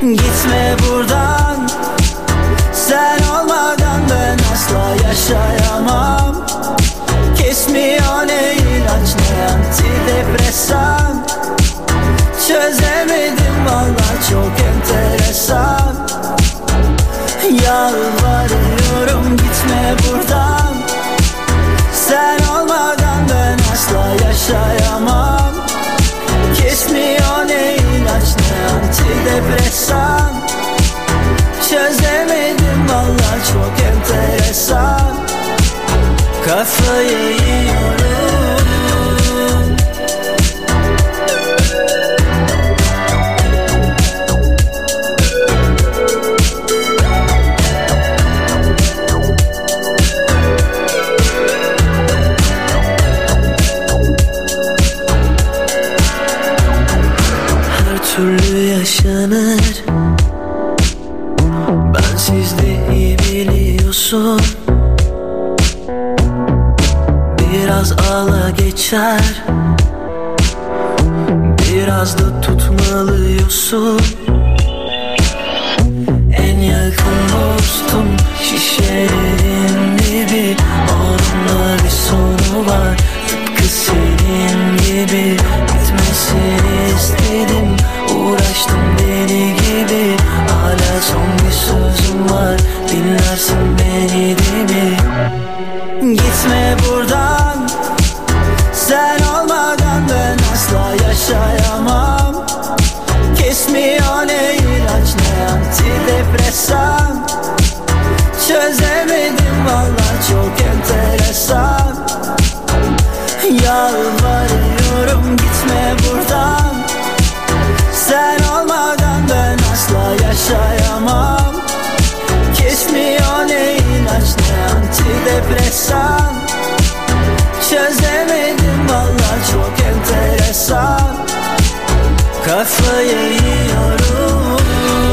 Gitme buradan, sen olmadan ben asla yaşayamam. Kesmiyor ne ilaç ne antidepresan. Çözemedim valla, çok enteresan. Yalvarıyorum gitme buradan, sen olmadan ben asla yaşayamam. Kesmiyor ne ilaç ne antidepresan. Çözemedim valla, çok enteresan. Kafayı yiyorum. Her türlü yaşanır, ben sizde iyi biliyorsun. Biraz ala geçer, biraz da tutmalıyorsun. En yakın dostum şişelerin dibi, onunla bir sonu var. Tıpkı senin gibi bitmesini istedim. Uğraştım deli gibi, hala son bir sözüm var. Dinlersin beni değil mi? Gitme buradan, sen olmadan ben asla yaşayamam. Kesmiyor ne ilaç ne antidepresan. Çözemedim valla, çok enteresan. Yalvarıyorum gitme buradan, sen olmadan ben asla yaşayamam. Kesmiyor ne ilaç ne antidepresan. Çözemedim valla, çok enteresan. Kafayı yiyorum.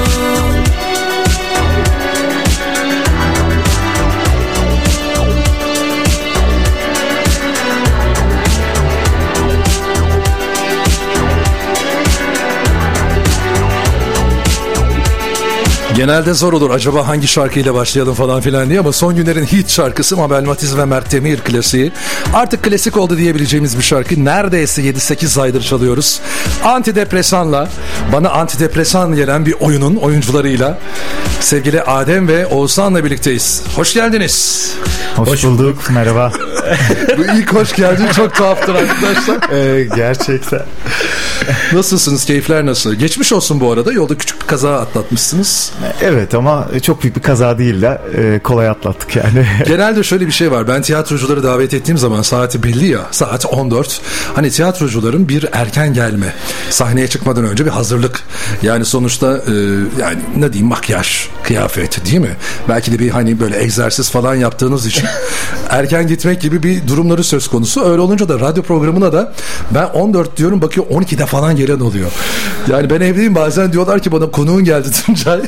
Genelde zor olur acaba hangi şarkıyla başlayalım falan filan diye, ama son günlerin hit şarkısı Mabel Matiz ve Mert Demir klasiği. Artık klasik oldu diyebileceğimiz bir şarkı. Neredeyse 7-8 aydır çalıyoruz. Antidepresanla, bana antidepresan gelen bir oyunun oyuncularıyla sevgili Adem ve Oğuzhan'la birlikteyiz. Hoş geldiniz. Hoş bulduk. Merhaba. Bu ilk hoş geldin çok tuhaftır arkadaşlar. Gerçekten. Nasılsınız? Keyifler nasıl? Geçmiş olsun bu arada. Yolda küçük bir kaza atlatmışsınız. Evet, ama çok büyük bir kaza değil de kolay atlattık yani. Genelde şöyle bir şey var. Ben tiyatrocuları davet ettiğim zaman saati belli ya. Saat 14. Hani tiyatrocuların bir erken gelme. Sahneye çıkmadan önce bir hazırlık. Yani sonuçta yani ne diyeyim, makyaj, kıyafet değil mi? Belki de bir hani böyle egzersiz falan yaptığınız için erken gitmek gibi bir durumları söz konusu. Öyle olunca da radyo programına da ben 14 diyorum, bakıyor 12'de falan gelen oluyor. Yani ben evdeyim, bazen diyorlar ki bana konuğun geldi Tuncay.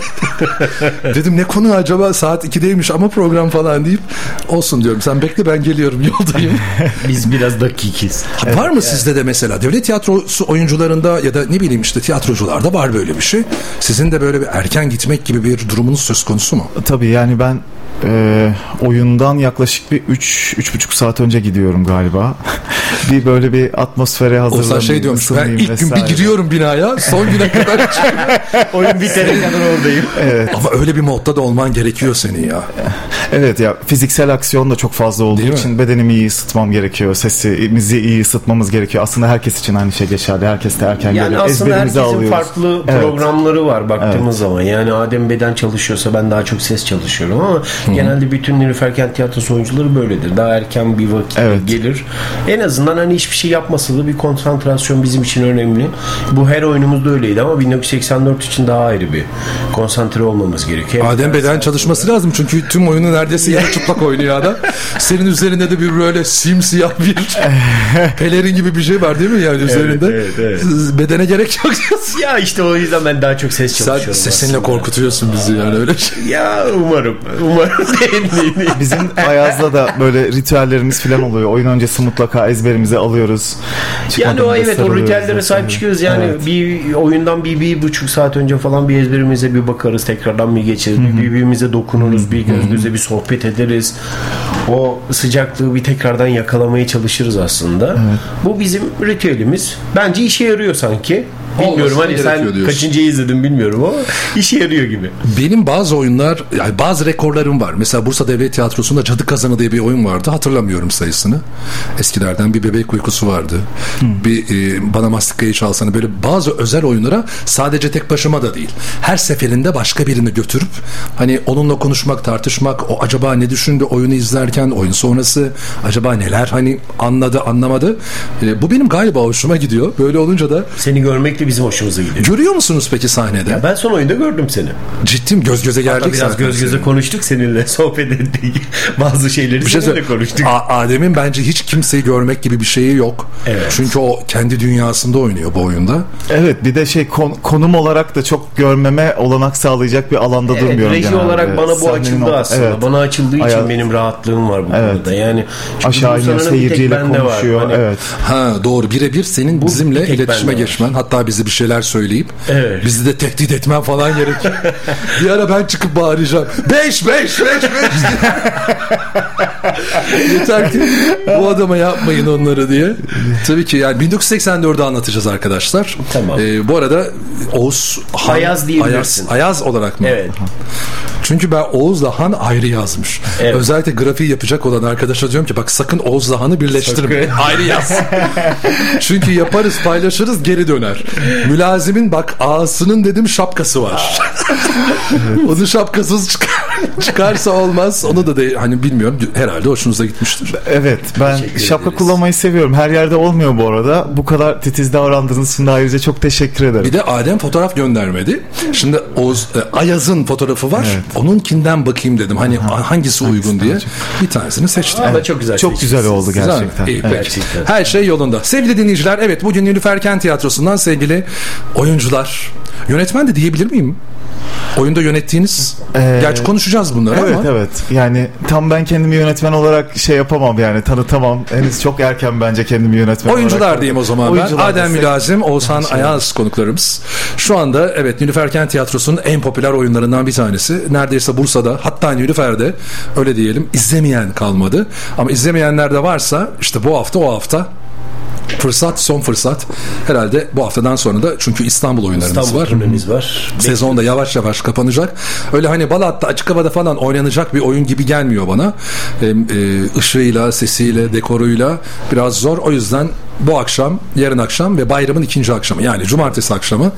Dedim ne konu acaba, saat 2'deymiş ama program falan deyip olsun diyorum. Sen bekle, ben geliyorum, yoldayım. Biz biraz dakikiz. Var mı sizde de mesela devlet tiyatrosu oyuncularında ya da ne bileyim işte tiyatrocularda var böyle bir şey? Sizin de böyle bir erken gitmek gibi bir durumunuz söz konusu mu? Tabii yani ben oyundan yaklaşık bir 3,5 saat önce gidiyorum galiba. Bir böyle bir atmosfere hazırlanayım. O şey diyormuş, ben ilk gün bir giriyorum binaya, son güne kadar oyun bitene kadar oradayım. Evet. Ama öyle bir modda da olman gerekiyor senin ya. Evet ya, fiziksel aksiyon da çok fazla olduğu için bedenimi iyi ısıtmam gerekiyor. Sesimizi iyi ısıtmamız gerekiyor. Aslında herkes için aynı şey geçerli. Herkes de erken yani geliyor. aslında herkesin alıyoruz. farklı programları var baktığımız zaman. Yani Adem beden çalışıyorsa ben daha çok ses çalışıyorum ama genelde bütün Nilüfer Tiyatrosu oyuncuları böyledir. Daha erken bir vakit gelir. En azından hani hiçbir şey yapmasa da bir konsantrasyon bizim için önemli. Bu her oyunumuzda öyleydi ama 1984 için daha ayrı bir konsantre olmamız gerekiyor. Adem beden çalışması lazım çünkü tüm oyunu neredeyse yarı çıplak oynuyor adam. Senin üzerinde de bir böyle simsiyah bir pelerin gibi bir şey var değil mi yani üzerinde? Evet. Bedene gerek yok. Ya işte o yüzden ben daha çok ses çalışıyorum. Sen sesinle aslında korkutuyorsun bizi yani öyle şey. Ya umarım. Bizim Ayaz'da da böyle ritüellerimiz falan oluyor. Oyun öncesi mutlaka ezberimizi biletlerimizi alıyoruz. Yani o ritüellere sahip çıkıyoruz. Yani bir oyundan bir buçuk saat önce falan bir ezberimize bir bakarız. Tekrardan bir geçeriz. Birbirimize dokunuruz. Bir göz göze bir sohbet ederiz. O sıcaklığı bir tekrardan yakalamaya çalışırız aslında. Evet. Bu bizim ritüelimiz. Bence işe yarıyor sanki. Bilmiyorum hani sen diyorsun. Kaçıncıyı izledin bilmiyorum ama işe yarıyor gibi. Benim bazı oyunlar, yani bazı rekorlarım var. Mesela Bursa Devlet Tiyatrosu'nda Cadı Kazanı diye bir oyun vardı. Hatırlamıyorum sayısını. Eskilerden bir bebek uykusu vardı. Bir Bana Mastikayı Çalsana, böyle bazı özel oyunlara sadece tek başıma da değil. Her seferinde başka birini götürüp hani onunla konuşmak, tartışmak, o acaba ne düşündü oyunu izlerken, oyun sonrası acaba neler hani anladı, anlamadı. Bu benim galiba hoşuma gidiyor. Böyle olunca da seni görmek de bizim hoşumuza gidiyor. Görüyor musunuz peki sahnede? Ya ben son oyunda gördüm seni. Ciddiyim, göz göze geldik. Hatta biraz göz göze konuştuk seninle, sohbet ettik. Bazı şeyleri seninle konuştuk. Adem'in bence hiç kimseyi görmek gibi bir şeyi yok. Evet. Çünkü o kendi dünyasında oynuyor bu oyunda. Evet, bir de konum olarak da çok görmeme olanak sağlayacak bir alanda durmuyorum. Reji olarak bana bu açıldı aslında. Evet. Bana açıldığı için benim rahatlığım var bu konuda. Yani aşağı iniyor, seyirciyle konuşuyor. Hani, evet. Ha doğru, birebir senin bizimle iletişime geçmen, hatta bize bir şeyler söyleyip bizi de tehdit etmen falan gerekiyor. Bir ara ben çıkıp bağıracağım. 5 yeter ki bu adama yapmayın onları diye. Tabii ki yani 1984'ü anlatacağız arkadaşlar. Tamam. Bu arada Oğuz Ayaz diyebilirsin. Ayaz olarak mı? Evet. Çünkü ben Oğuz'la Han ayrı yazmış. Evet. Özellikle grafiği yapacak olan arkadaşa diyorum ki bak sakın Oğuz'la Han'ı birleştirme. Ayrı yaz. Çünkü yaparız, paylaşırız, geri döner. Mülazimin bak ağasının dedim şapkası var. Onu şapkasız çıkarsa olmaz. Onu da hani bilmiyorum, herhalde hoşunuza gitmiştir. Evet, ben şapka kullanmayı seviyorum. Her yerde olmuyor bu arada. Bu kadar titiz davrandığınız için de ayrıca çok teşekkür ederim. Bir de Adem fotoğraf göndermedi. Şimdi Ayaz'ın fotoğrafı var. Evet. Onunkinden bakayım dedim. Hani hangisi uygun diye. Bir tanesini seçtim. Ama çok güzel. Çok güzel oldu gerçekten. İyi, gerçekten. Her şey yolunda. Sevgili dinleyiciler, evet bugün Nilüfer Kent Tiyatrosu'ndan sevgili oyuncular, yönetmen de diyebilir miyim? Oyunda yönettiğiniz, gerçi konuşacağız bunları evet, ama. Evet. Yani tam ben kendimi yönetmen olarak yapamam yani, tanıtamam. Henüz çok erken bence kendimi yönetmen oyuncular olarak. Diyeyim o zaman ben. Adem Mülazim, Oğuzhan Ayaz konuklarımız. Şu anda evet Nilüfer Kent Tiyatrosu'nun en popüler oyunlarından bir tanesi. Neredeyse Bursa'da, hatta Nilüfer'de öyle diyelim izlemeyen kalmadı. Ama izlemeyenler de varsa işte bu hafta o hafta fırsat, son fırsat. Herhalde bu haftadan sonra da çünkü İstanbul oyunlarımız var. Sezonda yavaş yavaş kapanacak. Öyle hani Balat'ta açık havada falan oynanacak bir oyun gibi gelmiyor bana. Işığıyla, sesiyle, dekoruyla biraz zor. O yüzden bu akşam, yarın akşam ve bayramın ikinci akşamı, yani cumartesi akşamı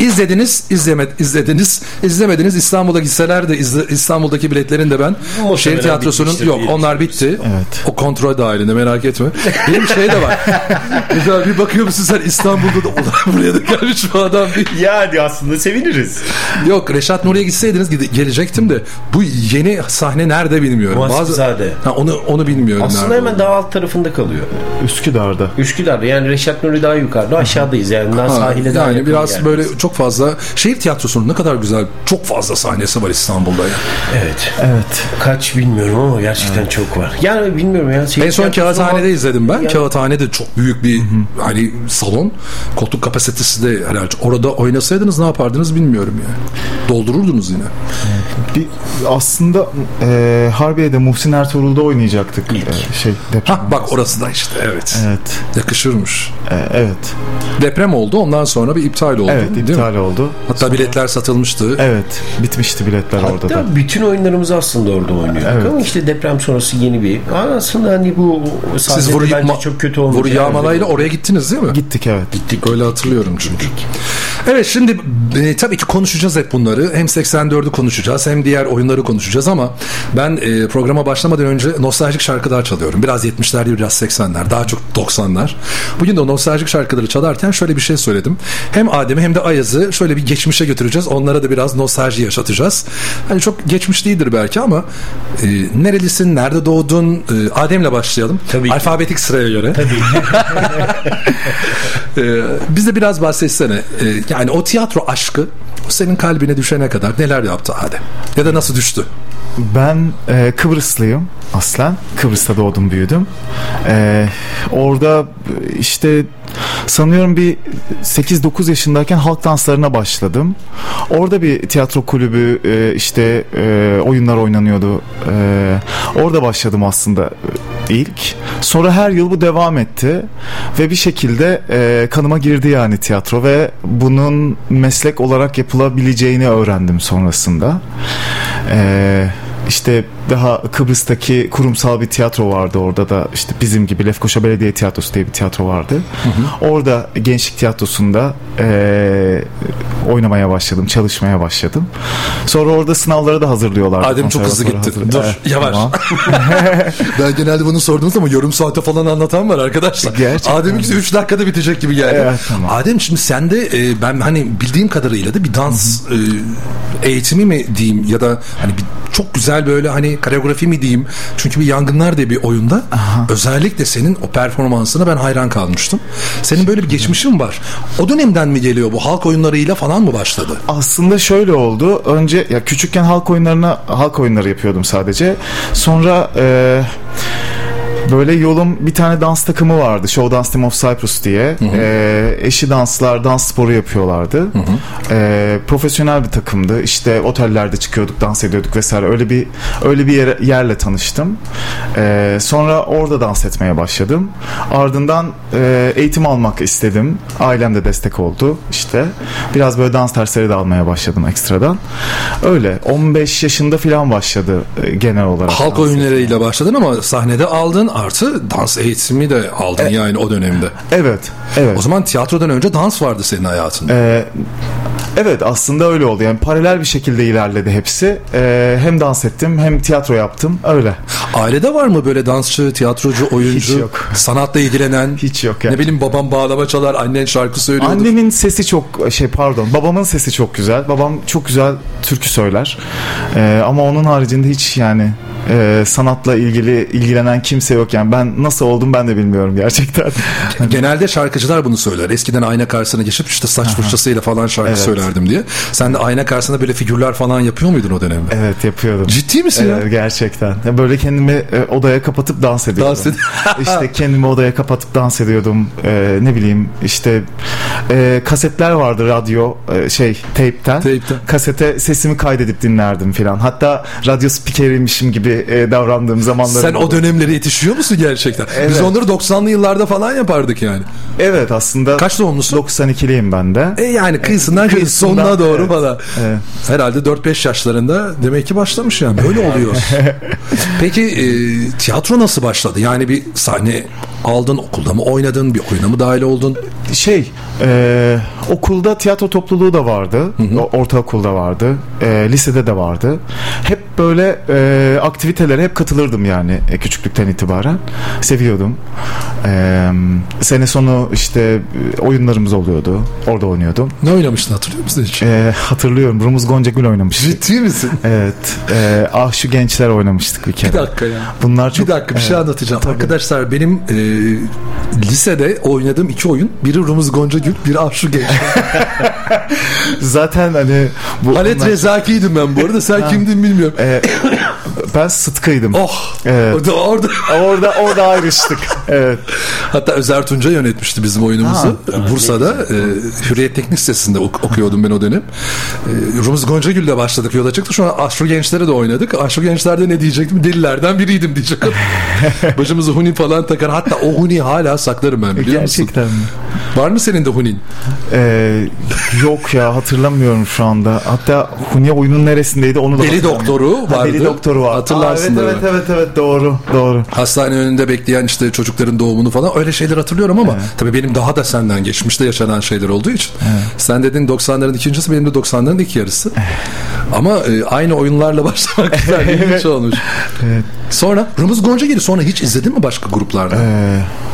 izlemediniz. İstanbul'a gitseler de İstanbul'daki biletlerin de ben şehir tiyatrosunun onlar bitti. Evet. O kontrol dahilinde, merak etme. Benim şey de var. Mesela bir bakıyor musun sen İstanbul'da da buraya da gelmiş bu adam. Yani aslında seviniriz. Yok, Reşat Nuri'ye gitseydiniz gelecektim de bu yeni sahne nerede bilmiyorum. Muhasipzade. Onu bilmiyorum. Aslında hemen daha alt tarafında kalıyor. Üsküdar'da. Yani Reşat Nuri daha yukarıda, aşağıdayız yani daha sahile daha yani biraz yani. Böyle çok fazla şehir tiyatrosunun ne kadar güzel, çok fazla sahnesi var İstanbul'da ya. Evet. Kaç bilmiyorum ama gerçekten çok var. Yani bilmiyorum ya. En son Kağıthane'de izledim ben. Kağıthane de çok büyük bir hani salon. Koltuk kapasitesi de herhalde. Orada oynasaydınız ne yapardınız bilmiyorum yani. Doldururdunuz yine. Aslında Harbiye'de Muhsin Ertuğrul'da oynayacaktık. Bak orası da işte evet. Yakışırmış. Evet. Deprem oldu. Ondan sonra bir iptal oldu. Evet, iptal oldu. Hatta sonra biletler satılmıştı. Evet. Bitmişti biletler orada da. Hatta bütün oyunlarımızı aslında orada oynuyorduk. Evet. Ama işte deprem sonrası yeni bir. Aslında hani bu siz bence çok kötü olmuş. Vuru Yağmalay'la oraya gittiniz değil mi? Gittik, evet. Öyle hatırlıyorum çünkü. Evet, şimdi tabii ki konuşacağız hep bunları. Hem 84'ü konuşacağız hem diğer oyunları konuşacağız ama ben programa başlamadan önce nostaljik şarkılar çalıyorum. Biraz 70'ler, biraz 80'ler, daha çok 90'lar. Bugün de o nostaljik şarkıları çalarken şöyle bir şey söyledim. Hem Adem'i hem de Ayaz'ı şöyle bir geçmişe götüreceğiz. Onlara da biraz nostalji yaşatacağız. Hani çok geçmiş değildir belki ama nerelisin, nerede doğdun? Adem'le başlayalım. Tabii. Alfabetik sıraya göre. Tabii. Bize biraz bahsetsene. Yani o tiyatro aşkı senin kalbine düşene kadar neler yaptı Adem? Ya da nasıl düştü? Ben Kıbrıslıyım aslen. Kıbrıs'ta doğdum, büyüdüm. Orada işte sanıyorum bir 8-9 yaşındayken halk danslarına başladım. Orada bir tiyatro kulübü, işte oyunlar oynanıyordu. Orada başladım aslında ilk. Sonra her yıl bu devam etti ve bir şekilde kanıma girdi yani tiyatro ve bunun meslek olarak yapılabileceğini öğrendim sonrasında. İşte daha Kıbrıs'taki kurumsal bir tiyatro vardı, orada da işte bizim gibi Lefkoşa Belediye Tiyatrosu diye bir tiyatro vardı. Orada gençlik tiyatrosunda oynamaya başladım, çalışmaya başladım. Sonra orada sınavlara da hazırlıyorlardı. Adem çok hızlı gitti. Dur, yavaş. Ben genelde bunu sorduğunuz ama yarım saate falan anlatan var arkadaşlar. Adem'in 3 dakikada bitecek gibi geldi. Evet, tamam. Adem, şimdi sende ben hani bildiğim kadarıyla da bir dans eğitimi mi diyeyim ya da hani çok güzel böyle hani koreografi mi diyeyim. Çünkü bir Yangınlar diye bir oyunda özellikle senin o performansına ben hayran kalmıştım. Senin böyle bir geçmişin var. O dönemden mi geliyor bu? Halk oyunlarıyla falan mı başladı? Aslında şöyle oldu. Önce ya küçükken halk oyunları yapıyordum sadece. Sonra böyle yolum, bir tane dans takımı vardı. Show Dance Team of Cyprus diye. Eşi danslar, dans sporu yapıyorlardı. Profesyonel bir takımdı. İşte otellerde çıkıyorduk, dans ediyorduk vesaire. Öyle bir yerle tanıştım. Sonra orada dans etmeye başladım. Ardından eğitim almak istedim. Ailem de destek oldu. İşte biraz böyle dans dersleri de almaya başladım ekstradan. Öyle 15 yaşında falan başladı genel olarak. Halk oyunlarıyla başladın ama sahnede aldın, artı dans eğitimi de aldın yani o dönemde. Evet. O zaman tiyatrodan önce dans vardı senin hayatında. Evet, aslında öyle oldu. Yani paralel bir şekilde ilerledi hepsi. Hem dans ettim hem tiyatro yaptım. Öyle. Ailede var mı böyle dansçı, tiyatrocu, oyuncu? Hiç yok. Sanatla ilgilenen? Hiç yok yani. Ne bileyim, babam bağlama çalar, annen şarkı söylüyordur. Annemin sesi çok babamın sesi çok güzel. Babam çok güzel türkü söyler. Ama onun haricinde hiç yani sanatla ilgilenen kimse yok yani. Ben nasıl oldum ben de bilmiyorum gerçekten. Genelde şarkıcılar bunu söyler. Eskiden ayna karşısına geçip işte saç fırçasıyla falan şarkı söylerdim diye. Sen de ayna karşısında böyle figürler falan yapıyor muydun o dönemde? Evet, yapıyordum. Ciddi misin ya? Gerçekten. Böyle kendimi odaya kapatıp dans ediyordum. İşte kendimi odaya kapatıp dans ediyordum. Ne bileyim işte kasetler vardı, radyo tape'ten. Kasete sesimi kaydedip dinlerdim filan. Hatta radyo spikeriymişim gibi davrandığım zamanlar. Sen o dönemlere yetişiyor musun gerçekten? Evet. Biz onları 90'lı yıllarda falan yapardık yani. Evet, aslında. Kaç doğumlusun? 92'liyim ben de. Yani kıyısından sonuna doğru falan. Evet. Herhalde 4-5 yaşlarında demek ki başlamış yani. Böyle oluyor. Peki tiyatro nasıl başladı? Yani bir sahne aldın, okulda mı oynadın, bir oyuna mı dahil oldun? Okulda tiyatro topluluğu da vardı. Ortaokulda vardı. Lisede de vardı. Hep böyle aktivitelere hep katılırdım yani küçüklükten itibaren. Seviyordum. Sene sonu işte oyunlarımız oluyordu. Orada oynuyordum. Ne oynamıştın, hatırlıyor musun hiç? Hatırlıyorum. Rumuz Goncagül oynamıştık. Ciddi misin? Evet. Şu gençler oynamıştık bir kere. Bir dakika ya. Bunlar çok... Bir dakika, bir şey anlatacağım. Tabii. Arkadaşlar, benim lisede oynadığım 2 oyun. Biri Rumuz Goncagül, biri Şu Gençler. Zaten hani... Halet Rezaki'ydim ben bu arada. Sen kimdin bilmiyorum. Ben Sıtkı'ydım. Evet. Orada ayrıştık. Evet. Hatta Özer Tunca yönetmişti bizim oyunumuzu. Bursa'da Hürriyet Teknik Lisesi'nde okuyordum ben o dönem. Rumuz Goncagül'le başladık, yola çıktı. Sonra Aşru Gençler'e de oynadık. Aşru Gençler'de ne diyecektim? Delilerden biriydim diyecek. Başımıza huni falan takar. Hatta o huni hala saklarım ben, biliyor musun? Gerçekten mi? Var mı senin de hunin? Yok ya, hatırlamıyorum şu anda. Hatta huni oyunun neresindeydi onu da Deli Doktoru vardı. Deli Doktoru var. Hatırlarsın. Evet, doğru. Hastane önünde bekleyen işte çocukların doğumunu falan, öyle şeyler hatırlıyorum ama tabii benim daha da senden geçmişte yaşanan şeyler olduğu için. Sen dedin 90'ların ikincisi, benim de 90'ların ilk yarısı. Ama aynı oyunlarla başlamak güzel, ilginç olmuş. Evet. Sonra Rumuz Goncagül'ü sonra hiç izledin mi başka gruplarda?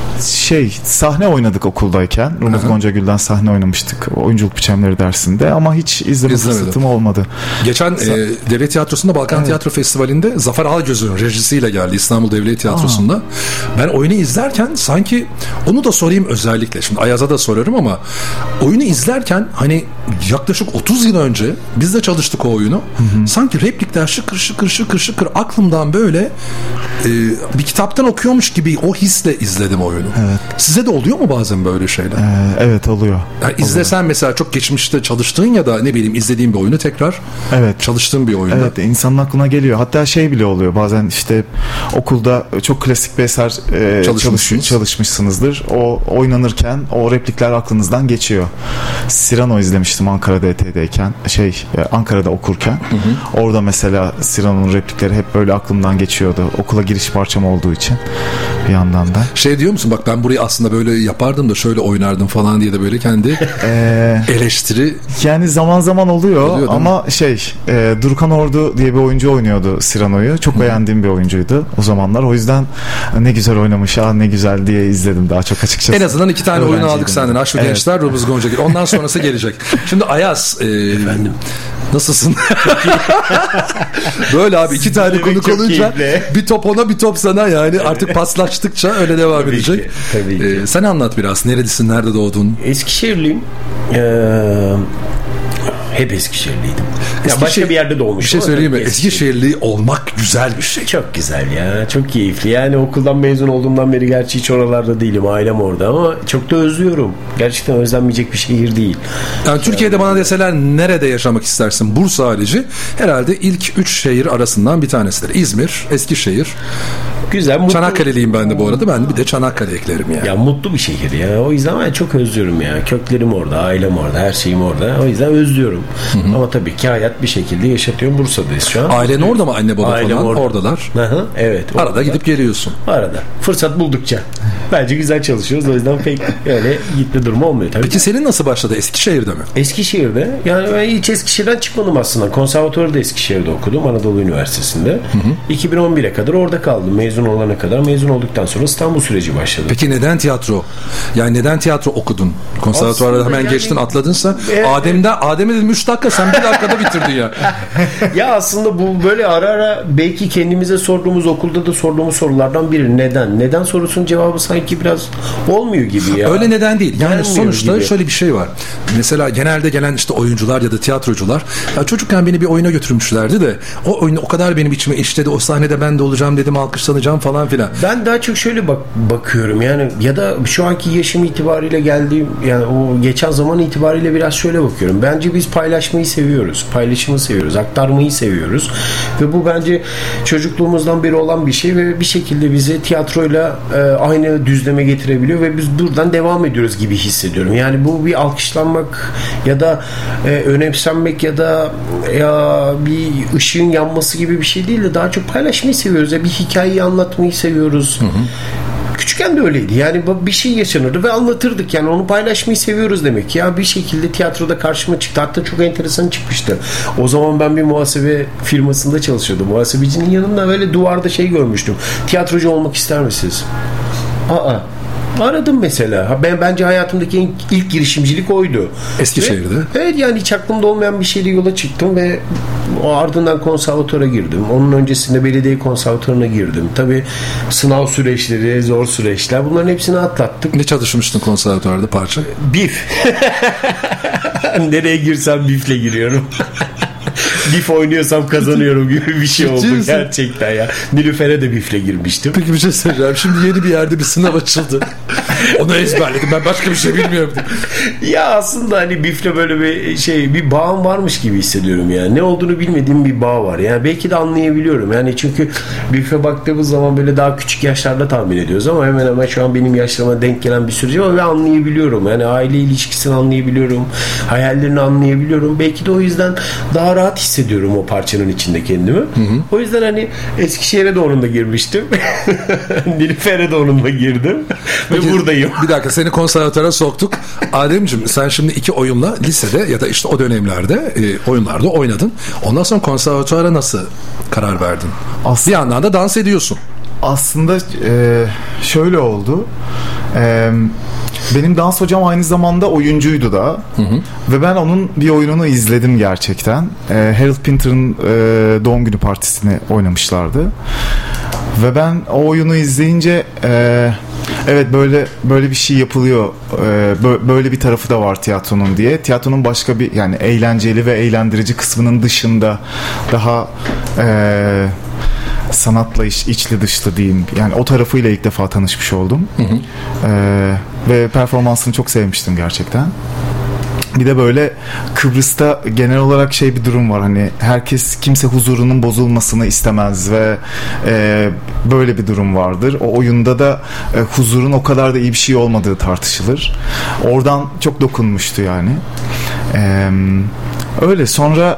sahne oynadık okuldayken. Rumuz Goncagül'den sahne oynamıştık oyunculuk biçimleri dersinde ama hiç izleme fırsatım olmadı. Geçen Devlet Tiyatrosu'nda Balkan Tiyatro Festivali'nde Zafer Algöz'ün rejisiyle geldi İstanbul Devlet Tiyatrosu'nda. Ben oyunu izlerken sanki onu da sorayım özellikle. Şimdi Ayaz'a da sorarım ama oyunu izlerken hani yaklaşık 30 yıl önce biz de çalıştık o oyunu. Sanki replikler şıkır aklımdan böyle bir kitaptan okuyormuş gibi o hisle izledim oyunu. Evet. Size de oluyor mu bazen böyle şeyler? Evet oluyor. Yani izlesen mesela çok geçmişte çalıştığın ya da ne bileyim izlediğin bir oyunu tekrar çalıştığın bir oyunda. Evet, insanın aklına geliyor. Hatta bile oluyor. Bazen işte okulda çok klasik bir eser çalışmışsınızdır. O oynanırken o replikler aklınızdan geçiyor. Cyrano izlemiştim Ankara DT'deyken. Ankara'da okurken. Orada mesela Cyrano'nun replikleri hep böyle aklımdan geçiyordu. Okula giriş parçam olduğu için bir yandan da. Diyor musun? Bak ben burayı aslında böyle yapardım da şöyle oynardım falan diye de böyle kendi eleştiri. Yani zaman zaman oluyor ama Durkan Ordu diye bir oyuncu oynuyordu Cyrano'yu. Çok beğendiğim bir oyuncuydu o zamanlar. O yüzden ne güzel oynamış, ne güzel diye izledim daha çok açıkçası. En azından 2 tane oyunu aldık senden. Aşk ve Gençler, Rumuz Goncagül. Ondan sonrası gelecek. Şimdi Ayaz efendim. Nasılsın? Böyle abi 2 tane konuk olunca bir top ona bir top sana yani artık paslaştıkça öyle devam edecek. Tabii ki. Sen anlat biraz. Nerelisin? Nerede doğdun? Eskişehirliyim. Hep Eskişehirliydim. Ya başka bir yerde doğmuştum. Bir şey söyleyeyim mi? Eskişehirli olmak güzel bir şey. Çok güzel ya. Çok keyifli. Yani okuldan mezun olduğumdan beri gerçi hiç oralarda değilim. Ailem orada ama çok da özlüyorum. Gerçekten özlenmeyecek bir şehir değil. Yani Türkiye'de bana deseler nerede yaşamak istersin? Bursa harici herhalde ilk 3 şehir arasından bir tanesidir. İzmir, Eskişehir. Güzel. Mutlu. Çanakkale'liyim ben de bu arada. Ben de bir de Çanakkale eklerim yani. Ya mutlu bir şehir ya. O yüzden ben çok özlüyorum ya. Köklerim orada, ailem orada, her şeyim orada. O yüzden özlüyorum. Ama tabii ki hayat bir şekilde yaşatıyorum. Bursa'dayız şu an. Ailen orada mı? Anne baba Ailem falan orada. Oradalar. Evet. Orada. Arada gidip geliyorsun. Arada. Fırsat buldukça. Bence güzel çalışıyoruz. O yüzden pek öyle gitme durumu olmuyor tabii. Peki senin nasıl başladı? Eskişehir'de mi? Eskişehir'de. Yani ben hiç Eskişehir'den çıkmadım aslında. Konservatuvarı da Eskişehir'de okudum. Anadolu Üniversitesi'nde. 2011'e kadar orada kaldım. Mezun olana kadar. Mezun olduktan sonra İstanbul süreci başladı. Peki neden tiyatro? Yani neden tiyatro okudun? Konservatuvarda hemen geçtin atladınsa. Adem'e dedim 3 dakika sen 1 dakikada bitirdin ya. Ya aslında bu böyle ara ara belki kendimize sorduğumuz, okulda da sorduğumuz sorulardan biri. Neden? Neden sorusunun cevabı sanki biraz olmuyor gibi ya. Öyle neden değil. Yani gelmiyor sonuçta gibi. Şöyle bir şey var. Mesela genelde gelen işte oyuncular ya da tiyatrocular ya çocukken beni bir oyuna götürmüşlerdi de o oyun o kadar benim içime işledi. O sahnede ben de olacağım dedim, alkışlanacağım falan filan. Ben daha çok şöyle bakıyorum yani ya da şu anki yaşım itibariyle geldiğim yani o geçen zaman itibariyle biraz şöyle bakıyorum. Bence biz paylaşmayı seviyoruz. Paylaşımı seviyoruz. Aktarmayı seviyoruz. Ve bu bence çocukluğumuzdan beri olan bir şey ve bir şekilde bizi tiyatroyla aynı düzleme getirebiliyor ve biz buradan devam ediyoruz gibi hissediyorum. Yani bu bir alkışlanmak ya da önemsenmek ya da bir ışığın yanması gibi bir şey değil de daha çok paylaşmayı seviyoruz. Ya bir hikayeyi anlatmayı seviyoruz. Küçükken de öyleydi. Yani bir şey yaşanırdı ve anlatırdık. Yani onu paylaşmayı seviyoruz demek. Ya bir şekilde tiyatroda karşıma çıktı. Hatta çok enteresan çıkmıştı. O zaman ben bir muhasebe firmasında çalışıyordum. Muhasebecinin yanında böyle duvarda görmüştüm. Tiyatrocu olmak ister misiniz? Aradım mesela. Bence hayatımdaki ilk girişimcilik oydu. Eskişehir'de. Evet yani hiç aklımda olmayan bir şeyle yola çıktım ve ardından konservatöre girdim. Onun öncesinde belediye konservatörüne girdim. Tabii sınav süreçleri, zor süreçler. Bunların hepsini atlattık. Ne çalışmıştın konservatuvarda parça? Bif. Nereye girsem bifle giriyorum. Bif oynuyorsam kazanıyorum gibi bir şey oldu gerçekten ya. Nilüfer'e de bifle girmiştim. Peki bir şey söyleyeceğim. Şimdi yeni bir yerde bir sınav açıldı. Onu ezberledim. Ben başka bir şey bilmiyorum. Ya aslında hani bifle böyle bir bağım varmış gibi hissediyorum yani. Ne olduğunu bilmediğim bir bağ var. Yani belki de anlayabiliyorum. Yani çünkü bife baktığımız zaman böyle daha küçük yaşlarda tahmin ediyoruz ama hemen hemen şu an benim yaşlarıma denk gelen bir süreci var ve anlayabiliyorum. Yani aile ilişkisini anlayabiliyorum. Hayallerini anlayabiliyorum. Belki de o yüzden daha rahat hissediyorum o parçanın içinde kendimi. O yüzden hani Eskişehir'e de onunla girmiştim. Nilüfer'e de onunla girdim. Ve buradayım. Bir dakika seni konservatöre soktuk. Ademciğim sen şimdi 2 oyunla lisede ya da işte o dönemlerde oyunlarda oynadın. Ondan sonra konservatuvara nasıl karar verdin? Bir yandan da dans ediyorsun. aslında şöyle oldu. Benim dans hocam aynı zamanda oyuncuydu da. Ve ben onun bir oyununu izledim gerçekten. Harold Pinter'ın doğum günü partisini oynamışlardı. Ve ben o oyunu izleyince evet böyle bir şey yapılıyor, böyle bir tarafı da var tiyatronun diye. Tiyatronun başka bir, yani eğlenceli ve eğlendirici kısmının dışında daha sanatla içli dışlı diyeyim. Yani o tarafıyla ilk defa tanışmış oldum. Ve performansını çok sevmiştim gerçekten. Bir de böyle Kıbrıs'ta genel olarak bir durum var, hani kimse huzurunun bozulmasını istemez ve böyle bir durum vardır. O oyunda da huzurun o kadar da iyi bir şey olmadığı tartışılır. Oradan çok dokunmuştu yani. Öyle sonra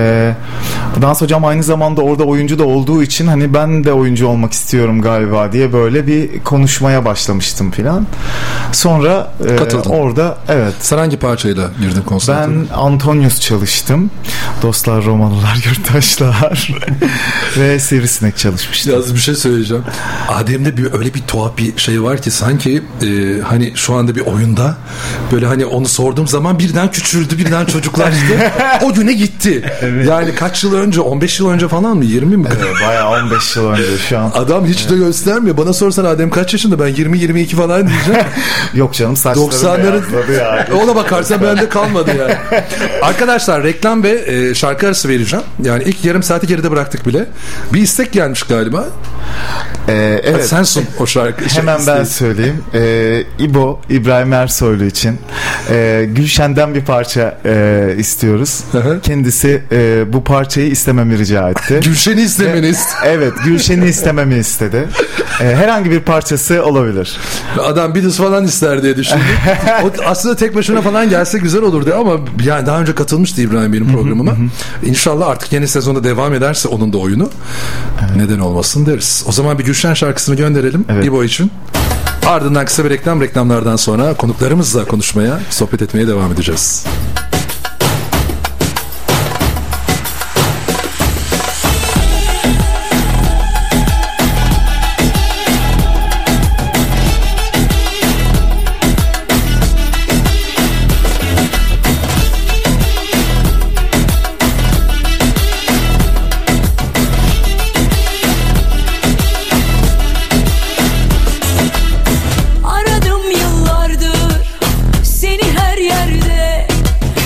dans hocam aynı zamanda orada oyuncu da olduğu için hani ben de oyuncu olmak istiyorum galiba diye böyle bir konuşmaya başlamıştım filan. Sonra orada evet. Sen hangi parçayla girdin konservatuara? Ben Antonius çalıştım. Dostlar, Romalılar, Yurttaşlar ve Sivrisinek çalışmıştım. Yalnız bir şey söyleyeceğim. Adem'de öyle bir tuhaf bir şey var ki sanki hani şu anda bir oyunda böyle hani onu sorduğum zaman birden küçüldü, birden çocuklaştı. O güne gitti. Evet. Yani kaç yıl önce? 15 yıl önce falan mı? 20 mi? Evet, bayağı 15 yıl önce şu an. Adam hiç de göstermiyor. Bana sorsan Adem kaç yaşında? Ben 20-22 falan diyeceğim. Yok canım, saçlarım 90'ların yani. Ona bakarsan bende kalmadı yani. Arkadaşlar reklam ve şarkı arası vereceğim. Yani ilk yarım saati geride bıraktık bile. Bir istek gelmiş galiba. Evet. Hadi sen sun o şarkı. Hemen ben söyleyeyim. İbrahim Ersoylu için Gülşen'den bir parça istiyoruz. Kendisi bu parçayı istememi rica etti. Gülşen'i istemeniz. Evet, Gülşen'i istememi istedi. Herhangi bir parçası olabilir. Adam Beatles falan ister diye düşündüm. Aslında tek başına falan gelse güzel olurdu ama yani daha önce katılmıştı İbrahim benim programıma. İnşallah artık yeni sezonda devam ederse onun da oyunu. Neden olmasın deriz. O zaman bir Gülşen şarkısını gönderelim İbo için. Ardından kısa bir reklamlardan sonra konuklarımızla konuşmaya, sohbet etmeye devam edeceğiz. Aradım yıllardır seni her yerde.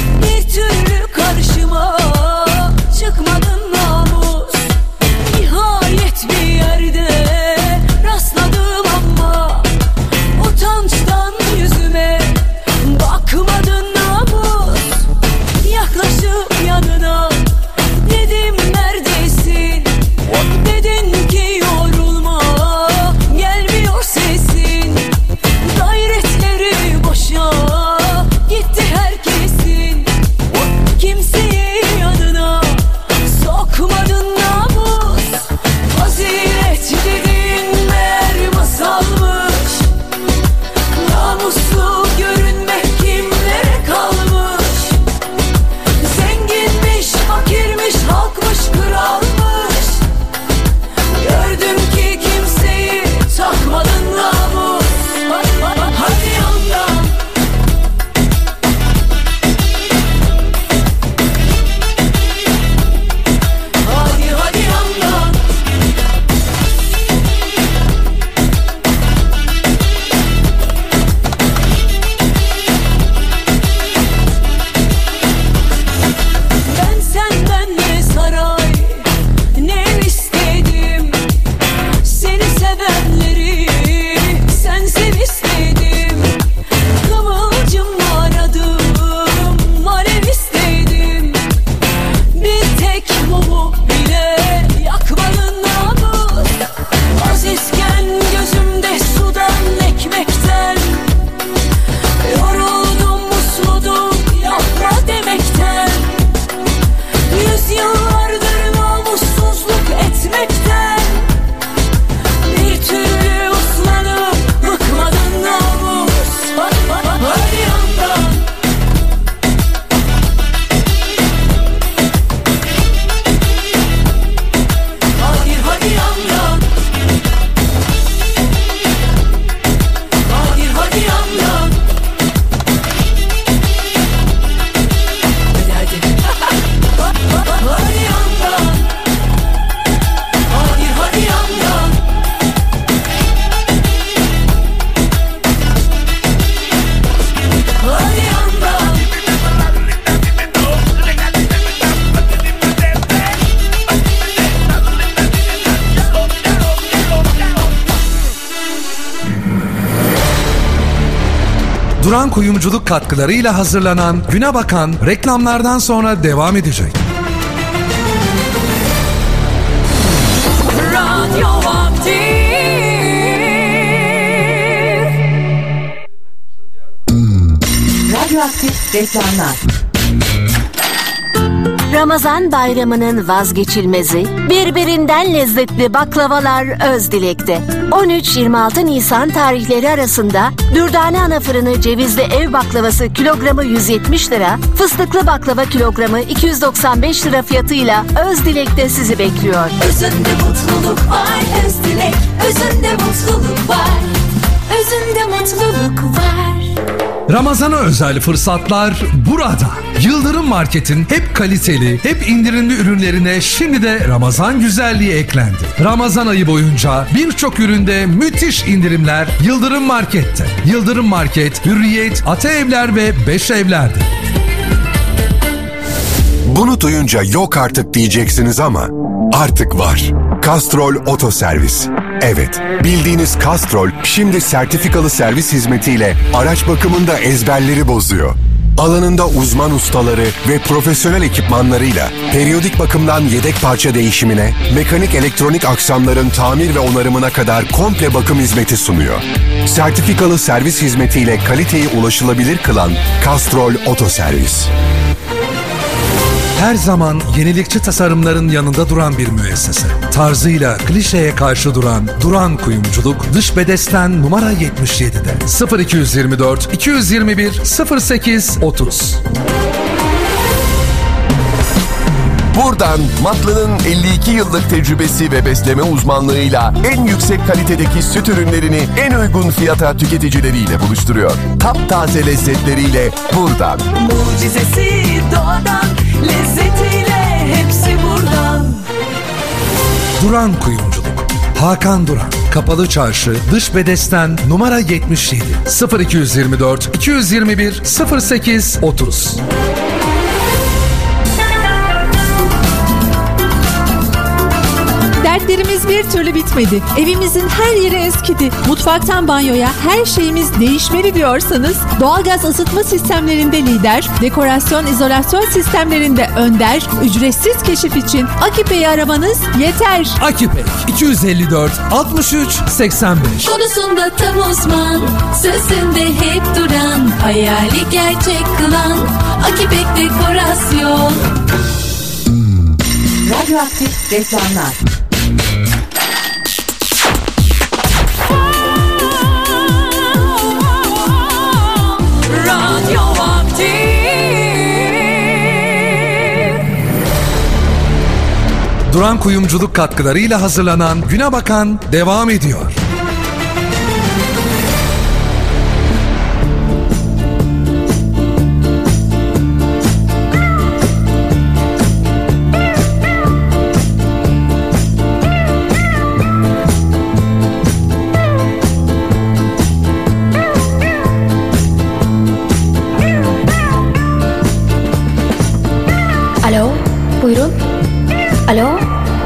Duran Kuyumculuk katkılarıyla hazırlanan Güne Bakan reklamlardan sonra devam edecek. Radyoaktif reklamlar. Ramazan bayramının vazgeçilmezi, birbirinden lezzetli baklavalar Özdilek'te. 13-26 Nisan tarihleri arasında Dürdane Ana Fırını cevizli ev baklavası kilogramı 170 lira, fıstıklı baklava kilogramı 295 lira fiyatıyla Özdilek'te sizi bekliyor. Özünde mutluluk var Özdilek, özünde mutluluk var, özünde mutluluk var. Ramazana özel fırsatlar burada. Yıldırım Market'in hep kaliteli, hep indirimli ürünlerine şimdi de Ramazan güzelliği eklendi. Ramazan ayı boyunca birçok üründe müthiş indirimler Yıldırım Market'te. Yıldırım Market, Hürriyet, Ataevler ve Beşevler'de. Bunu duyunca yok artık diyeceksiniz ama artık var. Castrol Otoservis. Evet, bildiğiniz Castrol şimdi sertifikalı servis hizmetiyle araç bakımında ezberleri bozuyor. Alanında uzman ustaları ve profesyonel ekipmanlarıyla periyodik bakımdan yedek parça değişimine, mekanik elektronik aksamların tamir ve onarımına kadar komple bakım hizmeti sunuyor. Sertifikalı servis hizmetiyle kaliteyi ulaşılabilir kılan Castrol Otoservis. Her zaman yenilikçi tasarımların yanında duran bir müessese. Tarzıyla klişeye karşı duran Duran Kuyumculuk dış bedesten numara 77'de 0224 221 08 30. Buradan Matlı'nın 52 yıllık tecrübesi ve besleme uzmanlığıyla en yüksek kalitedeki süt ürünlerini en uygun fiyata tüketicileriyle buluşturuyor. Taptaze lezzetleriyle buradan. Mucizesi doğadan, lezzetiyle hepsi buradan. Duran Kuyumculuk. Hakan Duran. Kapalı Çarşı, Dış Bedesten numara 77 0224 221 08 30. Dertlerimiz bir türlü bitmedi. Evimizin her yeri eskidi. Mutfaktan banyoya her şeyimiz değişmeli diyorsanız, doğalgaz ısıtma sistemlerinde lider, dekorasyon izolasyon sistemlerinde önder, ücretsiz keşif için Akipek'i aramanız yeter. Akipek 254 63 85. Konusunda tam uzman, sözünde hep duran, hayali gerçek kılan Akipek Dekorasyon. Radyoaktif reklamlar. Duran Kuyumculuk katkılarıyla hazırlanan Güne Bakan devam ediyor. Alo, buyurun. Alo?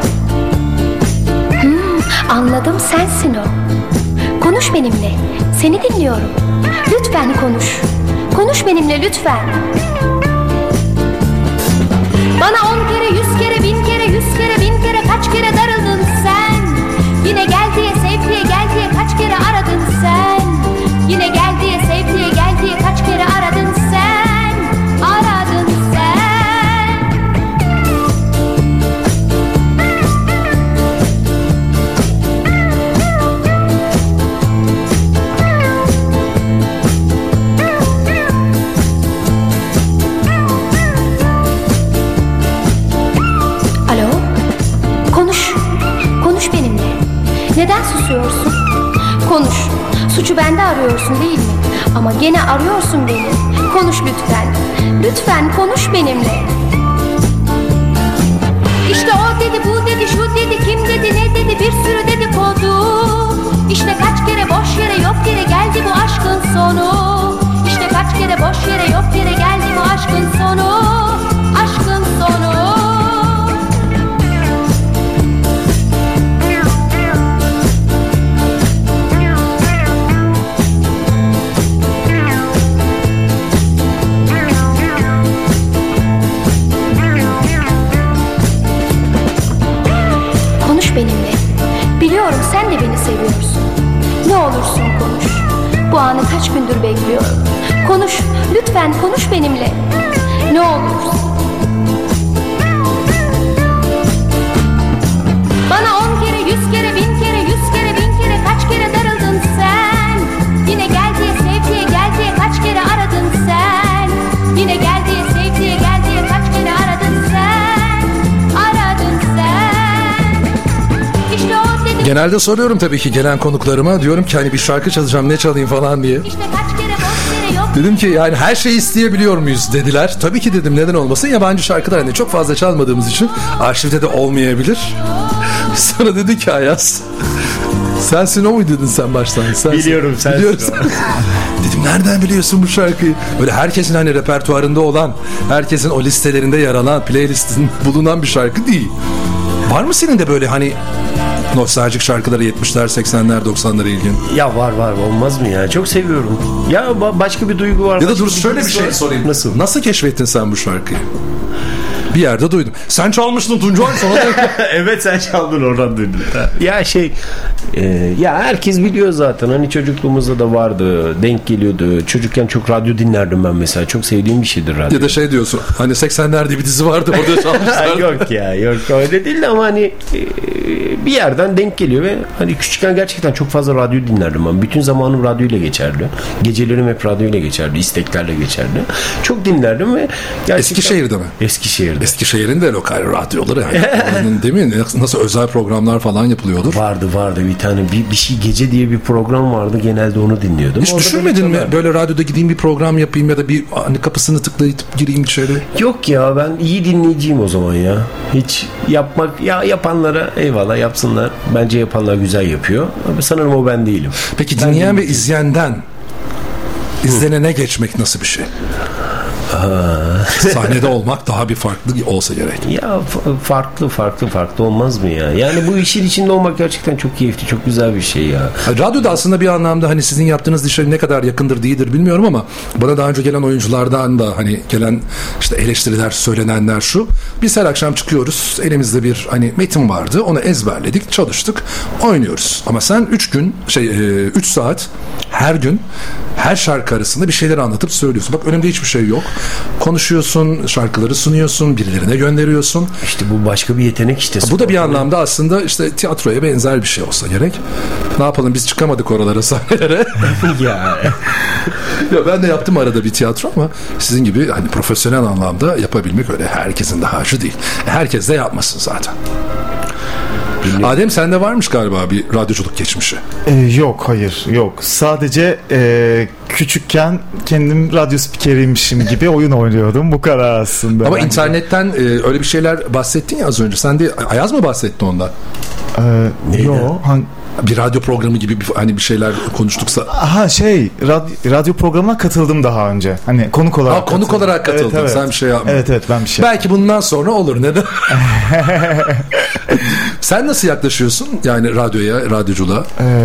Anladım, sensin o. Konuş benimle, seni dinliyorum. Lütfen konuş. Konuş benimle lütfen. Bana 10 kere, 100 kere, 1000 kere, 100 kere, 1000 kere kaç kere darıldın sen? Yine gel diye, sev diye, gel diye kaç kere aradın sen? Yine gel diye, sev diye, gel diye kaç kere aradın sen? Aradın sen. Neden susuyorsun? Konuş. Suçu bende arıyorsun değil mi? Ama gene arıyorsun beni. Konuş lütfen. Lütfen konuş benimle. İşte o dedi, bu dedi, şu dedi, kim dedi, ne dedi, bir sürü dedikodu. İşte kaç kere boş yere, yok yere geldi bu aşkın sonu. İşte kaç kere boş yere, yok yere geldi bu aşkın sonu. Aşkın sonu. kaç gündür bekliyorum. Konuş, lütfen konuş benimle. Ne olursun. Bana 10 kere, 100 kere, 1000 kere, 100 kere, 1000 kere kaç kere darıldın sen? Yine gel diye, sev diye, gel diye kaç kere aradın sen? Yine gel diye, sev diye, gel diye kaç kere aradın sen? Aradın sen. İşte o dedim. Genelde soruyorum tabii ki gelen konuklarıma. Diyorum ki hani bir şarkı çalacağım, ne çalayım falan diye. İşte kaç kere, boş kere yok. Dedim ki yani her şeyi isteyebiliyor muyuz dediler. Tabii ki dedim, neden olmasın. Yabancı şarkılar hani çok fazla çalmadığımız için arşivde de olmayabilir. Sonra dedi ki Ayaz, sensin o mu dedin sen baştan? Sensin. Biliyorum, sensin. Dedim nereden biliyorsun bu şarkıyı? Böyle herkesin hani repertuarında olan, herkesin o listelerinde yer alan, playlistin bulunan bir şarkı değil. Var mı senin de böyle hani nostaljik şarkıları 70'ler, 80'ler, 90'lara ilgin? Ya var olmaz mı ya? Çok seviyorum. Ya başka bir duygu var. Ya da dur şöyle bir şey sorayım. Nasıl keşfettin sen bu şarkıyı? Bir yerde duydum. Sen çalmıştın Tuncay sonra. Evet, sen çaldın, oradan duydum. Ya ya herkes biliyor zaten. Hani çocukluğumuzda da vardı. Denk geliyordu. Çocukken çok radyo dinlerdim ben mesela. Çok sevdiğim bir şeydir radyo. Ya da şey diyorsun. Hani 80'lerde bir dizi vardı orada çalmışlar. Yok öyle değil de ama hani bir yerden denk geliyor ve hani küçükken gerçekten çok fazla radyo dinlerdim ben. Bütün zamanım radyoyla geçerdi. Gecelerim hep radyoyla geçerdi. İsteklerle geçerdi. Çok dinlerdim ve gerçekten... Eskişehir'de mi? Eskişehir'in de lokal radyoları yani. Değil mi? Nasıl özel programlar falan yapılıyordur? Vardı bir tane bir şey gece diye bir program vardı. Genelde onu dinliyordum. Hiç düşünmedin mi? Böyle radyoda gideyim bir program yapayım ya da bir hani kapısını tıklayıp gireyim içeri. Yok ya, ben iyi dinleyiciyim o zaman ya. Hiç yapanlara eyvallah, yapsınlar. Bence yapanlar güzel yapıyor. Ama sanırım o ben değilim. Peki dinleyen ve izleyenden izlenene geçmek nasıl bir şey? Sahnede olmak daha bir farklı olsa gerek. Ya farklı olmaz mı ya? Yani bu işin içinde olmak gerçekten çok keyifli, çok güzel bir şey ya. Radyoda aslında bir anlamda hani sizin yaptığınız işe ne kadar yakındır değildir bilmiyorum ama bana daha önce gelen oyunculardan da hani gelen işte eleştiriler, söylenenler şu. Biz her akşam çıkıyoruz. Elimizde bir hani metin vardı. Onu ezberledik, çalıştık, oynuyoruz. Ama sen 3 saat her gün her şarkı arasında bir şeyler anlatıp söylüyorsun. Bak önümde hiçbir şey yok. Konuşuyorsun, şarkıları sunuyorsun, birilerine gönderiyorsun. İşte bu başka bir yetenek işte. Bu da bir anlamda aslında işte tiyatroya benzer bir şey olsa gerek. Ne yapalım, biz çıkamadık oralara, sahnelere. Ya ben de yaptım arada bir tiyatro ama sizin gibi hani profesyonel anlamda yapabilmek öyle herkesin de harcı değil. Herkes de yapmasın zaten. Adem, sende varmış galiba bir radyoculuk geçmişi. Yok, hayır, yok. Sadece küçükken kendim radyo spikeriymişim gibi oyun oynuyordum. Bu kadar aslında. Ama internetten öyle bir şeyler bahsettin ya az önce. Sen de Ayaz mı bahsetti ondan? Yok. Bir radyo programı gibi bir şeyler konuştuksa. Radyo programına katıldım daha önce. Hani konuk olarak. Konuk olarak katıldın. Evet. Sen bir şey yapmadın. Evet, ben bir şey. Belki bundan sonra olur. Neden? Sen nasıl yaklaşıyorsun yani radyoya, radyoculuğa?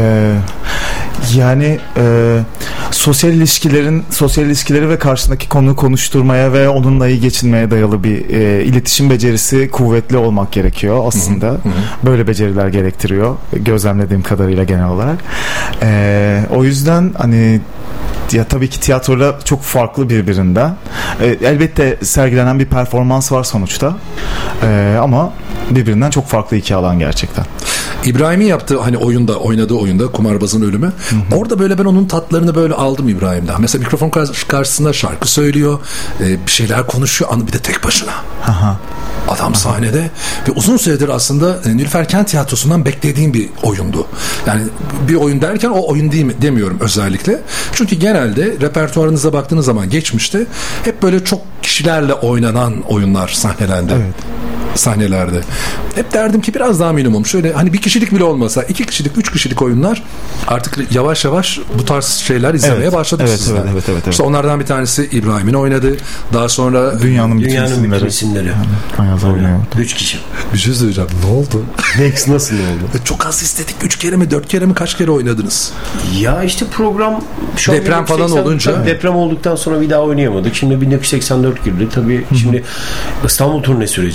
Sosyal ilişkileri ve karşındaki konuyu konuşturmaya ve onunla iyi geçinmeye dayalı bir iletişim becerisi kuvvetli olmak gerekiyor aslında. Hı-hı. Böyle beceriler gerektiriyor gözlemlediğim kadarıyla genel olarak. O yüzden hani ya tabii ki tiyatroyla çok farklı birbirinden. Elbette sergilenen bir performans var sonuçta. Ama birbirinden çok farklı iki alan gerçekten. İbrahim'in yaptığı hani oynadığı oyunda Kumarbazın Ölümü. Hı-hı. Orada böyle ben onun tatlarını böyle aldım İbrahim'den. Mesela mikrofon karşısında şarkı söylüyor, bir şeyler konuşuyor, bir de tek başına. Aha. Adam sahnede ve uzun süredir aslında Nilüfer Kent Tiyatrosu'ndan beklediğim bir oyundu. Yani bir oyun derken o oyun değil mi demiyorum özellikle. Çünkü genelde repertuarınıza baktığınız zaman geçmişte hep böyle çok kişilerle oynanan oyunlar sahnelendi. Evet. Sahnelerde. Hep derdim ki biraz daha minimum. Şöyle hani bir kişilik bile olmasa 2 kişilik, 3 kişilik oyunlar artık yavaş yavaş bu tarz şeyler izlemeye başladık sizden. Evet. İşte onlardan bir tanesi İbrahim'in oynadı. Daha sonra Dünyanın bütün isimleri. 3 kişi. Bir şey söyleyeceğim. Ne oldu? Nasıl oldu? Çok az istedik. 3 kere mi 4 kere mi kaç kere oynadınız? Ya işte program deprem falan olunca. Deprem olduktan sonra bir daha oynayamadık. Şimdi 1984 girdi. Tabii şimdi İstanbul turne süreci var. Onun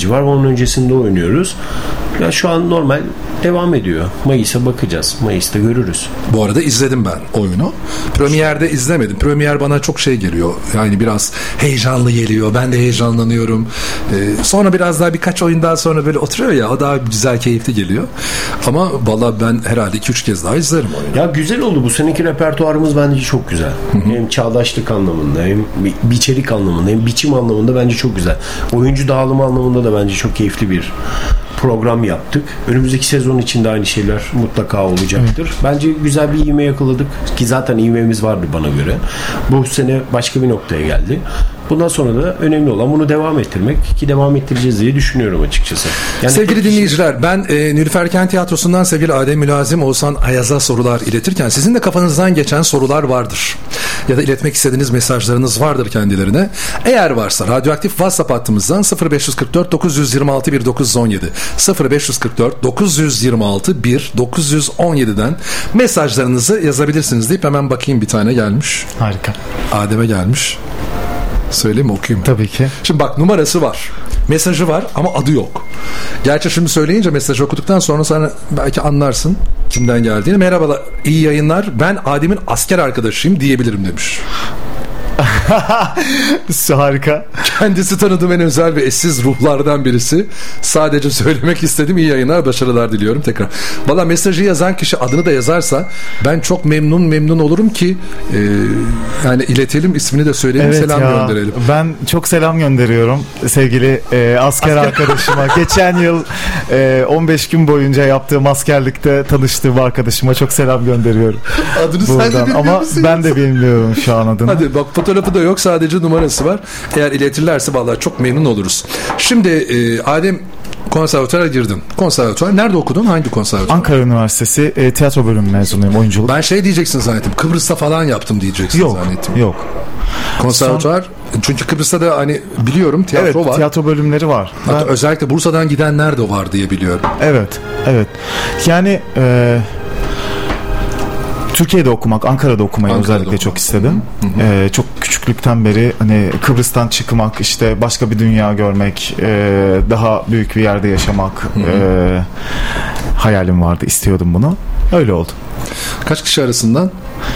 öncesinde oynuyoruz. Ya şu an normal devam ediyor. Mayıs'a bakacağız. Mayıs'ta görürüz. Bu arada izledim ben oyunu. Premier'de izlemedim. Premier bana çok şey geliyor. Yani biraz heyecanlı geliyor. Ben de heyecanlanıyorum. Sonra biraz daha birkaç oyun daha sonra böyle oturuyor ya, o daha güzel, keyifli geliyor. Ama vallahi ben herhalde 2-3 kez daha izlerim oyunu. Ya güzel oldu. Bu seneki repertuarımız bence çok güzel. Hem çağdaşlık anlamında, hem içerik anlamında, hem biçim anlamında bence çok güzel. Oyuncu dağılımı anlamında da bence çok keyifli bir program yaptık. Önümüzdeki sezon için de aynı şeyler mutlaka olacaktır. Bence güzel bir ivme yakaladık. Ki zaten ivmemiz vardı bana göre. Bu sene başka bir noktaya geldi. Bundan sonra da önemli olan bunu devam ettirmek, ki devam ettireceğiz diye düşünüyorum açıkçası. Yani sevgili dinleyiciler, ben Nilüfer Kent Tiyatrosu'ndan sevgili Adem Mülazim, Oğuzhan Ayaz'a sorular iletirken sizin de kafanızdan geçen sorular vardır. Ya da iletmek istediğiniz mesajlarınız vardır kendilerine. Eğer varsa radyoaktif WhatsApp hattımızdan 0544 926 1917 0544 926 1917'den mesajlarınızı yazabilirsiniz deyip hemen bakayım, bir tane gelmiş. Harika. Adem'e gelmiş. Söyleyeyim mi, okuyayım mı? Tabii ki. Şimdi bak, numarası var, mesajı var ama adı yok. Gerçi şimdi söyleyince, mesajı okuduktan sonra sana belki anlarsın kimden geldiğini. Merhabalar, iyi yayınlar, ben Adem'in asker arkadaşıyım diyebilirim demiş. Harika. Kendisi tanıdığım en özel ve eşsiz ruhlardan birisi. Sadece söylemek istedim. İyi yayınlar, başarılar diliyorum tekrar. Valla mesajı yazan kişi adını da yazarsa ben çok memnun olurum ki yani iletelim, ismini de söyleyelim, evet, selam gönderelim. Ben çok selam gönderiyorum sevgili asker arkadaşıma. Geçen yıl 15 gün boyunca yaptığım askerlikte tanıştığım arkadaşıma çok selam gönderiyorum. Adını buradan. Sen de bilmiyor ama musun? Ben de bilmiyorum şu an adını. Hadi bak, fotoğrafı da yok, sadece numarası var. Eğer iletirlerse vallahi çok memnun oluruz. Şimdi Adem, konservatuvara girdin. Konservatuvar nerede okudun? Hangi konservatuvar? Ankara Üniversitesi tiyatro bölümü mezunuyum, oyunculuk. Ben şey diyeceksin zannettim, Kıbrıs'ta falan yaptım diyeceksin zannettim. Yok. Konservatuvar, çünkü Kıbrıs'ta da hani biliyorum tiyatro var. Tiyatro bölümleri var. Hatta özellikle Bursa'dan gidenler de var diye biliyorum. Evet. Yani Türkiye'de okumak, Ankara'da okumayı özellikle çok istedim. Çok küçüklükten beri hani Kıbrıs'tan çıkmak, işte başka bir dünya görmek, daha büyük bir yerde yaşamak hayalim vardı, istiyordum bunu. Öyle oldu. Kaç kişi arasından?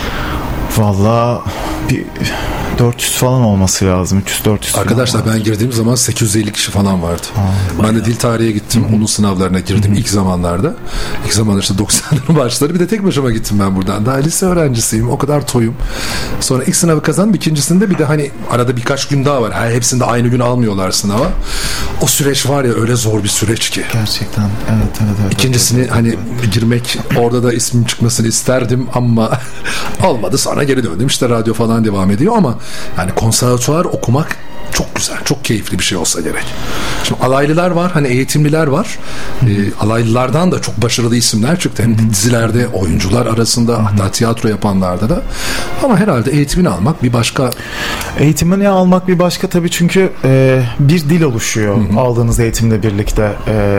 Vallahi bir 400 falan olması lazım. 300-400. Arkadaşlar ben girdiğim zaman 850 kişi falan vardı. Ben de dil tarihe gittim. Onun sınavlarına girdim ilk zamanlarda. İlk zamanlar işte 90'ların başları. Bir de tek başıma gittim ben buradan. Daha lise öğrencisiyim. O kadar toyum. Sonra ilk sınavı kazandım. İkincisinde bir de hani arada birkaç gün daha var. Hepsinde aynı gün almıyorlar sınava. O süreç var ya, öyle zor bir süreç ki. Gerçekten. Evet. İkincisini hani girmek, orada da ismim çıkmasını isterdim ama olmadı. Sonra geri döndüm. İşte radyo falan devam ediyor ama yani konservatuvar okumak çok güzel, çok keyifli bir şey olsa gerek. Şimdi alaylılar var, hani eğitimliler var. Alaylılardan da çok başarılı isimler çıktı. Hem dizilerde, oyuncular arasında, hatta tiyatro yapanlarda da. Ama herhalde eğitimini almak bir başka. Eğitimini almak bir başka tabii, çünkü bir dil oluşuyor aldığınız eğitimle birlikte.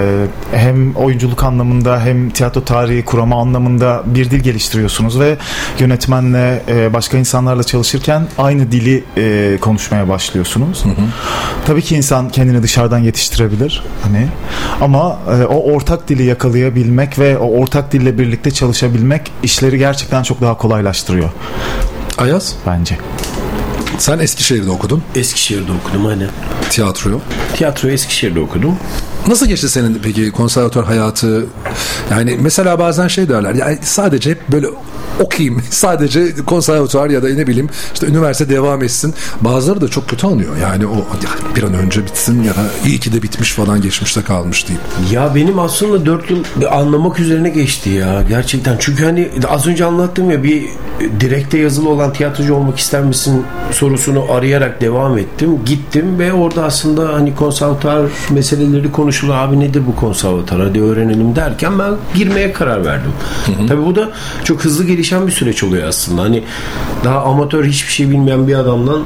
Hem oyunculuk anlamında hem tiyatro tarihi kurama anlamında bir dil geliştiriyorsunuz ve yönetmenle, başka insanlarla çalışırken aynı dili konuşmaya başlıyorsunuz. Tabii ki insan kendini dışarıdan yetiştirebilir hani, ama o ortak dili yakalayabilmek ve o ortak dille birlikte çalışabilmek işleri gerçekten çok daha kolaylaştırıyor. Ayaz? Bence. Sen Eskişehir'de okudun. Eskişehir'de okudum hani. Tiyatroyu Eskişehir'de okudum. Nasıl geçti senin peki konservatuvar hayatı? Yani mesela bazen şey derler, yani sadece hep böyle okuyayım, sadece konservatuvar ya da ne bileyim işte üniversite devam etsin. Bazıları da çok kötü anlıyor. Yani o bir an önce bitsin ya da iyi ki de bitmiş falan, geçmişte kalmış deyip. Ya benim aslında 4 yıl anlamak üzerine geçti ya gerçekten. Çünkü hani az önce anlattım ya, bir direkte yazılı olan tiyatrocu olmak ister misin sorusunu arayarak devam ettim. Gittim ve orada aslında hani konservatuvar meseleleri konuşuluyor. Abi nedir bu konservatuvar, hadi öğrenelim derken ben girmeye karar verdim. Tabii bu da çok hızlı gelişen bir süreç oluyor aslında. Hani daha amatör, hiçbir şey bilmeyen bir adamdan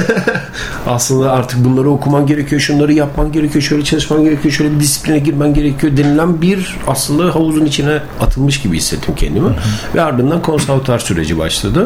aslında artık bunları okuman gerekiyor, şunları yapman gerekiyor, şöyle çalışman gerekiyor, şöyle bir disipline girmen gerekiyor denilen bir aslında havuzun içine atılmış gibi hissettim kendimi. Ve ardından konservatuvar süreci başladı.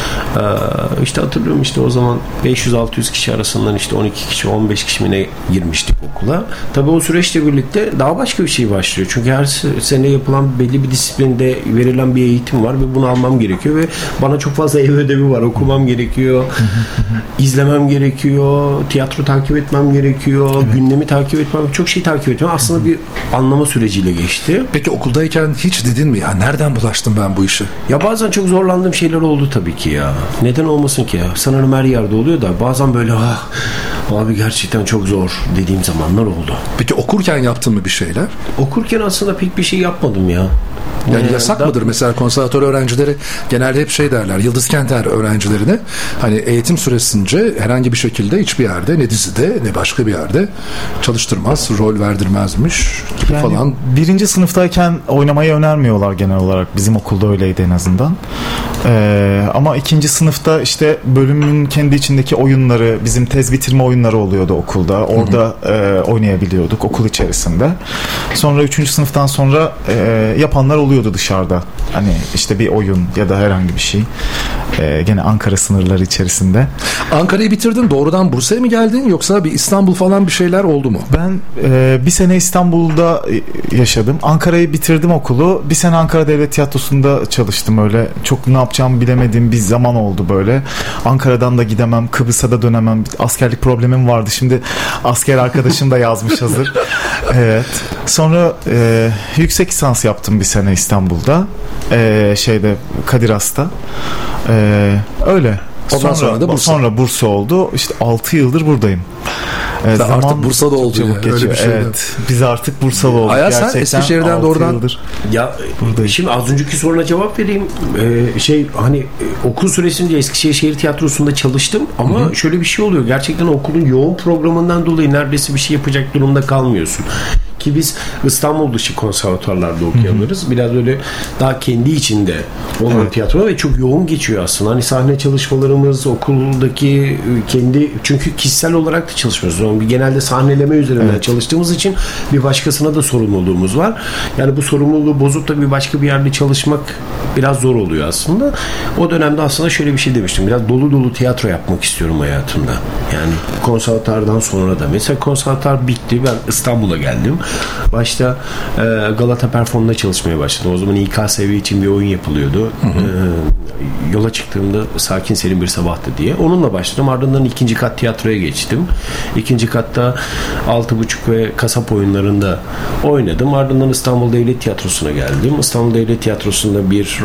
İşte hatırlıyorum, işte o zaman 500-600 kişi arasından işte 12 kişi 15 kişi mi ne girmiştik okula. Tabii o süreç süreçle birlikte daha başka bir şey başlıyor. Çünkü her sene yapılan belli bir disiplinde verilen bir eğitim var ve bunu almam gerekiyor ve bana çok fazla ev ödevi var. Okumam gerekiyor. İzlemem gerekiyor. Tiyatro takip etmem gerekiyor. Gündemi takip etmem. Çok şey takip etmem. Aslında bir anlama süreciyle geçti. Peki okuldayken hiç dedin mi ya nereden bulaştım ben bu işe? Ya bazen çok zorlandığım şeyler oldu tabii ki ya. Neden olmasın ki ya? Sanırım her yerde oluyor da bazen böyle abi gerçekten çok zor dediğim zamanlar oldu. Peki okurken yaptın mı bir şeyler? Okurken aslında pek bir şey yapmadım ya. Yani yasak mıdır? Mesela konservatuvar öğrencileri genelde hep şey derler. Yıldız Kenter öğrencilerine hani eğitim süresince herhangi bir şekilde hiçbir yerde ne dizide ne başka bir yerde çalıştırmaz, rol verdirmezmiş yani falan. Birinci sınıftayken oynamayı önermiyorlar genel olarak. Bizim okulda öyleydi en azından. Ama ikinci sınıfta işte bölümün kendi içindeki oyunları, bizim tez bitirme oyunları oluyordu okulda. Orada oynayabiliyorduk okul içerisinde. Sonra üçüncü sınıftan sonra yapanlar oluyordu dışarıda. Hani işte bir oyun ya da herhangi bir şey. Gene Ankara sınırları içerisinde. Ankara'yı bitirdin. Doğrudan Bursa'ya mı geldin yoksa bir İstanbul falan bir şeyler oldu mu? Ben bir sene İstanbul'da yaşadım. Ankara'yı bitirdim okulu. Bir sene Ankara Devlet Tiyatrosu'nda çalıştım öyle. Çok ne yapacağımı bilemediğim bir zaman oldu böyle. Ankara'dan da gidemem, Kıbrıs'a da dönemem. Askerlik problemim vardı. Şimdi asker arkadaşım da yazmış hazır. Evet. Sonra yüksek lisans yaptım bir sene İstanbul'da. Kadir Has'ta. Öyle. Sonra Bursa oldu. İşte 6 yıldır buradayım. Zaman artık Bursa'da oldu ya. Öyle bir şey. Evet. Biz artık Bursa'da olduk. Ayaz sen Eskişehir'den doğrudan. Ya buradayım. Şimdi az önceki soruna cevap vereyim. Okul süresince Eskişehir Şehir Tiyatrosu'nda çalıştım ama şöyle bir şey oluyor. Gerçekten okulun yoğun programından dolayı neredeyse bir şey yapacak durumda kalmıyorsun. Ki biz İstanbul dışı konservatuarlarda okuyoruz. Biraz öyle daha kendi içinde olan tiyatro ve çok yoğun geçiyor aslında. Hani sahne çalışmalarımız, okuldaki kendi, çünkü kişisel olarak da çalışmıyoruz. Yani genelde sahneleme üzerinden çalıştığımız için bir başkasına da sorumluluğumuz var. Yani bu sorumluluğu bozup da bir başka bir yerde çalışmak biraz zor oluyor aslında. O dönemde aslında şöyle bir şey demiştim. Biraz dolu dolu tiyatro yapmak istiyorum hayatımda. Yani konservatuardan sonra da. Mesela konservatuar bitti. Ben İstanbul'a geldim. Başta Galata Perform'da çalışmaya başladım. O zaman İKSV için bir oyun yapılıyordu. Yola çıktığımda Sakin Serin Bir Sabahtı diye. Onunla başladım. Ardından ikinci kat tiyatroya geçtim. İkinci katta 6.5 ve kasap oyunlarında oynadım. Ardından İstanbul Devlet Tiyatrosu'na geldim. İstanbul Devlet Tiyatrosu'nda bir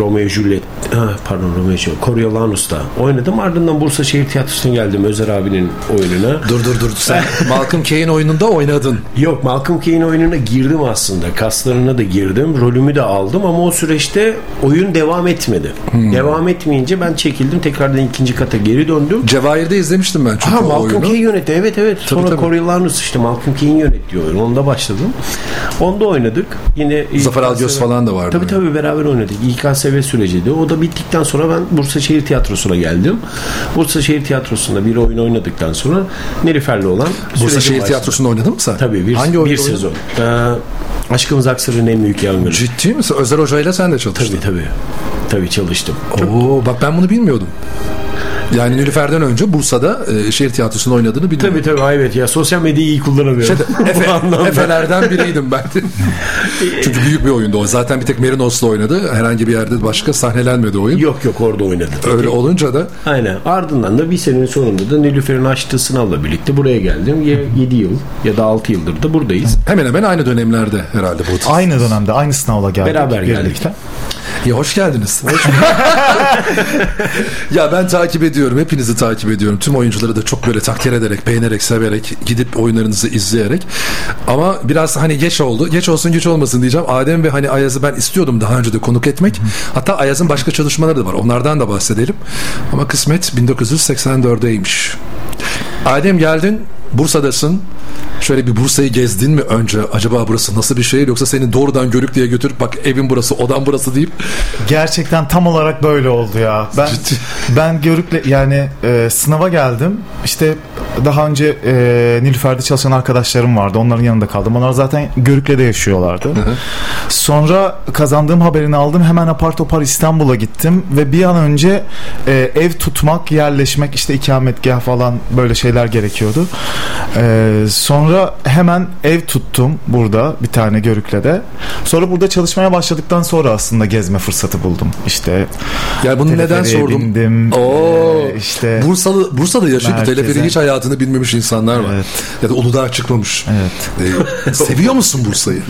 Coriolanus'ta oynadım. Ardından Bursa Şehir Tiyatrosu'na geldim. Özer abinin oyununa. Dur. Sen Malcolm Kane oyununda oynadın. Yok, Malcolm Kane oyununa girdim aslında. Kaslarına da girdim. Rolümü de aldım ama o süreçte oyun devam etmedi. Devam etmeyince ben çekildim. Tekrardan ikinci kata geri döndüm. Cevahir'de izlemiştim ben çünkü o oyunu. Malcolm Kane yönetti. Evet. Sonra Coriolanus işte Malcolm Kane yönetiyor oyunu. Onda başladım. Onda oynadık. Yine Zafer Algöz falan da vardı. Tabii beraber oynadık. İKSV süreciydi. O da bittikten sonra ben Bursa Şehir Tiyatrosu'na geldim. Bursa Şehir Tiyatrosu'nda bir oyun oynadıktan sonra Nilüfer'le olan Bursa Şehir Tiyatrosu'nda oynadın mı sen? Tabii. Hangi bir sezon. Aşkımız Aksır'ın en büyük yangını. Ciddi misin? Özer Hoca'yla sen de çalıştın. Tabii çalıştım. Bak ben bunu bilmiyordum. Yani Nilüfer'den önce Bursa'da şehir tiyatrosunda oynadığını biliyorum. Tabii evet ya, sosyal medyayı iyi kullanamıyorum. Efelerden biriydim ben. Çünkü büyük bir oyundu o. Zaten bir tek Merinos'la oynadı. Herhangi bir yerde başka sahnelenmedi oyun. Yok orada oynadı. Öyle olunca da. Aynen. Ardından da bir senenin sonunda da Nilüfer'in açtığı sınavla birlikte buraya geldim. 7 yıl ya da 6 yıldır da buradayız. Hemen hemen aynı dönemlerde herhalde burada. Aynı dönemde aynı sınavla geldik. Beraber geldik. Ya hoş geldiniz. Ya ben takip ediyorum. Hepinizi takip ediyorum. Tüm oyuncuları da çok böyle takdir ederek, beğenerek, severek, gidip oyunlarınızı izleyerek. Ama biraz hani geç oldu. Geç olsun güç olmasın diyeceğim. Adem ve hani Ayaz'ı ben istiyordum daha önce de konuk etmek. Hatta Ayaz'ın başka çalışmaları da var. Onlardan da bahsedelim. Ama kısmet 1984'deymiş. Adem geldin. Bursa'dasın. Şöyle bir Bursa'yı gezdin mi önce? Acaba burası nasıl bir şehir? Yoksa seni doğrudan Görüklü'ye götürüp bak evin burası, odan burası deyip. Gerçekten tam olarak böyle oldu ya. Ben Görüklü yani sınava geldim. İşte daha önce Nilüfer'de çalışan arkadaşlarım vardı. Onların yanında kaldım. Onlar zaten Görüklü'de yaşıyorlardı. Sonra kazandığım haberini aldım. Hemen apar topar İstanbul'a gittim ve bir an önce ev tutmak, yerleşmek, işte ikametgah falan böyle şeyler gerekiyordu. Sonra Sonra hemen ev tuttum burada bir tane Görükle'de. Sonra burada çalışmaya başladıktan sonra aslında gezme fırsatı buldum. İşte yani bunu neden sordum? Bindim. İşte Bursa'da yaşayıp teleferiği hiç hayatını bilmemiş insanlar var. Evet. Ya da Uludağ'a çıkmamış. Evet. Seviyor musun Bursa'yı?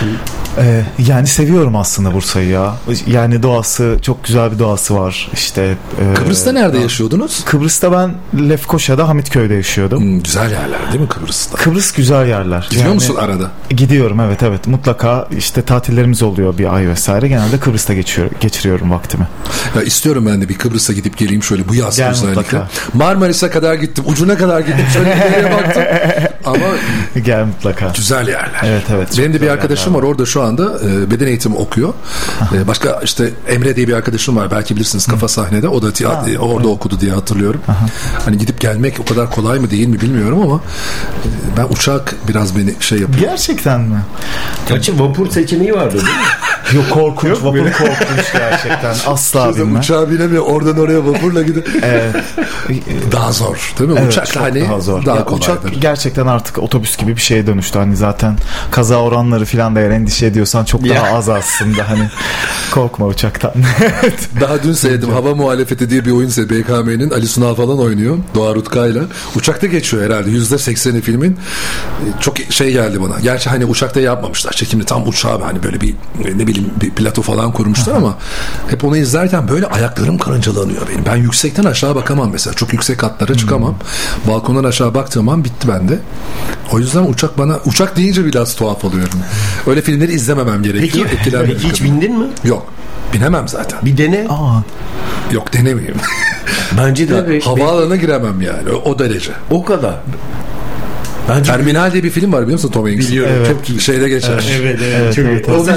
Yani seviyorum aslında Bursa'yı ya. Yani doğası, çok güzel bir doğası var. İşte Kıbrıs'ta nerede yaşıyordunuz? Kıbrıs'ta ben Lefkoşa'da, Hamitköy'de yaşıyordum. Güzel yerler değil mi Kıbrıs'ta? Kıbrıs güzel yerler. Gidiyor musun arada? Gidiyorum, evet. Mutlaka işte tatillerimiz oluyor bir ay vesaire. Genelde Kıbrıs'ta geçiriyorum vaktimi. Ya istiyorum ben de bir Kıbrıs'a gidip geleyim şöyle bu yaz özellikle. Mutlaka. Marmaris'e kadar gittim. Ucuna kadar gittim. Şöyle nereye baktım. Ama gel mutlaka. Güzel yerler. Evet. Benim de bir arkadaşım var orada şu anda beden eğitimi okuyor. Başka işte Emre diye bir arkadaşım var. Belki bilirsiniz Kafa Sahne'de. O da orada okudu diye hatırlıyorum. Hani gidip gelmek o kadar kolay mı değil mi bilmiyorum ama ben uçak biraz beni şey yapıyor. Gerçekten mi? Kaçı vapur seçeneği vardı değil mi? Yok korkunç. Vapur korkunç gerçekten. Asla binmem. Uçağa binemiyor. Oradan oraya vapurla gidip. Evet. Daha zor değil mi? Evet, uçak hani daha zor. Daha kolaydır. Uçak gerçekten artık otobüs gibi bir şeye dönüştü. Hani zaten kaza oranları falan da eğer endişe ediyorsan çok daha az aslında. Hani korkma uçaktan. Daha dün seyredim. Hava Muhalefeti diye bir oyun seyredim. BKM'nin Ali Sunal falan oynuyor. Doğa Rutkay'la. Uçakta geçiyor herhalde. %80'i filmin. Çok şey geldi bana. Gerçi hani uçakta yapmamışlar. Çekimli tam uçağı hani böyle bir ne bileyim bir plato falan kurmuşlar ama hep onu izlerken böyle ayaklarım karıncalanıyor benim. Ben yüksekten aşağı bakamam mesela. Çok yüksek katlara çıkamam. Balkondan aşağı baktığım an bitti bende. O yüzden uçak deyince biraz tuhaf oluyorum. Öyle filmleri izlememem gerekiyor. Peki hiç bindin mi? Yok. Binemem zaten. Bir dene. Yok denemeyeyim. Bence de. Havaalanına giremem yani. O derece. O kadar. Terminal diye bir film var biliyor musun Tom Hanks? Biliyorum. Evet. Çok iyi. Şeyde geçer. Evet. Çok iyi. O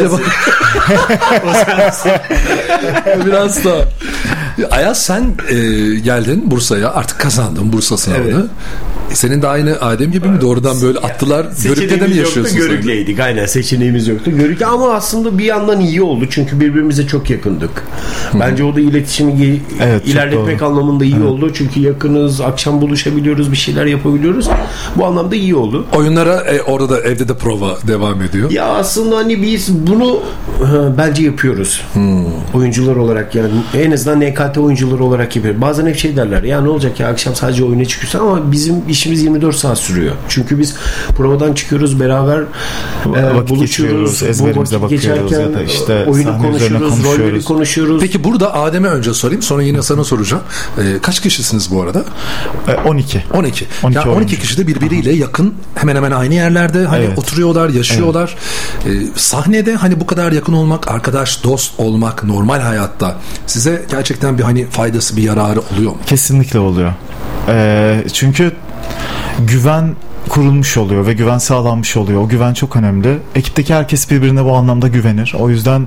biraz da. Ayaz sen geldin Bursa'ya. Artık kazandın Bursa sınavını. Evet. Senin de aynı Adem gibi mi doğrudan böyle attılar? Görükle'de mi yaşıyorsun? Görükle'ydik aynen, seçeneğimiz yoktu. Görükle ama aslında bir yandan iyi oldu çünkü birbirimize çok yakındık. Bence o da iletişimi ilerletmek anlamında iyi oldu. Çünkü yakınız, akşam buluşabiliyoruz, bir şeyler yapabiliyoruz. Bu anlamda iyi oldu. Oyunlara orada da evde de prova devam ediyor. Ya aslında hani biz bunu bence yapıyoruz. Oyuncular olarak yani en azından NKT oyuncuları olarak yapıyoruz. Bazen hep şey derler ya ne olacak ya akşam sadece oyuna çıkıyorsun ama bizim işimiz 24 saat sürüyor. Çünkü biz provadan çıkıyoruz beraber buluşuyoruz. Ezberimize bakıyoruz ya da işte oyunu konuşuyoruz, rolleri konuşuyoruz. Peki burada Adem'e önce sorayım sonra yine sana soracağım. Kaç kişisiniz bu arada? 12. 12 kişi de birbiriyle yakın hemen hemen aynı yerlerde hani oturuyorlar, yaşıyorlar. Sahnede hani bu kadar yakın olmak, arkadaş, dost olmak normal hayatta size gerçekten bir hani faydası, bir yararı oluyor mu? Kesinlikle oluyor. Çünkü güven kurulmuş oluyor ve güven sağlanmış oluyor. O güven çok önemli. Ekipteki herkes birbirine bu anlamda güvenir. O yüzden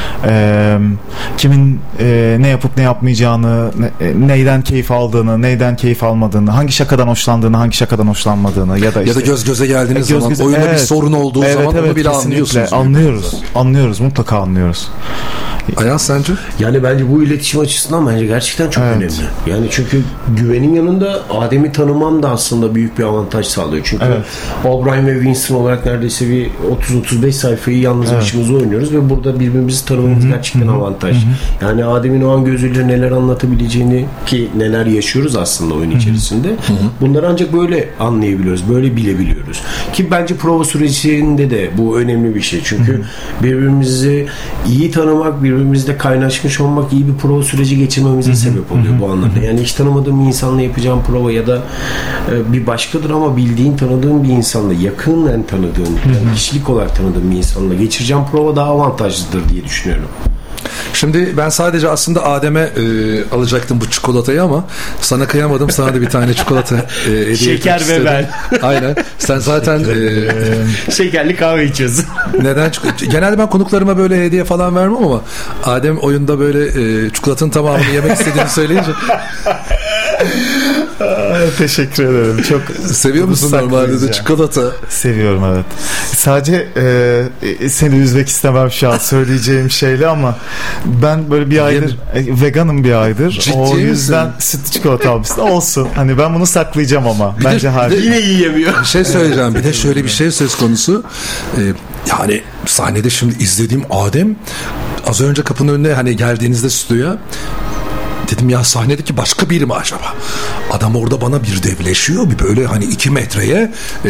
kimin ne yapıp ne yapmayacağını, neyden keyif aldığını, neyden keyif almadığını, hangi şakadan hoşlandığını, hangi şakadan hoşlanmadığını ya da göz göze geldiğiniz zaman oyunda bir sorun olduğu zaman onu bile anlıyorsunuz. Anlıyoruz. Mutlaka anlıyoruz. Ayaz sence? Yani bence bu iletişim açısından bence gerçekten çok önemli. Yani çünkü güvenin yanında Adem'i tanımam da aslında büyük bir avantaj sağlıyor. Çünkü O'Brien ve Winston olarak neredeyse bir 30-35 sayfayı yalnız başımıza oynuyoruz ve burada birbirimizi tanımamız gerçekten avantaj. Yani Adem'in o an gözüyle neler anlatabileceğini ki neler yaşıyoruz aslında oyun içerisinde. Bunları ancak böyle anlayabiliyoruz. Böyle bilebiliyoruz. Ki bence prova sürecinde de bu önemli bir şey. Çünkü birbirimizi iyi tanımak, birbirimizle kaynaşmış olmak iyi bir prova süreci geçirmemize sebep oluyor bu anlamda. Yani hiç tanımadığım bir insanla yapacağım prova ya da bir başkadır ama bildiğin, tanıdığım bir insanla, yakından tanıdığım, yani kişilik olarak tanıdığım bir insanla geçireceğim prova daha avantajlıdır diye düşünüyorum. Şimdi ben sadece aslında Adem'e alacaktım bu çikolatayı ama sana kıyamadım. Sana da bir tane çikolata hediye şeker ve ben. Aynen. Sen zaten şekerli kahve içiyorsun. Neden? Genelde ben konuklarıma böyle hediye falan vermem ama Adem oyunda böyle çikolatanın tamamını yemek istediğini söyleyince Teşekkür ederim. Çok seviyor musun normalde de çikolata? Seviyorum, evet. Sadece seni üzmek istemem şu an söyleyeceğim şeyle ama ben böyle bir aydır veganım, bir aydır. Ciddi o yüzden misin? sütlü çikolata almışsın. Olsun. Hani ben bunu saklayacağım ama. Bence harika. Yine yiyemiyor. Bir şey söyleyeceğim. Bir de şöyle bir şey söz konusu. Yani sahnede şimdi izlediğim Adem, az önce kapının önüne hani geldiğinizde stüdyoya, dedim ya sahnedeki başka biri mi acaba? Adam orada bana bir devleşiyor. Bir böyle hani 2 metreye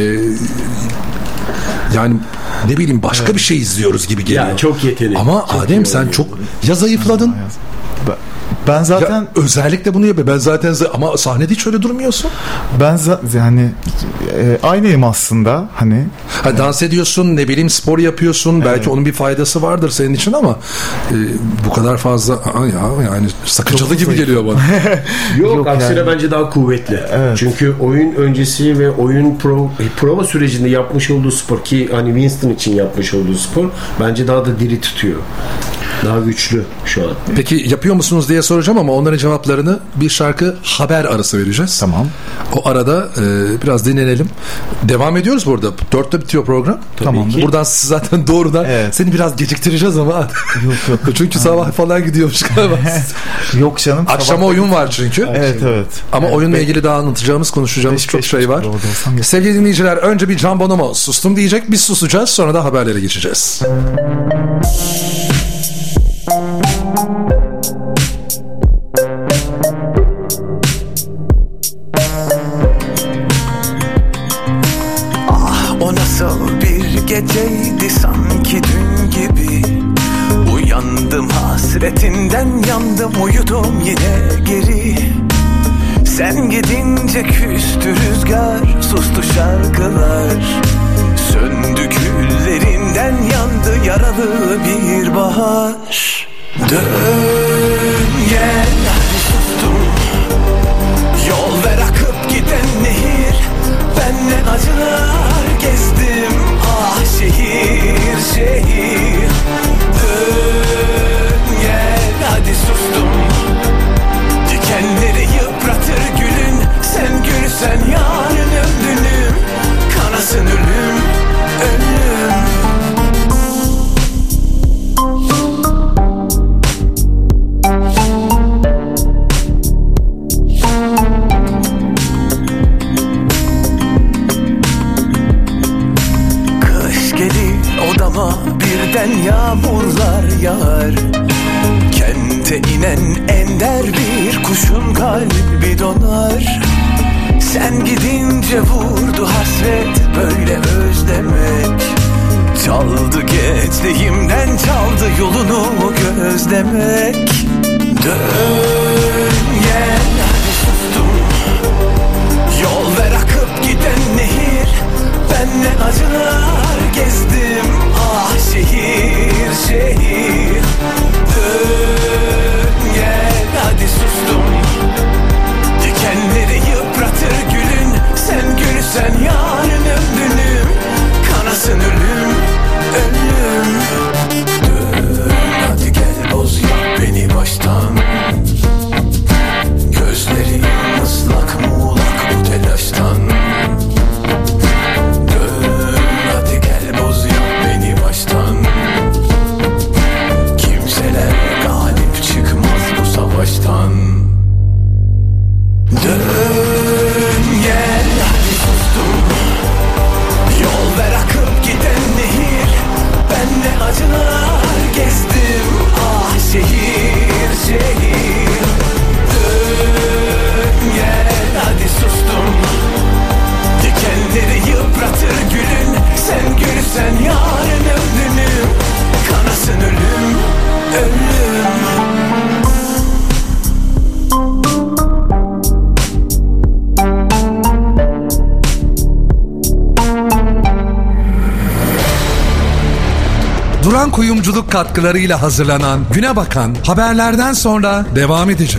yani ne bileyim başka bir şey izliyoruz gibi geliyor. Ya çok yetenekli. Ama çok Adem sen çok ya zayıfladın. Ben zaten ya, özellikle bunu yapıyor. Ben zaten ama sahnede hiç öyle durmuyorsun. Ben yani aynıyım aslında hani. Dans ediyorsun, ne bileyim spor yapıyorsun. Evet. Belki onun bir faydası vardır senin için ama bu kadar fazla yani sakıncalı çok gibi zayıf geliyor bana. Yok aksine yani. Bence daha kuvvetli. Evet. Çünkü oyun öncesi ve oyun prova sürecinde yapmış olduğu spor, ki hani Winston için yapmış olduğu spor bence daha da diri tutuyor. Daha güçlü şu an. Peki yapıyor musunuz diye soracağım ama onların cevaplarını bir şarkı haber arası vereceğiz. Tamam. O arada biraz dinlenelim. Devam ediyoruz burada. 4'te bitiyor program. Tamam. Buradan zaten doğrudan seni biraz geciktireceğiz ama. Yok. Çünkü sabah falan gidiyormuş galiba. Yok canım. Akşama oyun var çünkü. Evet. Ama oyunla ilgili daha anlatacağımız, konuşacağımız çok şey var. Sevgili dinleyiciler, önce bir Can Bonomo sustum diyecek. Biz susacağız. Sonra da haberlere geçeceğiz. O nasıl bir geceydi sanki dün gibi. Uyandım hasretinden, yandım, uyudum yine geri. Sen gidince küstü rüzgar, sustu şarkılar. Söndü küllerinden, yandı yaralı bir bahar. Dön gel, hadi sustum. Yol ver akıp giden nehir. Ben ne acılar gezdim, ah şehir şehir. Dön gel, hadi sustum. Dikenleri yıpratır gülün. Sen gülsen yarın ömrünüm. Kanasın ölüm, ölüm. Birden yağmurlar yağar. Kente inen ender bir kuşun kalbi donar. Sen gidince vurdu hasret, böyle özlemek. Çaldı gençliğimden, çaldı yolunu gözlemek. Dön gel, hadi sustum. Yol ver akıp giden nehir. Ben ne acılar gezdim, ah şehir şehir. Dön gel, hadi sustum. Dikenleri yıpratır gülün. Sen gülsen yarın ömrünüm. Kanasın ölüm, ölüm. Dön hadi gel, boz yap beni baştan. Gözlerim ıslak muğlak bu telaştan. Kimseler galip çıkmaz bu savaştan. Dön gel, hadi sustum. Yol ver akıp giden nehir. Ben ne acılar gezdim, ah şehir şehir. Dön gel, hadi sustum. Dikenleri yıpratır gülün. Sen gülsen yarın ömrünüm. Kanasın ölüm, ölüm. Duran Kuyumculuk katkılarıyla hazırlanan Güne Bakan haberlerden sonra devam edecek.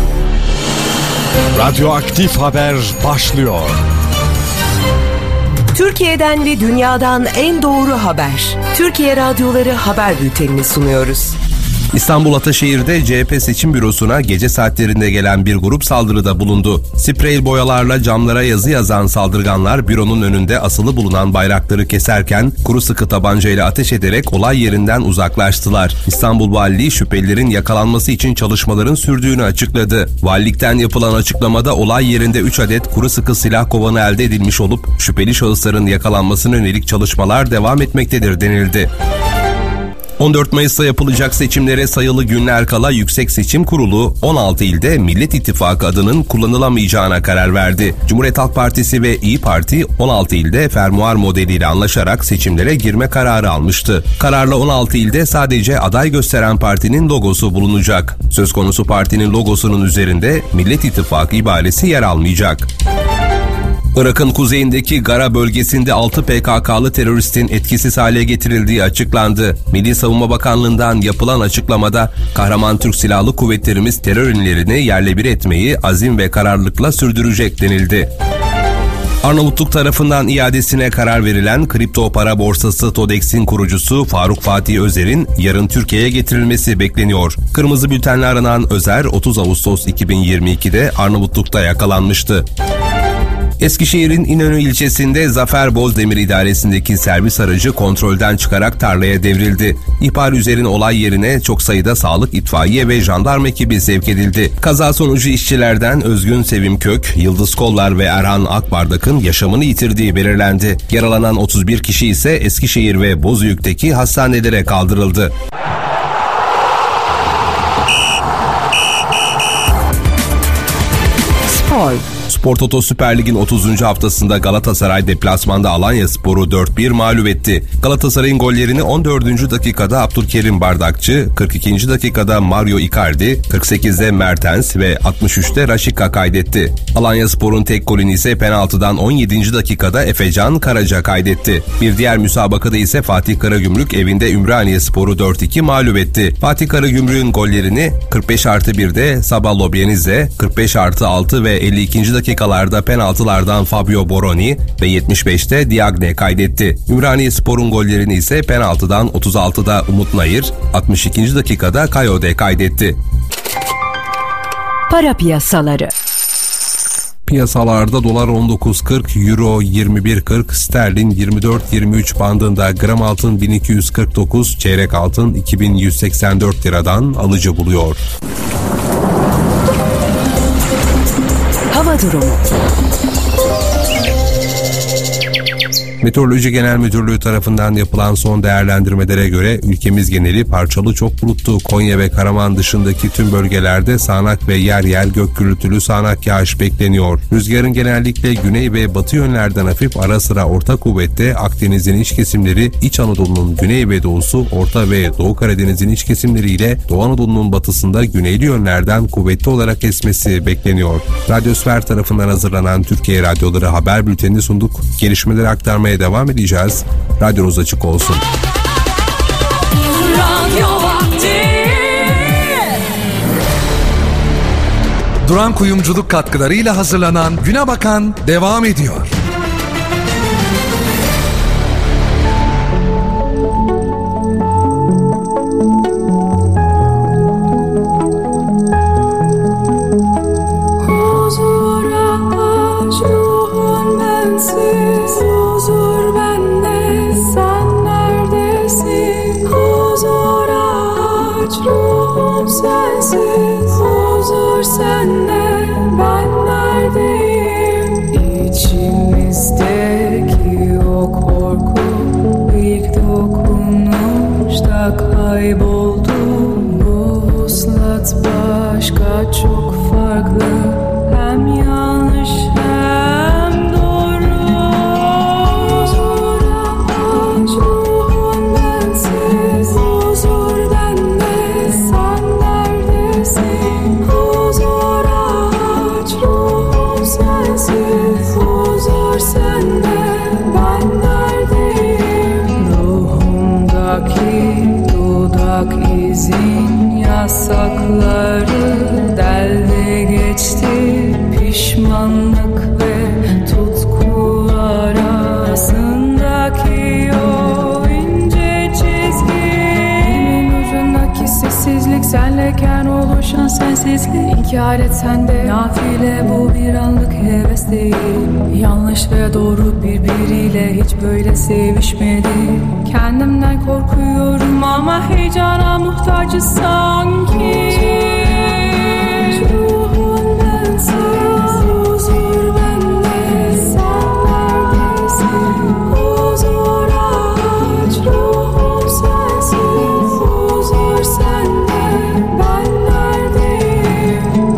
Radyoaktif haber başlıyor. Türkiye'den ve dünyadan en doğru haber. Türkiye Radyoları Haber Bülteni'ni sunuyoruz. İstanbul Ataşehir'de CHP seçim bürosuna gece saatlerinde gelen bir grup saldırıda bulundu. Sprey boyalarla camlara yazı yazan saldırganlar büronun önünde asılı bulunan bayrakları keserken kuru sıkı tabancayla ateş ederek olay yerinden uzaklaştılar. İstanbul Valiliği şüphelilerin yakalanması için çalışmaların sürdüğünü açıkladı. Valilikten yapılan açıklamada olay yerinde 3 adet kuru sıkı silah kovanı elde edilmiş olup şüpheli şahısların yakalanmasına yönelik çalışmalar devam etmektedir denildi. 14 Mayıs'ta yapılacak seçimlere sayılı günler kala Yüksek Seçim Kurulu 16 ilde Millet İttifakı adının kullanılamayacağına karar verdi. Cumhuriyet Halk Partisi ve İYİ Parti 16 ilde fermuar modeliyle anlaşarak seçimlere girme kararı almıştı. Kararla 16 ilde sadece aday gösteren partinin logosu bulunacak. Söz konusu partinin logosunun üzerinde Millet İttifakı ibaresi yer almayacak. Irak'ın kuzeyindeki Gara bölgesinde 6 PKK'lı teröristin etkisiz hale getirildiği açıklandı. Milli Savunma Bakanlığı'ndan yapılan açıklamada kahraman Türk Silahlı Kuvvetlerimiz terör ünlerini yerle bir etmeyi azim ve kararlılıkla sürdürecek denildi. Arnavutluk tarafından iadesine karar verilen kripto para borsası Todex'in kurucusu Faruk Fatih Özer'in yarın Türkiye'ye getirilmesi bekleniyor. Kırmızı bültenle aranan Özer 30 Ağustos 2022'de Arnavutluk'ta yakalanmıştı. Eskişehir'in İnönü ilçesinde Zafer Bozdemir idaresindeki servis aracı kontrolden çıkarak tarlaya devrildi. İhbar üzerine olay yerine çok sayıda sağlık, itfaiye ve jandarma ekibi sevk edildi. Kaza sonucu işçilerden Özgün Sevim Kök, Yıldız Kollar ve Erhan Akbardak'ın yaşamını yitirdiği belirlendi. Yaralanan 31 kişi ise Eskişehir ve Bozüyük'teki hastanelere kaldırıldı. Spor. Spor Toto Süper Lig'in 30. haftasında Galatasaray deplasmanda Alanyaspor'u 4-1 mağlup etti. Galatasaray'ın gollerini 14. dakikada Abdülkerim Bardakçı, 42. dakikada Mario Icardi, 48'de Mertens ve 63'te Rashica kaydetti. Alanyaspor'un tek golünü ise penaltıdan 17. dakikada Efecan Karaca kaydetti. Bir diğer müsabakada ise Fatih Karagümrük evinde Ümraniyespor'u 4-2 mağlup etti. Fatih Karagümrük'ün gollerini 45+1'de Sabah Lobyeniz'e, 45+6 ve 52. dakikalarda penaltılardan Fabio Boroni ve 75'te Diagne kaydetti. Ümraniyespor'un gollerini ise penaltıdan 36'da Umut Nayır, 62. dakikada Kayode kaydetti. Para piyasaları. Piyasalarda dolar 19.40, euro 21.40, sterlin 24.23 bandında, gram altın 1249, çeyrek altın 2184 liradan alıcı buluyor. Hava durumu. Meteoroloji Genel Müdürlüğü tarafından yapılan son değerlendirmelere göre ülkemiz geneli parçalı çok bulutlu. Konya ve Karaman dışındaki tüm bölgelerde sağanak ve yer yer gök gürültülü sağanak yağış bekleniyor. Rüzgarın genellikle güney ve batı yönlerden hafif ara sıra orta kuvvette, Akdeniz'in iç kesimleri, İç Anadolu'nun güney ve doğusu, Orta ve Doğu Karadeniz'in iç kesimleriyle Doğu Anadolu'nun batısında güneyli yönlerden kuvvetli olarak esmesi bekleniyor. Radyosfer tarafından hazırlanan Türkiye Radyoları Haber Bülteni'ni sunduk. Gelişmeleri aktarmaya devam edeceğiz. Radyonuz açık olsun. Duran Kuyumculuk katkılarıyla hazırlanan Güne Bakan devam ediyor. Kayboldum, bu vuslat başka çok farklı, hem yanlış hem doğru. Huzura aç, ruhun bensiz, huzur bende, sen neredesin? Huzura aç, ruhum sensiz, huzur sende, ben neredeyim? Ruhumdaki dudak izin yasakları deldi geçti, pişmanlık ve tutku arasında Sensizlik senleyken oluşan sensizlik. İnkar etsen de nafile, bu bir anlık heves değil. Yanlış ve doğru birbiriyle hiç böyle sevişmedi. Kendimden korkuyorum ama heyecana muhtacız sanki. Ruhum bensiz, huzur bende, sen neredesin? Huzur aç, ruhum sensiz, huzur sende, ben neredeyim?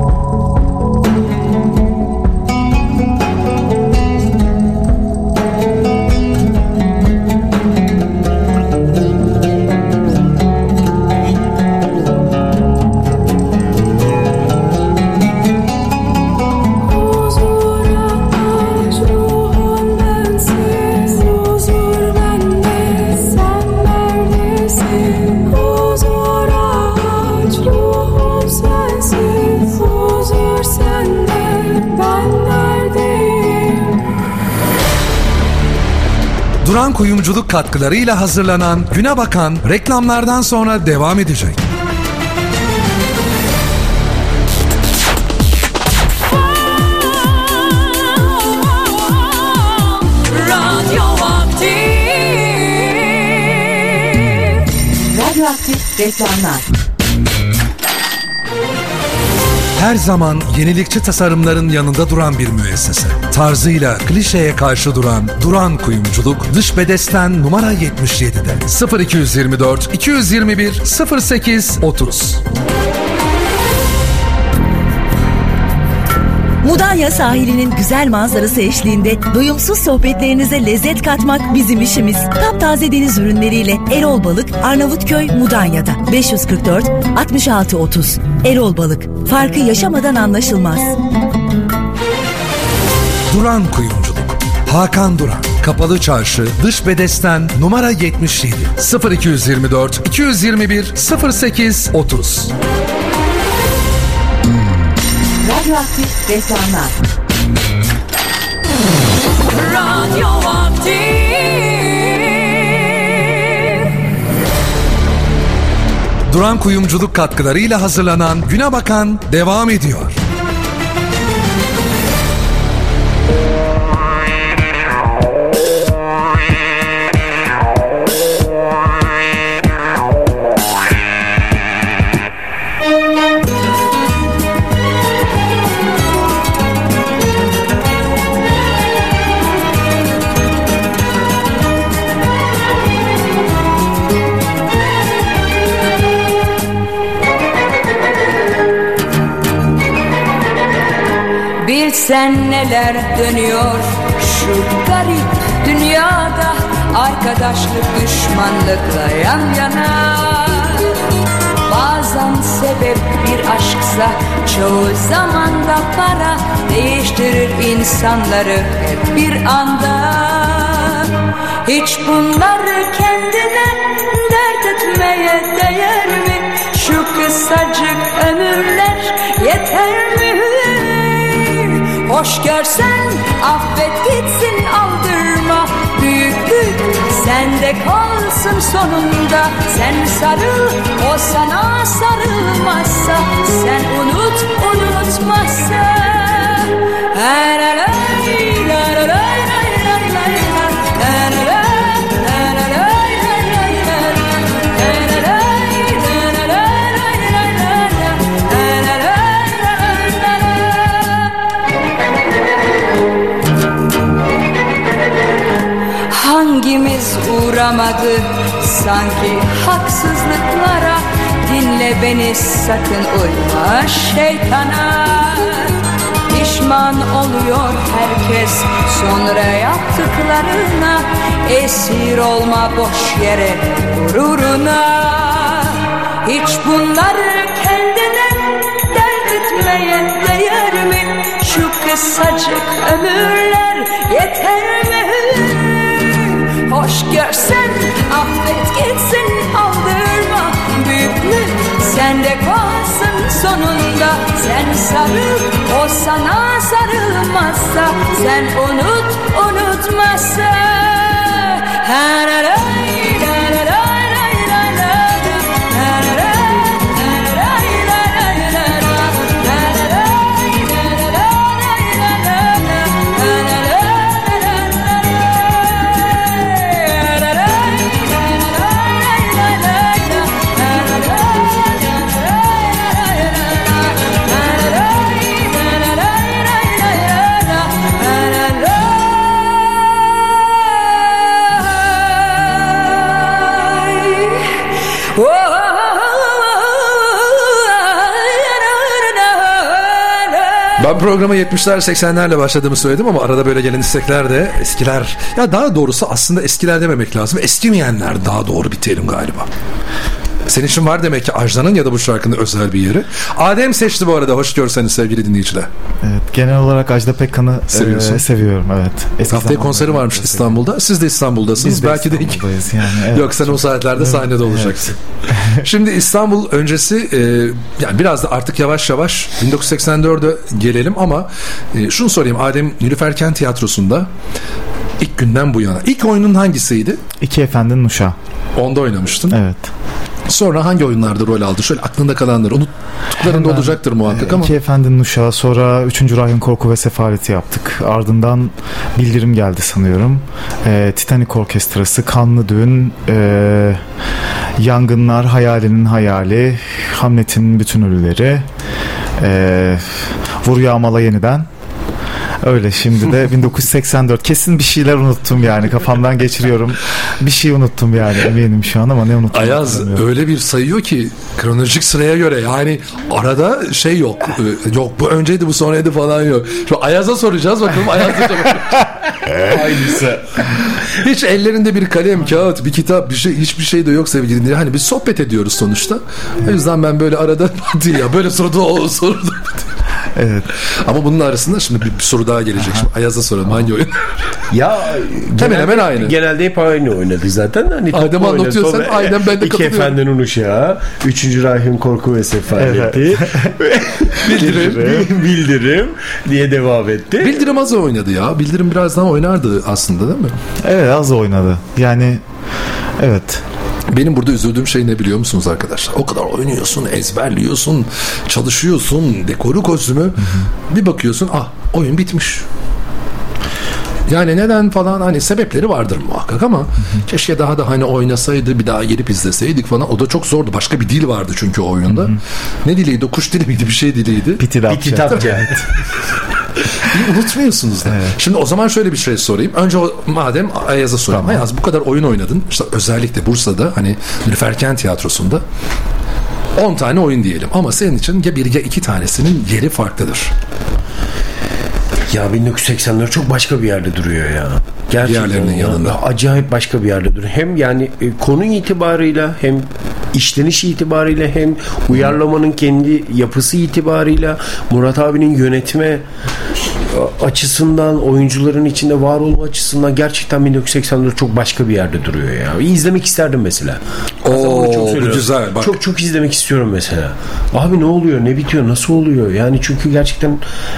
Duran Kuyumculuk katkılarıyla hazırlanan Güne Bakan reklamlardan sonra devam edecek. Radyoaktif reklamlar. Her zaman yenilikçi tasarımların yanında duran bir müessese. Tarzıyla klişeye karşı duran Duran Kuyumculuk, dış bedesten numara 77'de. 0224 221 08 30. Mudanya sahilinin güzel manzarası eşliğinde doyumsuz sohbetlerinize lezzet katmak bizim işimiz. Taptaze deniz ürünleriyle Erol Balık, Arnavutköy, Mudanya'da. 544 66 30. Erol Balık, farkı yaşamadan anlaşılmaz. Duran Kuyumculuk, Hakan Duran, Kapalı Çarşı, dış bedesten numara 77. 0224 221 08 30. Radyoaktif reklamlar. Radyoaktif. Duran Kuyumculuk katkılarıyla hazırlanan Güne Bakan devam ediyor. Bilsen neler dönüyor şu garip dünyada, arkadaşlık düşmanlıkla yan yana. Bazen sebep bir aşksa çoğu zaman da para değiştirir insanları hep bir anda. Hiç bunları kendine dert etmeye değer mi? Şu kısacık ömürler yeter mi? Hoş görsen affet gitsin, aldırma. Büyüklük sende kalsın sonunda. Sen sarıl, o sana sarılmazsa. Sen unut, unutmazsa. Hangimiz uğramadı sanki haksızlıklara? Dinle beni, sakın uyma şeytana. Pişman oluyor herkes sonra yaptıklarına. Esir olma boş yere gururuna. Hiç bunları kendine dert etmeye değer mi? Şu kısacık ömürler yeter mi? Hoş görsen affet gitsin, aldırma. Büyüklük sende kalsın sonunda. Sen sarıl, o sana sarılmazsa. Sen unut, unutmazsa. Ben programa 70'ler 80'lerle başladığımı söyledim ama arada böyle gelen istekler de eskiler. Ya daha doğrusu aslında eskiler dememek lazım. Eskimeyenler daha doğru bir terim galiba. Senin için var demek ki Ajda'nın ya da bu şarkının özel bir yeri. Adem seçti bu arada. Hoş görseniz sevgili dinleyiciler. Evet, genel olarak Ajda Pekkan'ı seviyorum. Evet. Haftaya konseri varmış İstanbul'da. Siz de İstanbul'dasınız. Biz belki de yani. Evet. Yok sen o saatlerde sahnede olacaksın. Evet. Şimdi İstanbul öncesi yani biraz da artık yavaş yavaş 1984'e gelelim ama şunu sorayım. Adem Nilüfer Tiyatrosu'nda ilk günden bu yana. İlk oyunun hangisiydi? İki Efendi'nin Uşağı. Onda oynamıştın. Evet. Sonra hangi oyunlarda rol aldı? Şöyle aklında kalanları unuttuklarında olacaktır muhakkak ama. İki Efendi'nin Uşağı, sonra 3. Rahim Korku ve Sefaleti yaptık. Ardından Bildirim geldi sanıyorum. Titanic Orkestrası, Kanlı Düğün, Yangınlar, Hayalinin Hayali, Hamlet'in Bütün Ölüleri, Vur Yağmala Yeniden. Öyle, şimdi de 1984. Kesin bir şeyler unuttum yani, kafamdan geçiriyorum. Bir şey unuttum yani, eminim şu an ama ne unuttum? Ayaz öyle bir sayıyor ki kronolojik sıraya göre, yani arada şey yok. Yok bu önceydi bu sonraydı falan yok. Şu Ayaz'a soracağız bakalım. Ayaz'a aynısı. Hiç ellerinde bir kalem, kağıt, bir kitap, bir şey, hiçbir şey de yok sevgili dinleyiciler. Hani biz sohbet ediyoruz sonuçta. O yüzden ben böyle arada değil ya, böyle soruda o soruda. Evet. Ama bunun arasında şimdi bir soru daha gelecek. Şimdi Ayaz'a soralım hangi oyun? Ya hemen hemen aynı. Genelde hep aynı oynadık zaten. Hani Adem anlatıyorsan aynen ben de İki katılıyorum. Efendi'nin Uşağı, 3. Rahim Korku ve Sefaleti, Bildirim diye devam etti. Bildirim az oynadı ya. Bildirim biraz daha oynardı aslında değil mi? Evet, az oynadı. Yani evet. Benim burada üzüldüğüm şey ne biliyor musunuz arkadaşlar? O kadar oynuyorsun, ezberliyorsun, çalışıyorsun, dekoru, kostümü. Bir bakıyorsun, oyun bitmiş. Yani neden falan, hani sebepleri vardır muhakkak ama keşke daha da hani oynasaydı, bir daha gelip izleseydik falan. O da çok zordu. Başka bir dil vardı çünkü o oyunda. Ne diliydi? Kuş dili miydi? Bir şey diliydi. Pitidapça. Unutmuyorsunuz da. Evet. Şimdi o zaman şöyle bir şey sorayım. Önce madem Ayaz'a sorayım. Tamam. Ayaz, bu kadar oyun oynadın. İşte özellikle Bursa'da hani Nilüfer Tiyatrosu'nda 10 tane oyun diyelim. Ama senin için ya bir ya iki tanesinin yeri farklıdır. Ya 1980'ler çok başka bir yerde duruyor ya. Gerçekten diğerlerinin yanında. Acayip başka bir yerde duruyor. Hem yani konu itibarıyla, hem işleniş itibarıyla, hem uyarlamanın kendi yapısı itibarıyla, Murat abinin yönetme açısından, oyuncuların içinde var olma açısından gerçekten 1980'ler çok başka bir yerde duruyor ya. İzlemek isterdim mesela. Çok güzel. Bak. Çok izlemek istiyorum mesela. Abi ne oluyor? Ne bitiyor? Nasıl oluyor? Yani çünkü gerçekten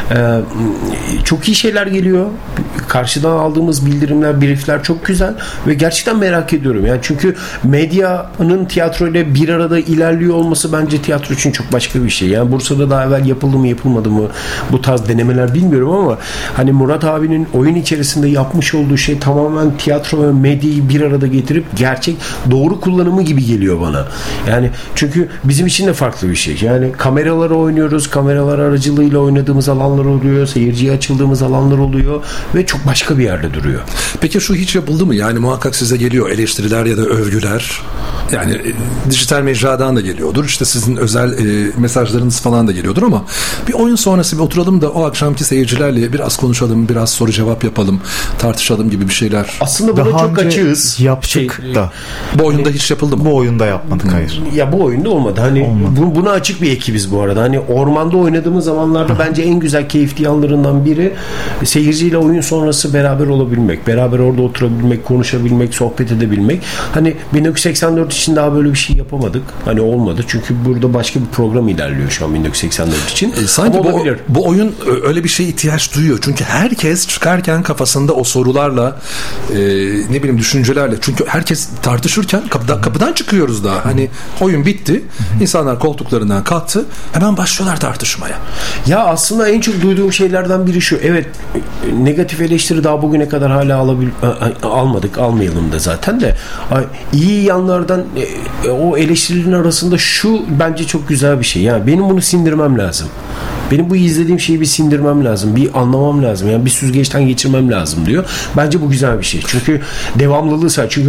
çok iyi şeyler geliyor. Karşıdan aldığımız bildirimler, briefler çok güzel ve gerçekten merak ediyorum. Yani çünkü medyanın tiyatroyla bir arada ilerliyor olması bence tiyatro için çok başka bir şey. Yani Bursa'da daha evvel yapıldı mı yapılmadı mı bu tarz denemeler bilmiyorum ama hani Murat abinin oyun içerisinde yapmış olduğu şey tamamen tiyatro ve medyayı bir arada getirip gerçek doğru kullanımı gibi geliyor bana. Yani çünkü bizim için de farklı bir şey. Yani kameralara oynuyoruz. Kameralar aracılığıyla oynadığımız alanlar oluyor. Seyirciye açıldığımız alanlar oluyor ve çok başka bir yerde duruyor. Peki şu hiç yapıldı mı? Yani muhakkak size geliyor eleştiriler ya da övgüler. Yani dijital mecradan da geliyordur. İşte sizin özel mesajlarınız falan da geliyordur ama bir oyun sonrası bir oturalım da o akşamki seyircilerle biraz konuşalım, biraz soru cevap yapalım, tartışalım gibi bir şeyler. Aslında buna çok açığız. Yaptık da. Bu oyunda hiç yapıldı mı? Bu oyunda yapmadık, hayır. Ya bu oyunda olmadı. Hani buna açık bir ekibiz bu arada. Hani ormanda oynadığımız zamanlarda bence en güzel keyifli yanlarından biri seyirciyle oyun sonrası beraber olabilmek, beraber orada oturabilmek, konuşabilmek, sohbet edebilmek. Hani 1984 için daha böyle bir şey yapamadık. Hani olmadı. Çünkü burada başka bir program ilerliyor şu an 1984 için. Sanki bu oyun öyle bir şeye ihtiyaç duyuyor. Çünkü herkes çıkarken kafasında o sorularla ne bileyim düşüncelerle. Çünkü herkes tartışırken kapıdan çıkıyoruz daha. Hani oyun bitti. İnsanlar koltuklarından kalktı. Hemen başlıyorlar tartışmaya. Ya aslında en çok duyduğum şeylerden biri şu. Evet, negatif eleştiri daha bugüne kadar hala almadık. Almayalım da zaten de. İyi yanlardan o eleştirilerin arasında şu bence çok güzel bir şey. Yani benim bunu sindirmem lazım. Benim bu izlediğim şeyi bir sindirmem lazım. Bir anlamam lazım. Yani bir süzgeçten geçirmem lazım diyor. Bence bu güzel bir şey. Çünkü devamlılığı say. Çünkü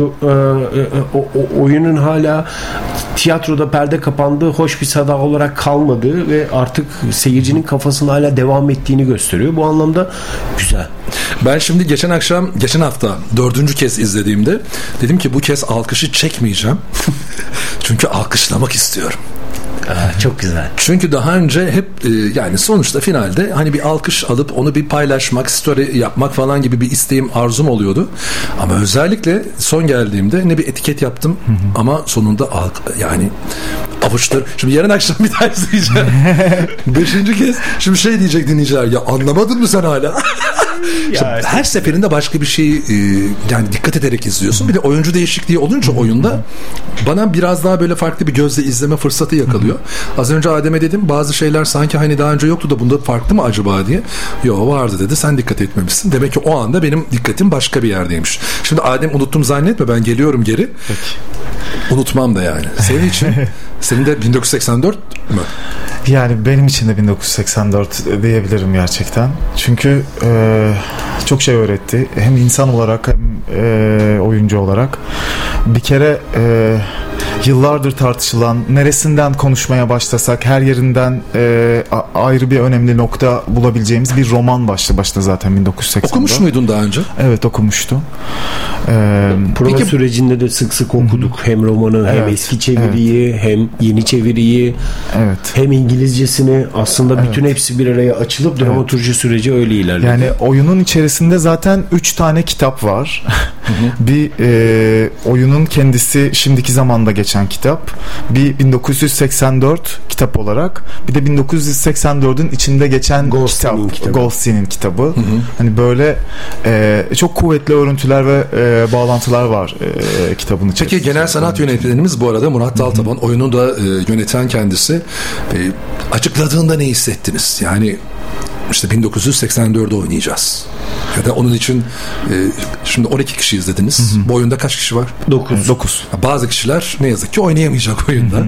oyunun hala tiyatroda perde kapandığı, hoş bir sada olarak kalmadığı ve artık seyircinin kafasının hala devam ettiğini gösteriyor. Bu anlamda güzel. Ben şimdi geçen hafta 4. kez izlediğimde dedim ki bu kez alkışı çekmeyeceğim. Çünkü alkışlamak istiyorum. Çok güzel. Çünkü daha önce hep yani sonuçta finalde hani bir alkış alıp onu bir paylaşmak, story yapmak falan gibi bir isteğim, arzum oluyordu. Ama özellikle son geldiğimde ne bir etiket yaptım ama sonunda yani avuçlar. Şimdi yarın akşam bir daha izleyeceğim. 5. kez. Şimdi şey diyecek dinleyiciler, ya anlamadın mı sen hala? İşte her seferinde başka bir şey yani dikkat ederek izliyorsun. Bir de oyuncu değişikliği olunca oyunda bana biraz daha böyle farklı bir gözle izleme fırsatı yakalıyor. Az önce Adem'e dedim bazı şeyler sanki hani daha önce yoktu da bunda farklı mı acaba diye. Yo vardı dedi, sen dikkat etmemişsin. Demek ki o anda benim dikkatim başka bir yerdeymiş. Şimdi Adem unuttum zannetme, ben geliyorum geri. Peki. Unutmam da yani. Senin için senin de 1984 mü? Yani benim için de 1984 diyebilirim gerçekten. Çünkü çok şey öğretti. Hem insan olarak hem oyuncu olarak. Bir kere yıllardır tartışılan, neresinden konuşmaya başlasak her yerinden ayrı bir önemli nokta bulabileceğimiz bir roman başta zaten 1984. Okumuş muydun daha önce? Evet, okumuştum. Prova sürecinde de sık sık okuduk. Hem romanı hem eski çeviriyi hem yeni çeviriyi hem İngilizcesini, aslında bütün hepsi bir araya açılıp dramaturji süreci öyle ilerledi. Yani oyunun içerisinde zaten 3 tane kitap var. Bir oyunun kendisi şimdiki zamanda geçen kitap, bir 1984 kitap olarak, bir de 1984'ün içinde geçen Goldstein'in kitabı. Hani böyle çok kuvvetli örüntüler ve bağlantılar var kitabın içerisinde. Peki genel sanat yönetmenimiz bu arada Murat Daltaban, oyunu da yöneten kendisi. Açıkladığında ne hissettiniz? Yani işte 1984'de oynayacağız. Ya da onun için şimdi 12 kişi izlediniz. Bu oyunda kaç kişi var? 9. Bazı kişiler ne yazık ki oynayamayacak oyunda.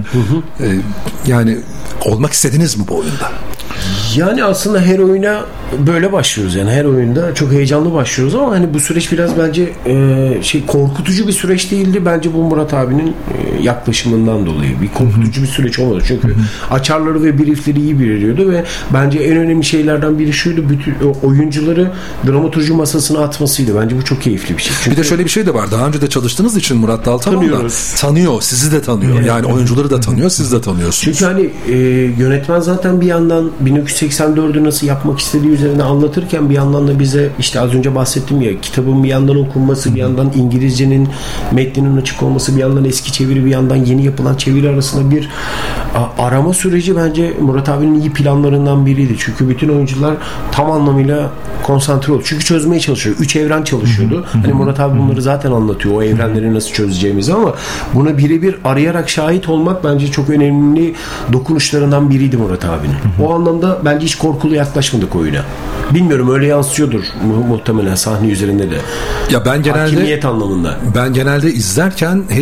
Yani olmak istediniz mi bu oyunda? Yani aslında her oyuna böyle başlıyoruz. Yani her oyunda çok heyecanlı başlıyoruz ama hani bu süreç biraz bence korkutucu bir süreç değildi. Bence bu Murat abinin yaklaşımından dolayı bir korkutucu bir süreç olmadı. Çünkü açarları ve briefleri iyi belirliyordu ve bence en önemli şeylerden biri şuydu: bütün oyuncuları dramaturji masasına atmasıydı. Bence bu çok keyifli bir şey. Çünkü bir de şöyle bir şey de var. Daha önce de çalıştığınız için Murat Daltaban da tanıyor. Sizi de tanıyor. Evet. Yani oyuncuları da tanıyor. Siz de tanıyorsunuz. Çünkü hani yönetmen zaten bir yandan 1984'ü nasıl yapmak istediği üzerine anlatırken bir yandan da bize işte az önce bahsettim ya, kitabın bir yandan okunması, bir yandan İngilizcenin metninin açık olması, bir yandan eski çeviri, bir yandan yeni yapılan çeviri arasında bir arama süreci bence Murat abinin iyi planlarından biriydi. Çünkü bütün oyuncular tam anlamıyla konsantre oldu. Çünkü çözmeye çalışıyor. 3 evren çalışıyordu. Hani Murat abi bunları zaten anlatıyor. O evrenleri nasıl çözeceğimizi, ama buna birebir arayarak şahit olmak bence çok önemli dokunuşlarından biriydi Murat abinin. O anlamda bence hiç korkulu yaklaşmadık oyuna. Bilmiyorum, öyle yansıyordur muhtemelen sahne üzerinde de. Ya ben genelde hakimiyet anlamında. Ben genelde izlerken hep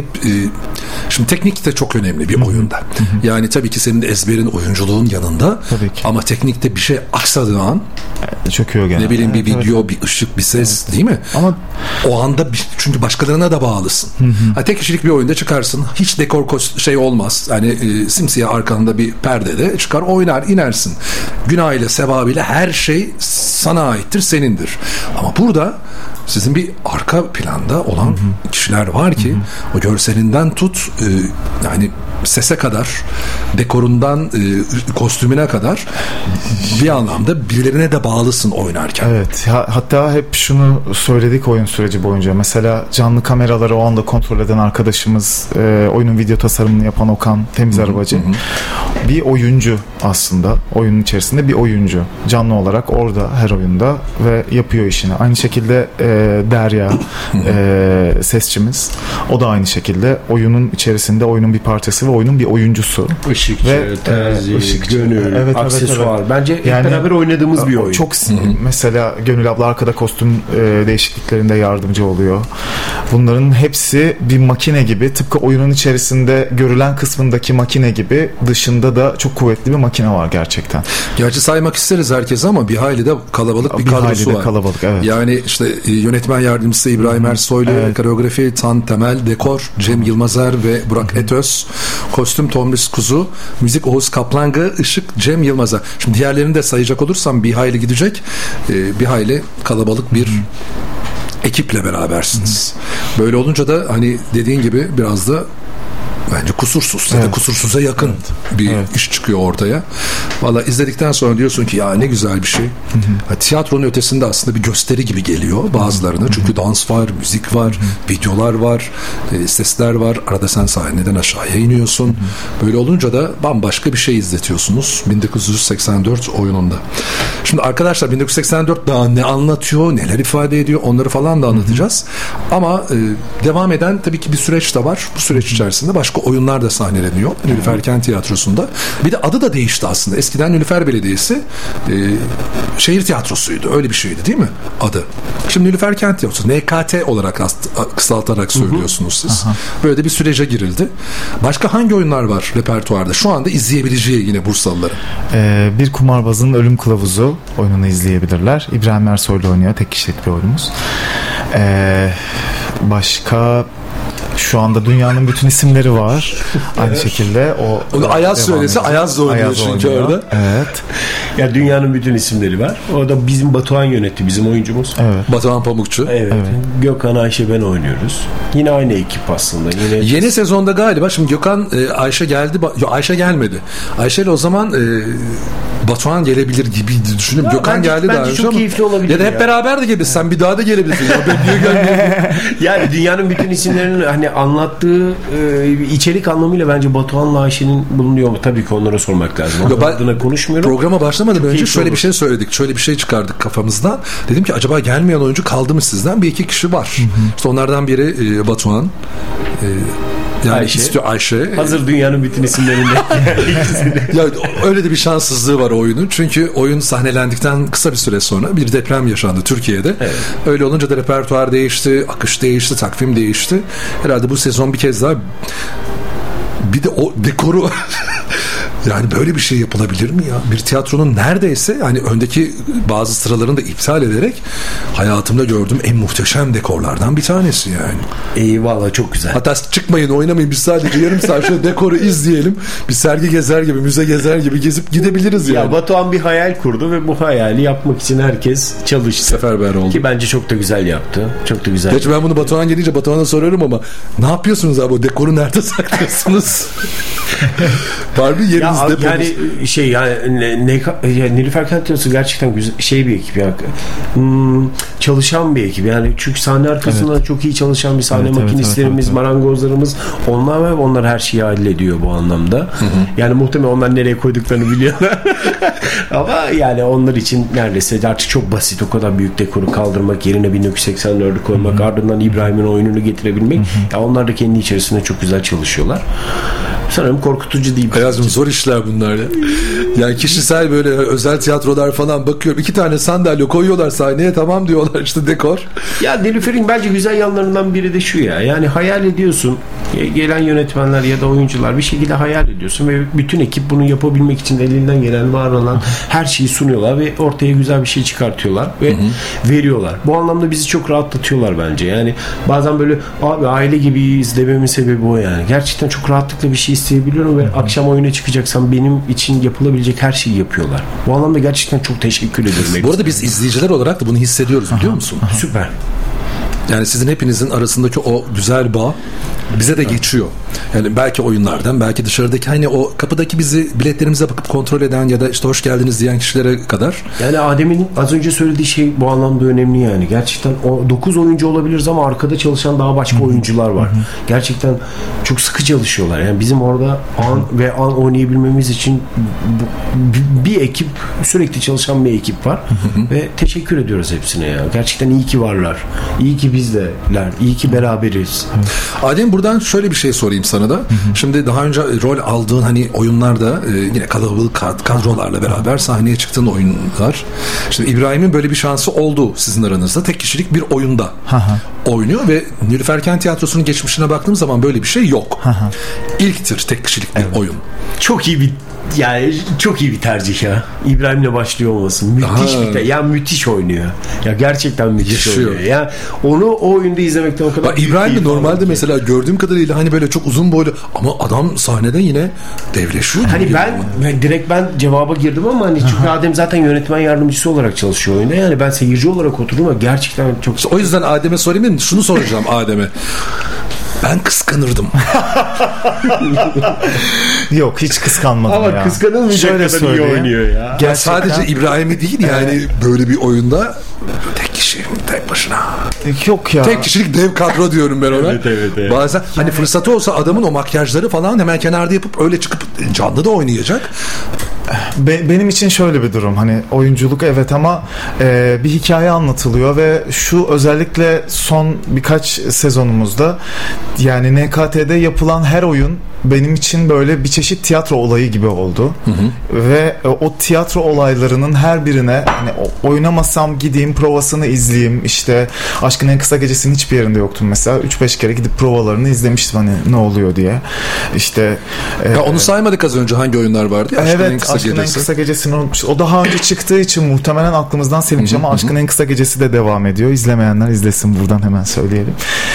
şimdi teknik de çok önemli bir oyunda. Yani tabii ki senin de ezberin, oyunculuğun yanında. Ama teknikte bir şey aksadığı an çöküyor genelde. Ne bileyim, bir video, bir ışık, bir ses, değil mi? Ama o anda çünkü başkalarına da bağlısın. Tek kişilik bir oyunda çıkarsın. Hiç dekor şey olmaz. Hani simsiyah arkanda bir perdede çıkar, oynar, inersin. Günahıyla, sevabıyla her şey sana aittir, senindir. Ama burada sizin bir arka planda olan kişiler var ki o görselinden tut yani sese kadar, dekorundan kostümüne kadar bir anlamda birilerine de bağlısın oynarken. Evet. Hatta hep şunu söyledik oyun süreci boyunca. Mesela canlı kameraları o anda kontrol eden arkadaşımız, oyunun video tasarımını yapan Okan Temiz Arabacı. Bir oyuncu aslında. Oyunun içerisinde bir oyuncu. Canlı olarak orada her oyunda ve yapıyor işini. Aynı şekilde Derya sesçimiz. O da aynı şekilde oyunun içerisinde oyunun bir parçası ve oyunun bir oyuncusu. Işıkçı, terzi, Gönül, aksesuar. Evet. Bence hep beraber oynadığımız bir oyun. Çok mesela Gönül abla arkada kostüm değişikliklerinde yardımcı oluyor. Bunların hepsi bir makine gibi, tıpkı oyunun içerisinde görülen kısmındaki makine gibi, dışında da çok kuvvetli bir makine var gerçekten. Gerçi saymak isteriz herkese ama bir hayli de kalabalık bir kadrosu var. Kalabalık, evet. Yani işte yönetmen yardımcısı İbrahim Ersoylu, koreografi Tan Temel, dekor Cem Yılmazer ve Burak Etöz, kostüm Tomris Kuzu, müzik Oğuz Kaplangı, ışık Cem Yılmazer. Şimdi diğerlerini de sayacak olursam bir hayli gidecek. Bir hayli kalabalık bir ekiple berabersiniz. Böyle olunca da hani dediğin gibi biraz da bence kusursuz ya da kusursuza yakın bir iş çıkıyor ortaya. Valla izledikten sonra diyorsun ki ya ne güzel bir şey. Tiyatronun ötesinde aslında bir gösteri gibi geliyor bazılarına. Çünkü dans var, müzik var, videolar var, sesler var. Arada sen sahneden aşağıya iniyorsun. Böyle olunca da bambaşka bir şey izletiyorsunuz 1984 oyununda. Şimdi arkadaşlar 1984 daha ne anlatıyor, neler ifade ediyor, onları falan da anlatacağız. Ama devam eden tabii ki bir süreç de var. Bu süreç içerisinde başka oyunlar da sahneleniyor Nilüfer Kent Tiyatrosu'nda. Bir de adı da değişti aslında. Eskiden Nilüfer Belediyesi şehir tiyatrosuydu. Öyle bir şeydi değil mi adı? Şimdi Nilüfer Kent Tiyatrosu NKT olarak kısaltarak söylüyorsunuz siz. Böyle de bir sürece girildi. Başka hangi oyunlar var repertuarda? Şu anda izleyebileceği yine Bursalıların. Bir Kumarbazın Ölüm Kılavuzu oyununu izleyebilirler. İbrahim Ersoy'la oynuyor. Tek kişilik bir oyunumuz. Başka şu anda dünyanın bütün isimleri var. Aynı şekilde onu Ayaz söylese Ayaz da oynuyor çünkü orada. Evet. Ya dünyanın bütün isimleri var. Orada bizim Batuhan yönetti, bizim oyuncumuz. Evet. Batuhan Pamukçu. Evet. Gökhan, Ayşe, ben oynuyoruz. Yine aynı ekip aslında. Yeni sezonda galiba şimdi Gökhan, Ayşe geldi. Ayşe gelmedi. Ayşe ile o zaman Batuhan gelebilir gibi düşündüm. Ya Gökhan geldi daha önce çok keyifli olabilir. Ya da hep beraber de geliriz. Sen bir daha da gelebilirsin. Ya ben niye gelmiyorum? Yani dünyanın bütün isimlerinin hani anlattığı içerik anlamıyla bence Batuhan'la Ayşe'nin bulunuyor mu? Tabii ki onlara sormak lazım. Onlar adına konuşmuyorum. Programa başlamadan önce şöyle bir şey söyledik. Şöyle bir şey çıkardık kafamızdan. Dedim ki acaba gelmeyen oyuncu kaldı mı sizden? Bir iki kişi var. İşte onlardan biri Batuhan. Yani Ayşe. Hazır dünyanın bütün isimlerinde. Ya öyle de bir şanssızlığı var oyunun. Çünkü oyun sahnelendikten kısa bir süre sonra bir deprem yaşandı Türkiye'de. Evet. Öyle olunca da repertuar değişti, akış değişti, takvim değişti. Herhalde bu sezon bir kez daha bir de o dekoru yani böyle bir şey yapılabilir mi ya? Bir tiyatronun neredeyse hani öndeki bazı sıralarını da iptal ederek hayatımda gördüğüm en muhteşem dekorlardan bir tanesi yani. Eyvallah, çok güzel. Hatta çıkmayın, oynamayın, biz sadece yarım saat şöyle dekoru izleyelim. Bir sergi gezer gibi, müze gezer gibi gezip gidebiliriz yani. Ya Batuhan bir hayal kurdu ve bu hayali yapmak için herkes çalıştı. Seferber oldu. Ki bence çok da güzel yaptı. Çok da güzel. Gerçi ben bunu Batuhan gelince Batuhan'a soruyorum ama ne yapıyorsunuz abi, o dekoru nerede saklıyorsunuz? Var bir yeriniz deponuz. Yani Nilüfer Kent Tiyatrosu gerçekten güzel bir ekip ya. Çalışan bir ekip. Yani çünkü sahne arkasında çok iyi çalışan bir sahne makinistlerimiz, marangozlarımız, onlar her şeyi hallediyor bu anlamda. Yani muhtemelen onlar nereye koyduklarını biliyorlar. Ama yani onlar için neredeyse artık çok basit, o kadar büyük dekoru kaldırmak, yerine 1984'ü koymak, ardından İbrahim'in oyununu getirebilmek. Ya onlar da kendi içerisinde çok güzel çalışıyorlar. Sanırım korkutucu değil. Ayazım zor işler bunlar ya. Yani kişisel böyle özel tiyatrolar falan bakıyorum. 2 tane sandalye koyuyorlar sahneye, tamam diyorlar işte dekor. Ya Nilüfer'in bence güzel yanlarından biri de şu ya. Yani hayal ediyorsun. Gelen yönetmenler ya da oyuncular bir şekilde hayal ediyorsun ve bütün ekip bunu yapabilmek için elinden gelen, var olan her şeyi sunuyorlar ve ortaya güzel bir şey çıkartıyorlar ve veriyorlar. Bu anlamda bizi çok rahatlatıyorlar bence. Yani bazen böyle abi aile gibi izlememin sebebi o yani. Gerçekten çok rahatlıkla bir şey isteyebiliyorum ve akşam oyuna çıkacaksam benim için yapılabilecek her şeyi yapıyorlar. Bu anlamda gerçekten çok teşekkür ederim. Bu arada biz izleyiciler olarak da bunu hissediyoruz, biliyor musun? Süper. Yani sizin hepinizin arasındaki o güzel bağ Bize de geçiyor. Yani belki oyunlardan, belki dışarıdaki hani o kapıdaki bizi biletlerimize bakıp kontrol eden ya da işte hoş geldiniz diyen kişilere kadar. Yani Adem'in az önce söylediği şey bu anlamda önemli yani. Gerçekten o 9 oyuncu olabiliriz ama arkada çalışan daha başka oyuncular var. Gerçekten çok sıkı çalışıyorlar. Yani bizim orada an oynayabilmemiz için bir ekip, sürekli çalışan bir ekip var. Ve teşekkür ediyoruz hepsine ya. Gerçekten iyi ki varlar. İyi ki bizdeler. İyi ki beraberiz. Adem, buradan şöyle bir şey sorayım sana da. Şimdi daha önce rol aldığın hani oyunlarda yine kalabalık kadrolarla beraber sahneye çıktığın oyunlar. Şimdi İbrahim'in böyle bir şansı oldu sizin aranızda. Tek kişilik bir oyunda oynuyor ve Nilüfer Kent Tiyatrosu'nun geçmişine baktığım zaman böyle bir şey yok. İlktir tek kişilik bir oyun. Çok iyi bir tercih ya. İbrahim'le başlıyor olması. Müthiş bir ya müthiş oynuyor. Ya gerçekten müthiş oynuyor. Ya onu o oyunda izlemekten o kadar. İbrahim de normalde mesela gördüğüm kadarıyla hani böyle çok uzun boylu ama adam sahnede yine devleşiyor. Hani ben cevaba girdim ama hani çünkü Adem zaten yönetmen yardımcısı olarak çalışıyor oyunda. Yani ben seyirci olarak oturdum ama gerçekten çok. O yüzden Adem'e sorayım mı? Şunu soracağım Adem'e. Ben kıskanırdım. Yok, hiç kıskanmadım ama ya. Kıskanılmayacak kadar iyi oynuyor ya. Gerçekten... Sadece İbrahim'i değil yani böyle bir oyunda tek kişi, tek başına. Yok ya. Tek kişilik dev kadro diyorum ben ona. Evet. Bazen hani fırsatı olsa adamın o makyajları falan hemen kenarda yapıp öyle çıkıp canlı da oynayacak. Benim için şöyle bir durum, hani oyunculuk evet ama bir hikaye anlatılıyor ve şu özellikle son birkaç sezonumuzda yani NKT'de yapılan her oyun benim için böyle bir çeşit tiyatro olayı gibi oldu. Ve o tiyatro olaylarının her birine hani oynamasam gideyim provasını izleyeyim, işte Aşkın En Kısa Gecesi'nin hiçbir yerinde yoktum mesela, 3-5 kere gidip provalarını izlemiştim hani ne oluyor diye. İşte onu saymadık az önce, hangi oyunlar vardı ya? Aşkın En Kısa Gecesi'ni unutmuş. O daha önce çıktığı için muhtemelen aklımızdan silinmiş ama Aşkın En Kısa Gecesi de devam ediyor. İzlemeyenler izlesin, buradan hemen söyleyelim.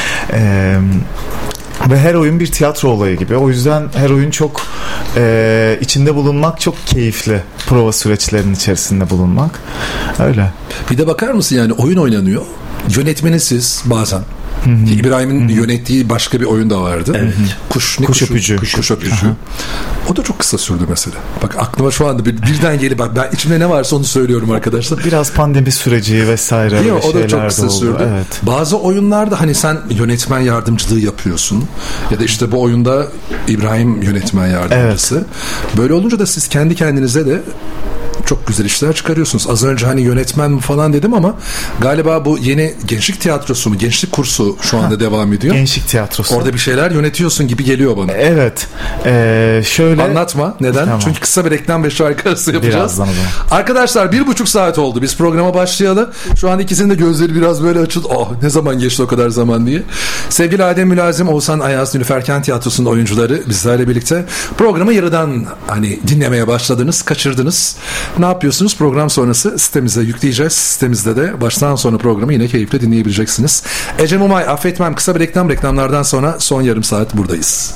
Ve her oyun bir tiyatro olayı gibi. O yüzden her oyun çok içinde bulunmak çok keyifli. Prova süreçlerinin içerisinde bulunmak. Öyle. Bir de bakar mısın yani oyun oynanıyor. Yönetmeni siz bazen. İbrahim'in yönettiği başka bir oyun da vardı. Evet. Kuş öpücü. O da çok kısa sürdü mesela. Bak aklıma şu anda birden gelip bak ben içimde ne varsa onu söylüyorum arkadaşlar. Biraz pandemi süreci vesaire. Değil mi? O da çok kısa sürdü. Evet. Bazı oyunlarda hani sen yönetmen yardımcılığı yapıyorsun ya da işte bu oyunda İbrahim yönetmen yardımcısı. Evet. Böyle olunca da siz kendi kendinize de çok güzel işler çıkarıyorsunuz. Az önce hani yönetmen mi falan dedim ama galiba bu yeni gençlik tiyatrosu mu? Gençlik kursu şu anda devam ediyor. Gençlik tiyatrosu. Orada bir şeyler yönetiyorsun gibi geliyor bana. Evet. Şöyle. Anlatma. Neden? Tamam. Çünkü kısa bir reklam ve şarkı arası yapacağız. Birazdan o zaman. Arkadaşlar 1,5 saat oldu. Biz programa başlayalı. Şu an ikisinin de gözleri biraz böyle açıldı. Ne zaman geçti o kadar zaman diye. Sevgili Adem Mülazim, Oğuzhan Ayaz, Nilüfer Kent Tiyatrosu'nun oyuncuları bizlerle birlikte programı yarıdan hani dinlemeye başladınız, kaçırdınız. Ne yapıyorsunuz? Program sonrası sitemize yükleyeceğiz. Sitemizde de baştan sona programı yine keyifle dinleyebileceksiniz. Ecem Umay, Affetmem, kısa bir reklamlardan sonra son yarım saat buradayız.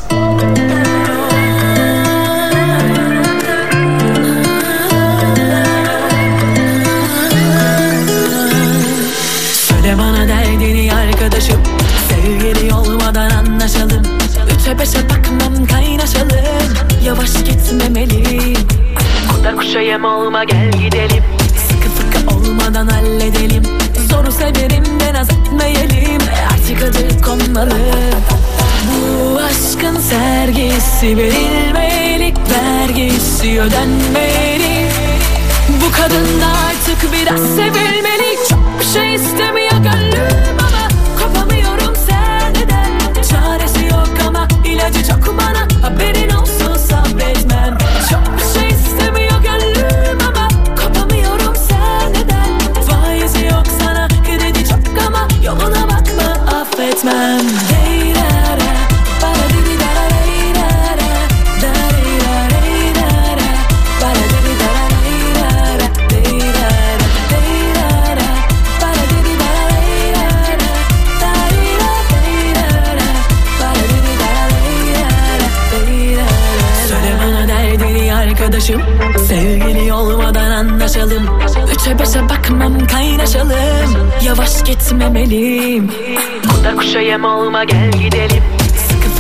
Söyle bana derdini arkadaşım, sevgili olmadan anlaşalım. 3'e 5'e bakmam, kaynaşalım. Yavaş gitmemeliyim. Kurda kuşa yem olma, gel gidelim. Sıkı fıkı olmadan halledelim. Zoru severim de naz etmeyelim. Artık adı konmalı. Bu aşkın sergisi verilmeli, vergisi ödenmeli. Bu kadın da artık biraz sevilmeli. Çok bir şey istemiyor gönlüm ama kopamıyorum senden. Çaresi yok ama ilacı çok bana, haberin olsun sabretmem. Çok bir şey istemiyor gönlüm ama kopamıyorum senden. Faizi yok sana, kredi çok ama yoluna bakma, affetmem. Arkadaşım, sevgili olmadan anlaşalım. 3'e 5'e bakmam, kaynaşalım. Yavaş gitmemeliyim. Kurda kuşa yem olma, gel gidelim. Sıkı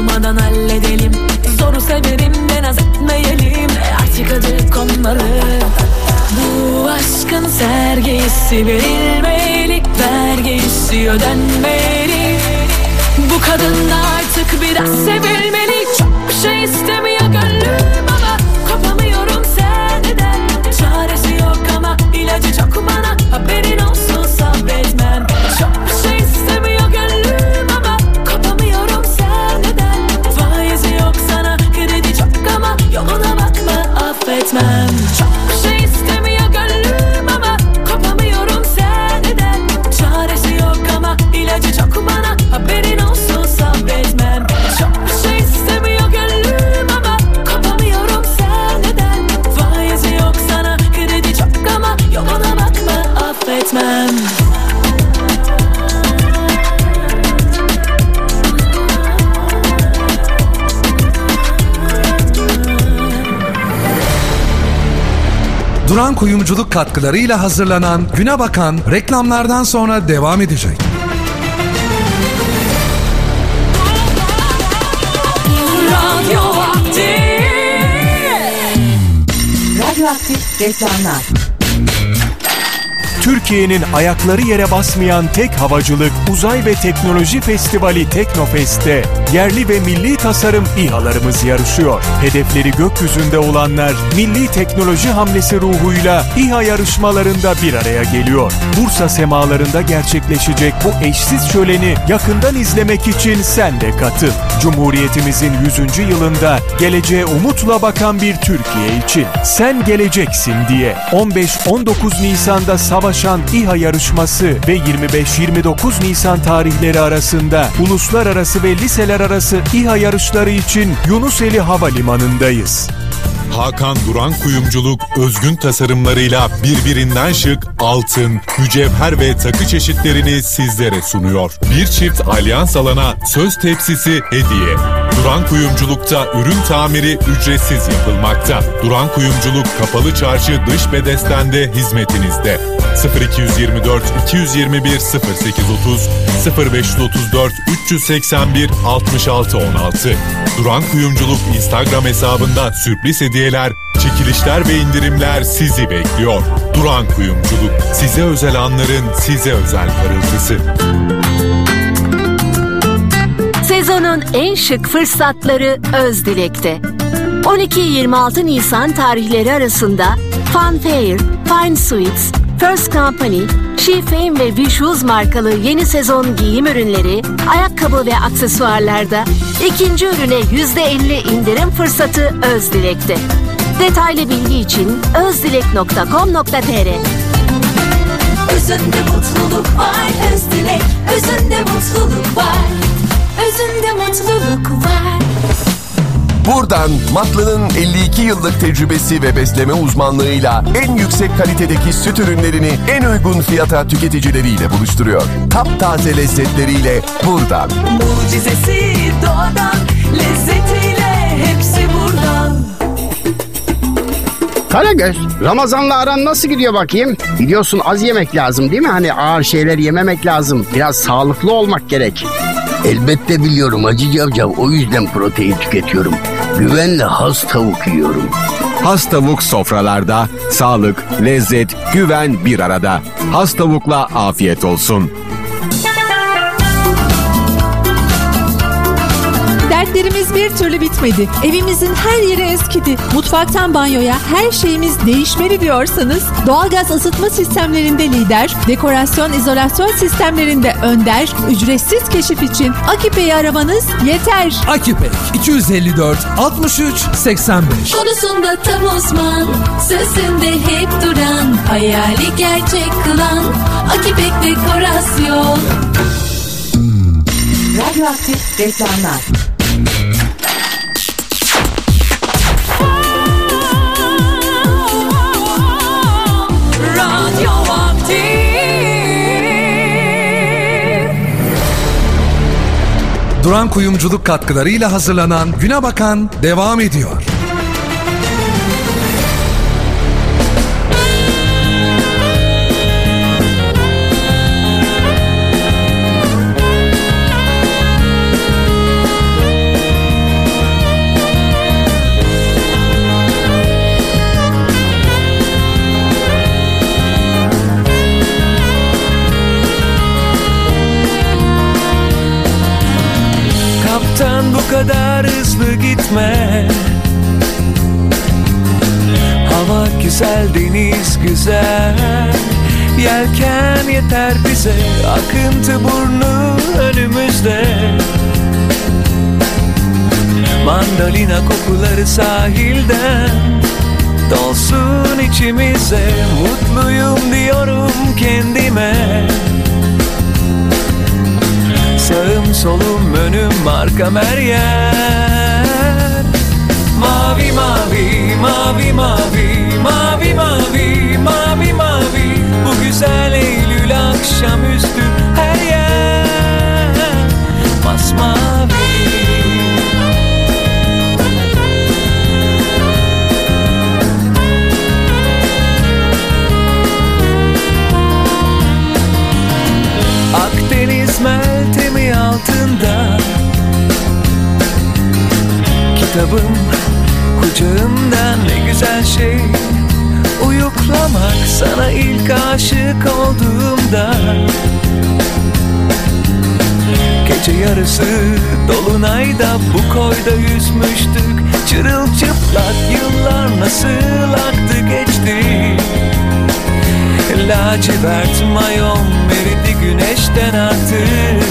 olmadan halledelim. Zoru severim de naz etmeyelim, artık adı konmalı. Bu aşkın sergisi verilmeli, vergisi ödenmeli. Bu kadın da artık biraz sevilmeli. Çok bir şey istemiyor gönlüm ama kopamıyorum senden. Çaresi yok ama ilacı çok bana, haberin olsun sabretmem. Çok bir şey istemiyor gönlüm ama kopamıyorum senden. Faizi yok sana, kredi çok ama yoluna bakma affetmem. Çok bir şey istemiyor gönlüm ama kopamıyorum senden. Çaresi yok ama ilacı çok bana, haberin olsun sabretmem. Çok bir şey istemiyor gönlüm ama kopamıyorum senden. Faizi yok sana, kredi çok ama yoluna bakma affetmem. Duran Kuyumculuk katkılarıyla hazırlanan Güne Bakan reklamlardan sonra devam edecek. Radyoaktif reklamlar. Türkiye'nin ayakları yere basmayan tek havacılık, uzay ve teknoloji festivali Teknofest'te yerli ve milli tasarım İHA'larımız yarışıyor. Hedefleri gökyüzünde olanlar milli teknoloji hamlesi ruhuyla İHA yarışmalarında bir araya geliyor. Bursa semalarında gerçekleşecek bu eşsiz şöleni yakından izlemek için sen de katıl. Cumhuriyetimizin 100. yılında geleceğe umutla bakan bir Türkiye için sen geleceksin diye 15-19 Nisan'da savaşan İHA yarışması ve 25-29 Nisan tarihleri arasında uluslararası ve liseler arası İHA yarışları için Yunuseli Havalimanı'ndayız. Hakan Duran Kuyumculuk özgün tasarımlarıyla birbirinden şık altın, mücevher ve takı çeşitlerini sizlere sunuyor. Bir çift alyans alana söz tepsisi hediye. Duran Kuyumculuk'ta ürün tamiri ücretsiz yapılmakta. Duran Kuyumculuk Kapalı Çarşı dış bedestende hizmetinizde. 0224 221 0830 0534 381 6616. Duran Kuyumculuk Instagram hesabında sürpriz hediyeler, çekilişler ve indirimler sizi bekliyor. Duran Kuyumculuk, size özel anların size özel parıltısı. Sezonun en şık fırsatları Özdilek'te. 12-26 Nisan tarihleri arasında Funfair, Fine Suites, First Company, She Fame ve Vishus markalı yeni sezon giyim ürünleri, ayakkabı ve aksesuarlarda ikinci ürüne %50 indirim fırsatı Özdilek'te. Detaylı bilgi için özdilek.com.tr. Özünde mutluluk var Özdilek, özünde mutluluk var, özünde mutluluk var. Buradan Matlı'nın 52 yıllık tecrübesi ve besleme uzmanlığıyla en yüksek kalitedeki süt ürünlerini en uygun fiyata tüketicileriyle buluşturuyor. Taptaze lezzetleriyle buradan. Mucizesi doğadan, lezzetiyle hepsi buradan. Karagöz, Ramazan'la aran nasıl gidiyor bakayım? Biliyorsun az yemek lazım değil mi? Hani ağır şeyler yememek lazım. Biraz sağlıklı olmak gerek. Elbette biliyorum Hacı Cavcav, o yüzden protein tüketiyorum. Güvenle has tavuk yiyorum. Has tavuk sofralarda sağlık, lezzet, güven bir arada. Has tavukla afiyet olsun. Dertlerimiz bir türlü bitmedi. Evimizin her yeri eskidi. Mutfaktan banyoya her şeyimiz değişmeli diyorsanız, doğalgaz ısıtma sistemlerinde lider, dekorasyon izolasyon sistemlerinde önder, ücretsiz keşif için Akipek'i aramanız yeter. Akipek 254 63 85. Konusunda tam uzman, sözünde hep duran, hayali gerçek kılan Akipek Dekorasyon. Radyoaktif reklamlar. Duran Kuyumculuk katkılarıyla hazırlanan Güne Bakan devam ediyor. hızlı gitme. Hava güzel, deniz güzel, yelken yeter bize, akıntı burnu önümüzde. Mandalina kokuları sahilden dolsun içimize, mutluyum diyorum kendime. Sağım solum önüm arkam her yer. Mavi mavi mavi mavi mavi mavi mavi mavi, bu güzel Eylül akşamüstü her yer masmavi. Akdeniz meltemi altında, kitabım kucağımda, ne güzel şey uyuklamak sana ilk aşık olduğumda. Gece yarısı dolunayda bu koyda yüzmüştük, çırılçıplak yıllar nasıl aktı geçti. Lacivert mayon eridi güneşten artık.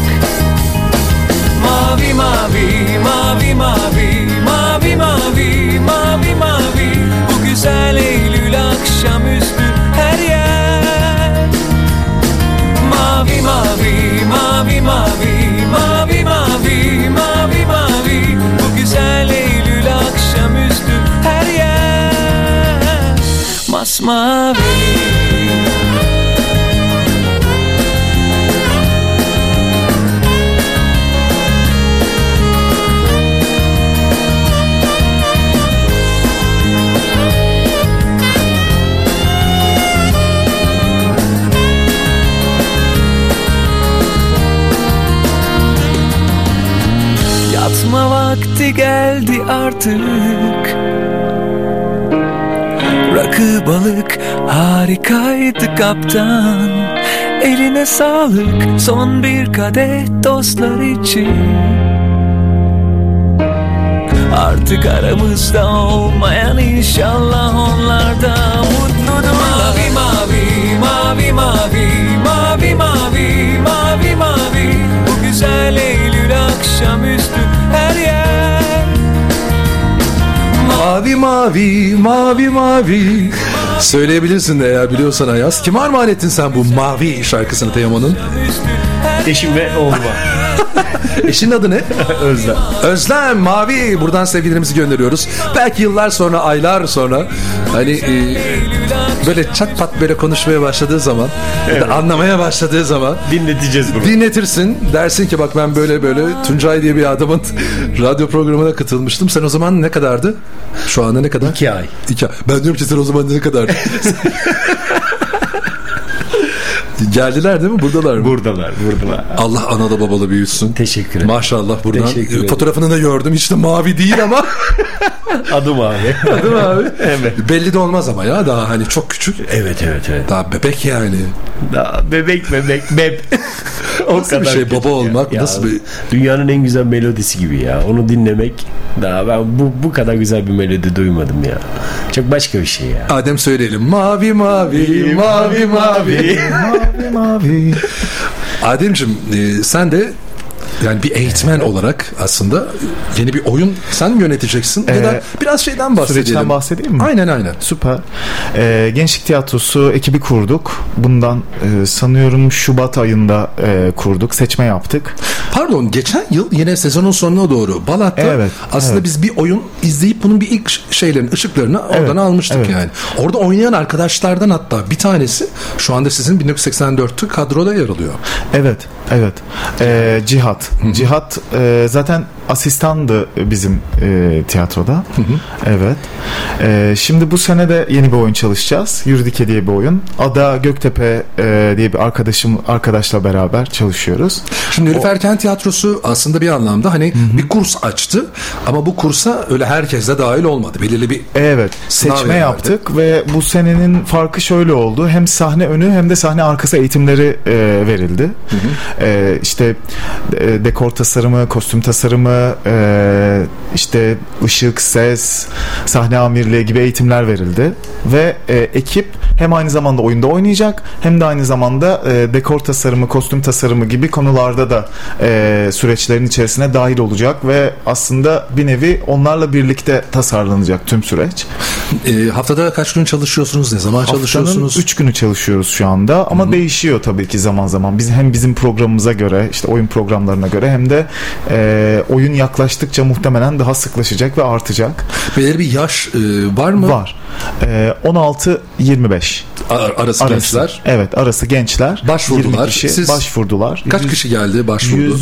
Mavi mavi mavi mavi mavi mavi mavi mavi, bu güzel Eylül akşamüstü her yer. Mavi mavi mavi mavi mavi mavi mavi mavi, bu güzel Eylül akşamüstü her yer masmavi. Yatma vakti geldi artık. Rakı balık harikaydı kaptan. Eline sağlık, son bir kadeh dostlar için. Artık aramızda olmayan inşallah onlar da mutludur. Mavi mavi mavi mavi mavi mavi mavi mavi, bu güzel Eylül akşamüstü her yer. Mavi mavi mavi mavi. Söyleyebilirsin de ya, biliyorsan Ayaz. Kime armağan ettin sen bu Mavi şarkısını Teoman'ın? Eşim ve oğluma. Eşinin adı ne? Özlem. Özlem Mavi. Buradan sevgilerimizi gönderiyoruz. Belki yıllar sonra, aylar sonra hani böyle çat pat böyle konuşmaya başladığı zaman, evet, anlamaya başladığı zaman dinleteceğiz bunu. Dinletirsin. Dersin ki bak ben böyle böyle Tuncay diye bir adamın radyo programına katılmıştım. Sen o zaman ne kadardı? Şu anda ne kadar? 2 ay. 2 ay. Ben diyorum ki sen o zaman ne kadar? Geldiler değil mi? Buradalar mı? Buradalar. Allah analı babalı büyütsün. Teşekkür ederim. Maşallah buradan. Teşekkür fotoğrafını da gördüm. Hiç de mavi değil ama. Adım abi. Adım abi. Evet. Belli de olmaz ama ya. Daha hani çok küçük. Evet. Daha bebek yani. Daha bebek. O nasıl bir şey baba olmak? Ya, nasıl bir... Dünyanın en güzel melodisi gibi ya. Onu dinlemek. Daha ben bu kadar güzel bir melodi duymadım ya. Çok başka bir şey ya. Adem söyleyelim. Mavi mavi mavi mavi mavi mavi. Ademciğim sen de yani bir eğitmen olarak aslında yeni bir oyun sen mi yöneteceksin? Ya da biraz şeyden bahsedelim. Süreçten bahsedeyim mi? Aynen. Süper. Gençlik Tiyatrosu ekibi kurduk. Bundan sanıyorum Şubat ayında kurduk. Seçme yaptık. Pardon, geçen yıl yine sezonun sonuna doğru Balat'ta aslında biz bir oyun izleyip bunun bir ilk ışıklarını oradan almıştık yani. Orada oynayan arkadaşlardan hatta bir tanesi şu anda sizin 1984'lü kadroda yer alıyor. Evet. Cihat. Cihat zaten asistandı bizim tiyatroda. Evet. Şimdi bu sene de yeni bir oyun çalışacağız. Yürüdike diye bir oyun. Ada Göktepe diye bir arkadaşla beraber çalışıyoruz. Şimdi Nilüfer Kent Tiyatrosu aslında bir anlamda hani bir kurs açtı ama bu kursa öyle herkes de dahil olmadı. Belirli bir seçme yaptık ve bu senenin farkı şöyle oldu. Hem sahne önü hem de sahne arkası eğitimleri verildi. İşte dekor tasarımı, kostüm tasarımı, tasarımı, işte ışık, ses, sahne amirliği gibi eğitimler verildi ve ekip hem aynı zamanda oyunda oynayacak hem de aynı zamanda dekor tasarımı, kostüm tasarımı gibi konularda da süreçlerin içerisine dahil olacak ve aslında bir nevi onlarla birlikte tasarlanacak tüm süreç. Haftada kaç gün çalışıyorsunuz? Ne zaman çalışıyorsunuz? Haftanın 3 günü çalışıyoruz şu anda ama değişiyor tabii ki zaman zaman. Biz hem bizim programımıza göre, işte oyun programlarına göre hem de oyun yaklaştıkça muhtemelen daha sıklaşacak ve artacak. Belirli bir yaş var mı? Var. 16-25 arası gençler. Evet, arası gençler. Başvurdular. Siz başvurdular. Kaç kişi geldi, başvurdu?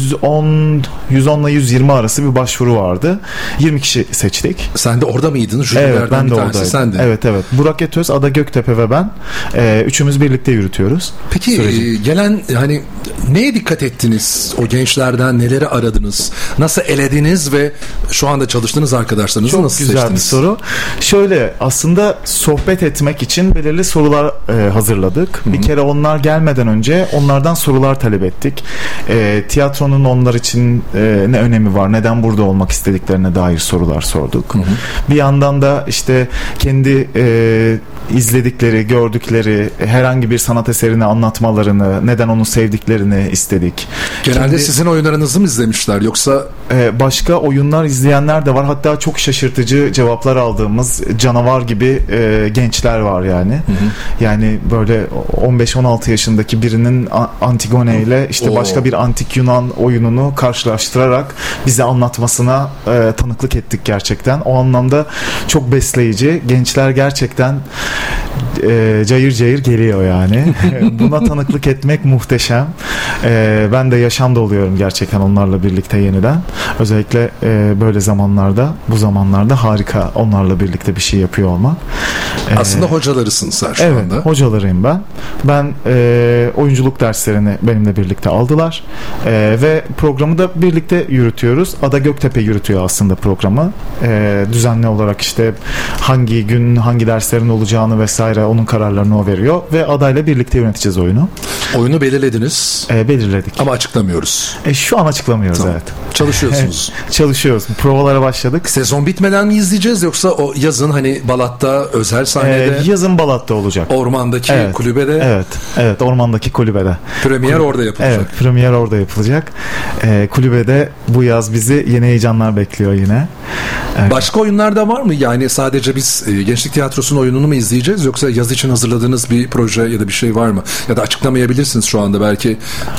110 ile 120 arası bir başvuru vardı. 20 kişi seçtik. Sen de orada mıydın? Evet, ben de oradaydım. Sendin. Evet. Burak Etöz, Ada Göktepe ve ben üçümüz birlikte yürütüyoruz. Peki gelen hani neye dikkat ettiniz? O gençlerden neleri aradınız? Nasıl elediniz ve şu anda çalıştığınız arkadaşlarınızı nasıl seçtiniz? Çok güzel bir soru. Şöyle, aslında sohbet etmek için belirli sorular hazırladık. Bir kere onlar gelmeden önce onlardan sorular talep ettik. Tiyatronun onlar için ne önemi var? Neden burada olmak istediklerine dair sorular sorduk. Bir yandan da işte kendi izledikleri, gördükleri herhangi bir sanat eserini anlatmalarını, neden onu sevdiklerini istedik. Genelde sizin oyunlarınızı mı izlemişler yoksa? Başka oyunlar izleyenler de var. Hatta çok şaşırtıcı cevaplar aldığımız canavar gibi gençler var yani. Yani böyle 15-16 yaşındaki birinin Antigone ile işte başka bir antik Yunan oyununu karşılaştırarak bize anlatmasına tanıklık ettik gerçekten. O anlamda çok besleyici. Gençler gerçekten cayır cayır geliyor yani. Buna tanıklık etmek muhteşem. Ben de yaşam doluyorum gerçekten onlarla birlikte yeniden. Özellikle böyle zamanlarda, bu zamanlarda harika onlarla birlikte bir şey yapıyor olmak. Aslında hocalarısın sen şu anda. Evet, hocalarıyım ben. Ben oyunculuk derslerini benimle birlikte aldılar. Ve programı da birlikte yürütüyoruz. Ada Göktepe yürütüyor aslında programı. Düzenli olarak işte hangi gün hangi derslerin olacağını vesaire onun kararlarını o veriyor ve adayla birlikte yöneteceğiz oyunu. Oyunu belirlediniz. Belirledik. Ama açıklamıyoruz. Şu an açıklamıyoruz, tamam. Evet. Çalışıyorsunuz. Çalışıyoruz. Provalara başladık. Sezon bitmeden mi izleyeceğiz yoksa o yazın hani Balat'ta özel sahnede? Yazın Balat'ta olacak. Ormandaki kulübede. Evet, ormandaki kulübede. Premier orada yapılacak. Evet, premier orada yapılacak. Kulübede bu yaz bizi yeni heyecanlar bekliyor yine. Başka oyunlar da var mı? Yani sadece biz Gençlik Tiyatrosu'nun oyununu mu izleyeceğiz yoksa yaz için hazırladığınız bir proje ya da bir şey var mı? Ya da açıklamayabilirsiniz şu anda belki.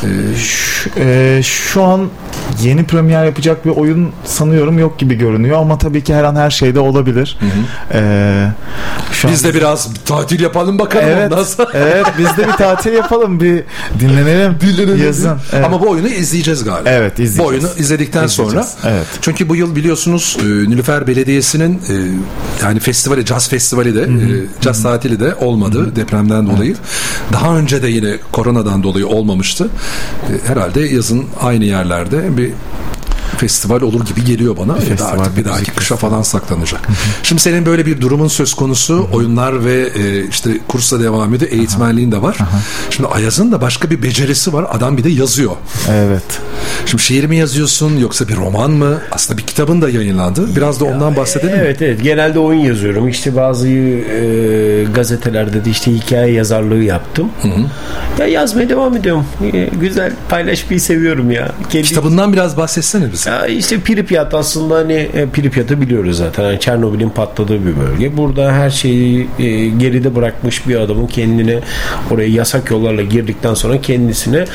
Şu an yeni premier yapacak bir oyun sanıyorum yok gibi görünüyor ama tabii ki her an her şey de olabilir. Biz de biraz tatil yapalım bakalım ondan sonra. Evet, biz de bir tatil yapalım, bir dinlenelim. Yazın. Evet. Ama bu oyunu izleyeceğiz galiba. Evet, izleyeceğiz. Bu oyunu izledikten sonra. Evet. Çünkü bu yıl biliyorsunuz Nilüfer Belediyesi'nin yani festivali, caz festivali de caz tatili de olmadı depremden dolayı. Daha önce de yine koronadan dolayı olmamıştı. Herhalde yazın aynı yerlerde bir festival olur gibi geliyor bana. Artık bir dahaki kışa falan saklanacak. Şimdi senin böyle bir durumun söz konusu. Oyunlar ve işte kursla devam ediyor. Eğitmenliğin de var. Şimdi Ayaz'ın da başka bir becerisi var. Adam bir de yazıyor. Evet. Şimdi şiir mi yazıyorsun yoksa bir roman mı? Aslında bir kitabın da yayınlandı. Biraz da ondan bahsedelim mi? Evet. Genelde oyun yazıyorum. İşte bazı gazetelerde de işte hikaye yazarlığı yaptım. Ya yazmaya devam ediyorum. Güzel. Paylaşmayı seviyorum ya. Kitabından biraz bahsetsene bize. Ya işte Pripyat aslında hani Pripyat'ı biliyoruz zaten. Yani Çernobil'in patladığı bir bölge. Burada her şeyi geride bırakmış bir adamın kendine oraya yasak yollarla girdikten sonra kendisine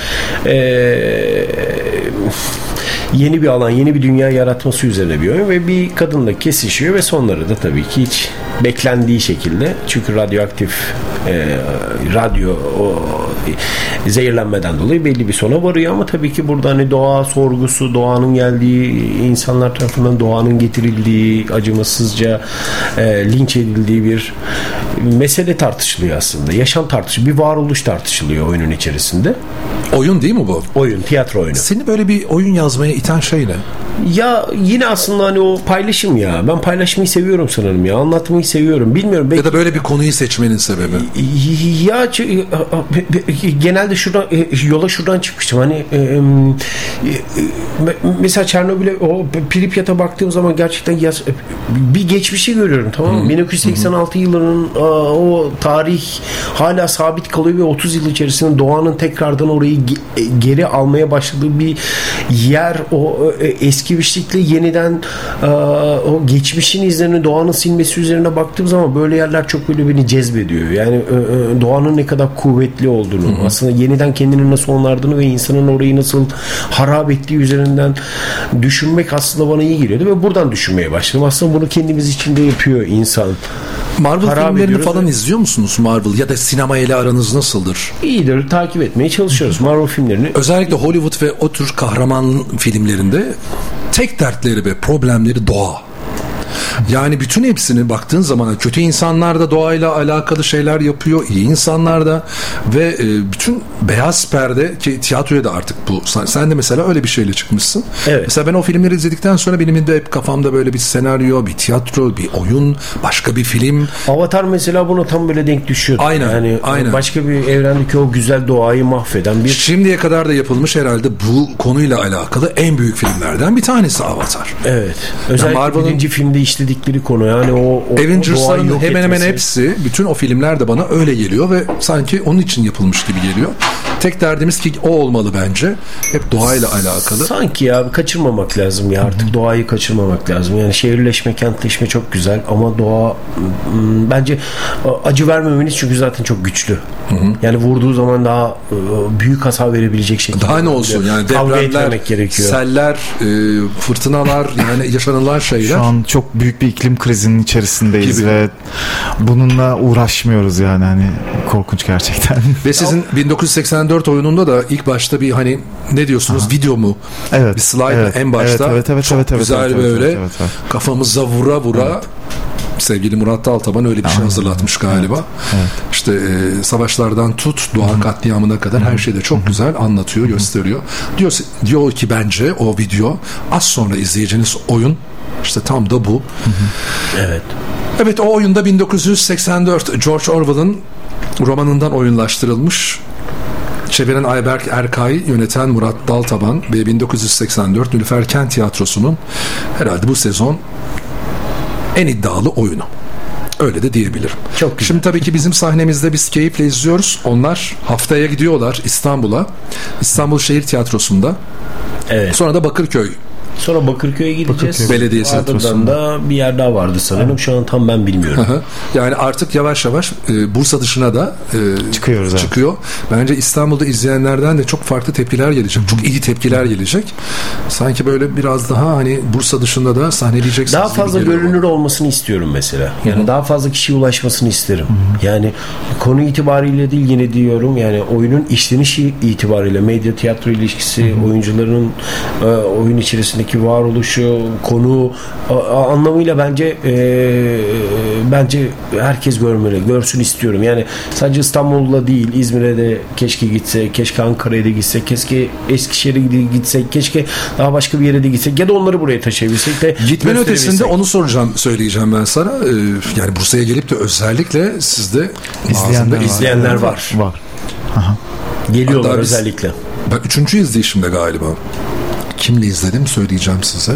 yeni bir alan, yeni bir dünya yaratması üzerine bir oyun ve bir kadınla kesişiyor ve sonları da tabii ki hiç beklendiği şekilde, çünkü radyoaktif radyo zehirlenmeden dolayı belli bir sona varıyor ama tabii ki burada hani doğa sorgusu, doğanın geldiği, insanlar tarafından doğanın getirildiği, acımasızca linç edildiği bir mesele tartışılıyor aslında. Yaşam tartışılıyor, bir varoluş tartışılıyor oyunun içerisinde. Oyun değil mi bu? Oyun, tiyatro oyunu. Seni böyle bir oyun yazmaya iten şey ne? Ya yine aslında hani o paylaşım ya. Ben paylaşmayı seviyorum sanırım ya. Anlatmayı seviyorum. Bilmiyorum. Ya da böyle bir konuyu seçmenin sebebi? Ya genelde yola şuradan çıkmıştım. Hani mesela Çernobil'e, o Pripyat'a baktığım zaman gerçekten bir geçmişi görüyorum, tamam mı? 1986 yılının o tarih hala sabit kalıyor ve 30 yıl içerisinde doğanın tekrardan orayı geri almaya başladığı bir yer. O eskimişlikle yeniden o geçmişin izlerini doğanın silmesi üzerine baktığım zaman böyle yerler çok böyle beni cezbediyor. Yani doğanın ne kadar kuvvetli olduğunu, aslında yeniden kendini nasıl onardığını ve insanın orayı nasıl harap ettiği üzerinden düşünmek aslında bana iyi geliyordu ve buradan düşünmeye başladım. Aslında bunu kendimiz için de yapıyor insan. Marvel filmlerini falan izliyor musunuz? Marvel ya da sinema ile aranız nasıldır? İyidir, takip etmeye çalışıyoruz Marvel filmlerini. Özellikle Hollywood ve o tür kahraman filmlerinde tek dertleri ve problemleri doğa. Yani bütün hepsini baktığın zaman kötü insanlar da doğayla alakalı şeyler yapıyor, iyi insanlar da ve bütün beyaz perde ki tiyatroya da artık bu. Sen de mesela öyle bir şeyle çıkmışsın. Evet. Mesela ben o filmleri izledikten sonra benim de hep kafamda böyle bir senaryo, bir tiyatro, bir oyun, başka bir film. Avatar mesela buna tam böyle denk düşüyor. Aynen. Yani aynen. Başka bir evrendeki o güzel doğayı mahveden bir... Şimdiye kadar da yapılmış herhalde bu konuyla alakalı en büyük filmlerden bir tanesi Avatar. Evet. Özellikle yani birinci filmde işledikleri konu, yani o Avengers'ların hemen hemen hepsi, bütün o filmler de bana öyle geliyor ve sanki onun için yapılmış gibi geliyor. Tek derdimiz ki o olmalı bence. Hep doğayla alakalı. Sanki ya kaçırmamak lazım ya, artık doğayı kaçırmamak lazım. Yani şehirleşme, kentleşme çok güzel ama doğa bence acı vermemeniz, çünkü zaten çok güçlü. Yani vurduğu zaman daha büyük hasar verebilecek şekilde. Daha ne olsun yani, depremler, seller, fırtınalar, yani yaşanılan şeyler. Şu an çok büyük bir iklim krizinin içerisindeyiz gibi. Ve bununla uğraşmıyoruz yani, hani korkunç gerçekten. Ve sizin 1984 oyununda da ilk başta bir hani ne diyorsunuz, video mu? Evet. Bir slide en başta. Evet, çok güzel böyle kafamıza vura vura. Sevgili Murat Daltaban öyle bir şey hazırlatmış galiba. Evet. İşte savaşlardan tut Doğan katliamına kadar her şeyi de çok güzel anlatıyor, gösteriyor. Diyor ki bence o video, az sonra izleyeceğiniz oyun işte tam da bu. Evet. Evet, o oyunda 1984 George Orwell'ın romanından oyunlaştırılmış. Çeviren Ayberk Erkay, yöneten Murat Daltaban ve 1984 Nilüfer Kent Tiyatrosu'nun herhalde bu sezon en iddialı oyunu. Öyle de diyebilirim. Çok güzel. Şimdi tabii ki bizim sahnemizde biz keyifle izliyoruz. Onlar haftaya gidiyorlar İstanbul'a. İstanbul Şehir Tiyatrosu'nda. Evet. Sonra da Bakırköy. Sonra Bakırköy'e gideceğiz. Belediye tiyatrosunda. Da bir yer daha vardı sanırım. Evet. Şu an tam ben bilmiyorum. Yani artık yavaş yavaş Bursa dışına da çıkıyor. Bence İstanbul'da izleyenlerden de çok farklı tepkiler gelecek. Çok iyi tepkiler gelecek. Sanki böyle biraz daha hani Bursa dışında da sahneleyeceksiniz. Daha fazla görünür olmasını istiyorum mesela. Yani daha fazla kişiye ulaşmasını isterim. Yani konu itibariyle değil, yine diyorum yani oyunun işlenişi itibariyle, medya tiyatro ilişkisi, oyuncuların oyun içerisindeki varoluşu, konu anlamıyla bence herkes görsün istiyorum. Yani sadece İstanbul'da değil, İzmir'e de keşke gitsek, keşke Ankara'ya da gitsek, keşke Eskişehir'e gitsek, keşke daha başka bir yere de gitsek ya da onları buraya taşıyabilsek de. Gitmenin ötesinde onu söyleyeceğim ben sana. Yani Bursa'ya gelip de özellikle sizde izleyenler var. Aha. Geliyorlar özellikle. Ben 3. izleyişimde galiba. Kimle izledim söyleyeceğim size.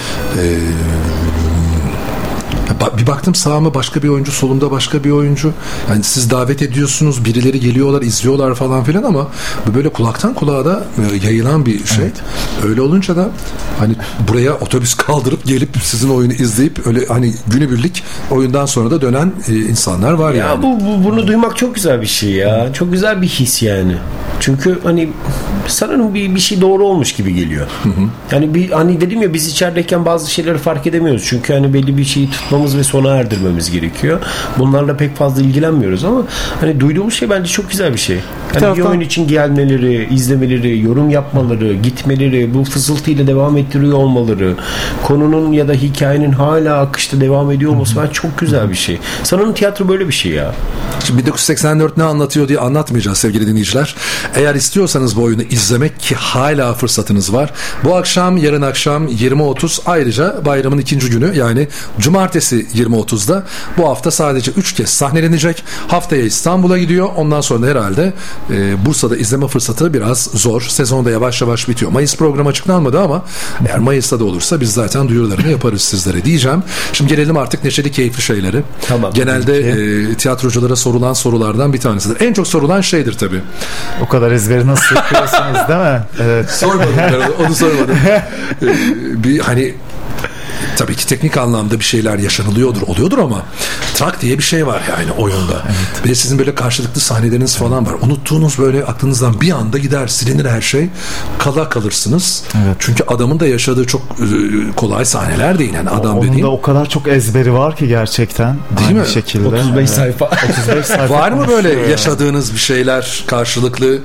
Bir baktım sağıma başka bir oyuncu, solumda başka bir oyuncu. Yani siz davet ediyorsunuz, birileri geliyorlar, izliyorlar falan filan ama böyle kulaktan kulağa da yayılan bir şey. Evet. Öyle olunca da hani buraya otobüs kaldırıp gelip sizin oyunu izleyip öyle hani günübirlik oyundan sonra da dönen insanlar var ya yani. Bunu duymak çok güzel bir şey ya. Çok güzel bir his yani. Çünkü hani sanırım bir şey doğru olmuş gibi geliyor. Yani hani dedim ya, biz içerideyken bazı şeyleri fark edemiyoruz. Çünkü hani belli bir şeyi tutmamız ve sona erdirmemiz gerekiyor. Bunlarla pek fazla ilgilenmiyoruz ama hani duyduğumuz şey bence çok güzel bir şey. Yani bir oyun için gelmeleri, izlemeleri, yorum yapmaları, gitmeleri, bu fısıltıyla devam ettiriyor olmaları, konunun ya da hikayenin hala akışta devam ediyor olması ben çok güzel bir şey. Sanırım tiyatro böyle bir şey ya. Şimdi 1984 ne anlatıyor diye anlatmayacağız sevgili dinleyiciler. Eğer istiyorsanız bu oyunu izlemek, ki hala fırsatınız var, bu akşam, yarın akşam 20.30, ayrıca bayramın ikinci günü yani cumartesi 20.30'da bu hafta sadece 3 kez sahnelenecek. Haftaya İstanbul'a gidiyor. Ondan sonra herhalde Bursa'da izleme fırsatı biraz zor. Sezonda yavaş yavaş bitiyor. Mayıs programı açıklanmadı ama eğer Mayıs'ta da olursa biz zaten duyurularını yaparız sizlere diyeceğim. Şimdi gelelim artık neşeli, keyifli şeyleri. Tamam. Genelde tiyatroculara sorulan sorulardan bir tanesidir. En çok sorulan şeydir tabii. O kadar ezberi nasıl yapıyorsunuz değil mi? Evet. Sormadım. Onu sormadım. Bir hani tabii ki teknik anlamda bir şeyler oluyordur ama trak diye bir şey var yani oyunda. Evet. Bir de sizin böyle karşılıklı sahneleriniz falan var. Unuttuğunuz böyle aklınızdan bir anda gider, silinir her şey. Kalırsınız. Evet. Çünkü adamın da yaşadığı çok kolay sahneler değil. Yani adam onun da o kadar çok ezberi var ki gerçekten. Değil mi? Şekilde. 35 sayfa. 35 sayfa. Var mı böyle yaşadığınız bir şeyler karşılıklı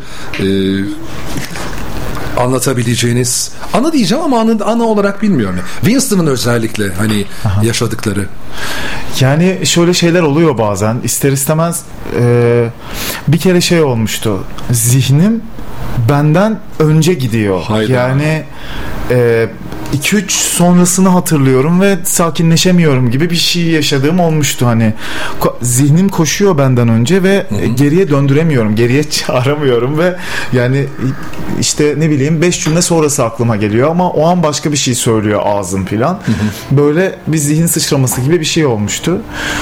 anlatabileceğiniz, ana diyeceğim ama ana olarak bilmiyorum. Winston'ın özellikle hani yaşadıkları. Yani şöyle şeyler oluyor bazen. İster istemez bir kere şey olmuştu. Zihnim benden önce gidiyor. Hayda. Yani 2-3 sonrasını hatırlıyorum ve sakinleşemiyorum gibi bir şey yaşadığım olmuştu. Hani zihnim koşuyor benden önce ve geriye döndüremiyorum, geriye çağıramıyorum ve yani işte ne bileyim 5 cümle sonrası aklıma geliyor ama o an başka bir şey söylüyor ağzım filan. Böyle bir zihin sıçraması gibi bir şey olmuştu.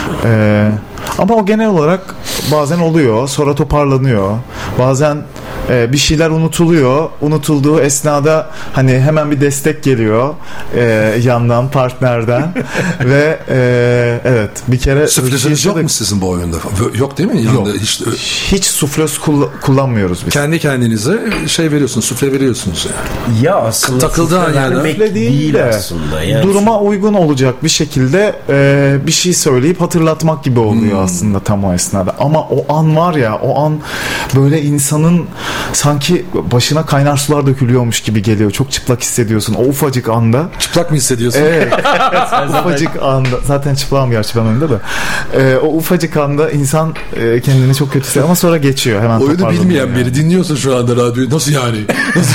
Ama o genel olarak bazen oluyor, sonra toparlanıyor. Bazen bir şeyler unutuluyor. Unutulduğu esnada hani hemen bir destek geliyor yandan, partnerden ve evet bir kere suflözünüz yok mu sizin bu oyunda? Yok değil mi? Yok. Hiç suflöz kullanmıyoruz biz. Kendi kendinize şey veriyorsunuz, sufle veriyorsunuz yani. Ya aslında takıldı yani. Değil de aslında. Yani duruma uygun olacak bir şekilde bir şey söyleyip hatırlatmak gibi oluyor aslında tam o esnada. Ama o an var ya, o an böyle insanın sanki başına kaynar sular dökülüyormuş gibi geliyor. Çok çıplak hissediyorsun. O ufacık anda. Çıplak mı hissediyorsun? Evet. Ufacık anda. Zaten çıplağım gerçi ben oyunda da. O ufacık anda insan kendini çok kötü hissediyor ama sonra geçiyor. Hemen oyunu bilmeyen yani. Biri dinliyorsun şu anda radyoyu. Nasıl yani? Nasıl?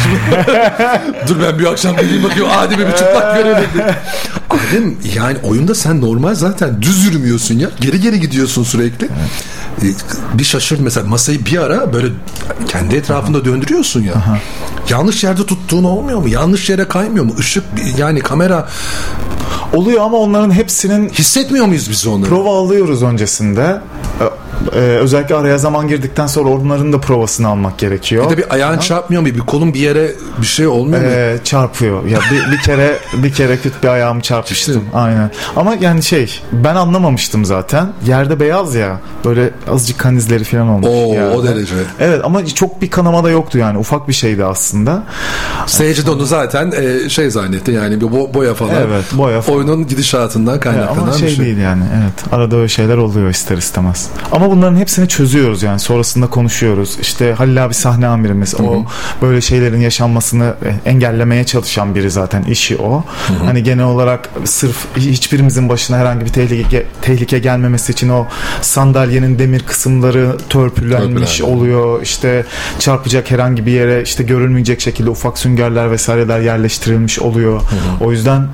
Dur ben bir akşam geleyim bakayım. Adem'e bir çıplak görelim. Adem yani oyunda sen normal zaten düz yürümüyorsun ya. Geri gidiyorsun sürekli. Evet. Bir şaşır mesela masayı bir ara böyle kendi etrafında döndürüyorsun ya. Aha. Yanlış yerde tuttuğun olmuyor mu? Yanlış yere kaymıyor mu? Işık yani kamera oluyor ama onların hepsinin hissetmiyor muyuz biz onları? Prova alıyoruz öncesinde. Özellikle araya zaman girdikten sonra onların da provasını almak gerekiyor. Bir de bir ayağın çarpmıyor mu? Bir kolun bir yere bir şey olmuyor mu? Çarpıyor. Ya bir kere kötü bir ayağımı çarpmıştım. İşte. Aynen. Ama yani ben anlamamıştım zaten. Yerde beyaz ya. Böyle azıcık kan izleri falan olmuş. O derece. Evet ama çok bir kanama da yoktu yani. Ufak bir şeydi aslında. Seyirci de onu zaten zannetti yani bir boya falan. Evet, boya falan. Oyunun gidişatından kaynaklanan ama bir şey. değil yani. Evet. Arada öyle şeyler oluyor ister istemez. Ama bunların hepsini çözüyoruz yani. Sonrasında konuşuyoruz. İşte Halil abi sahne amirimiz. Hı-hı. O böyle şeylerin yaşanmasını engellemeye çalışan biri zaten. İşi o. Hı-hı. Hani genel olarak sırf hiçbirimizin başına herhangi bir tehlike gelmemesi için o sandalyenin demir kısımları törpülenmiş oluyor. İşte çarpacak herhangi bir yere işte görülmeyecek şekilde ufak süngerler vesaireler yerleştirilmiş oluyor. Hı-hı. O yüzden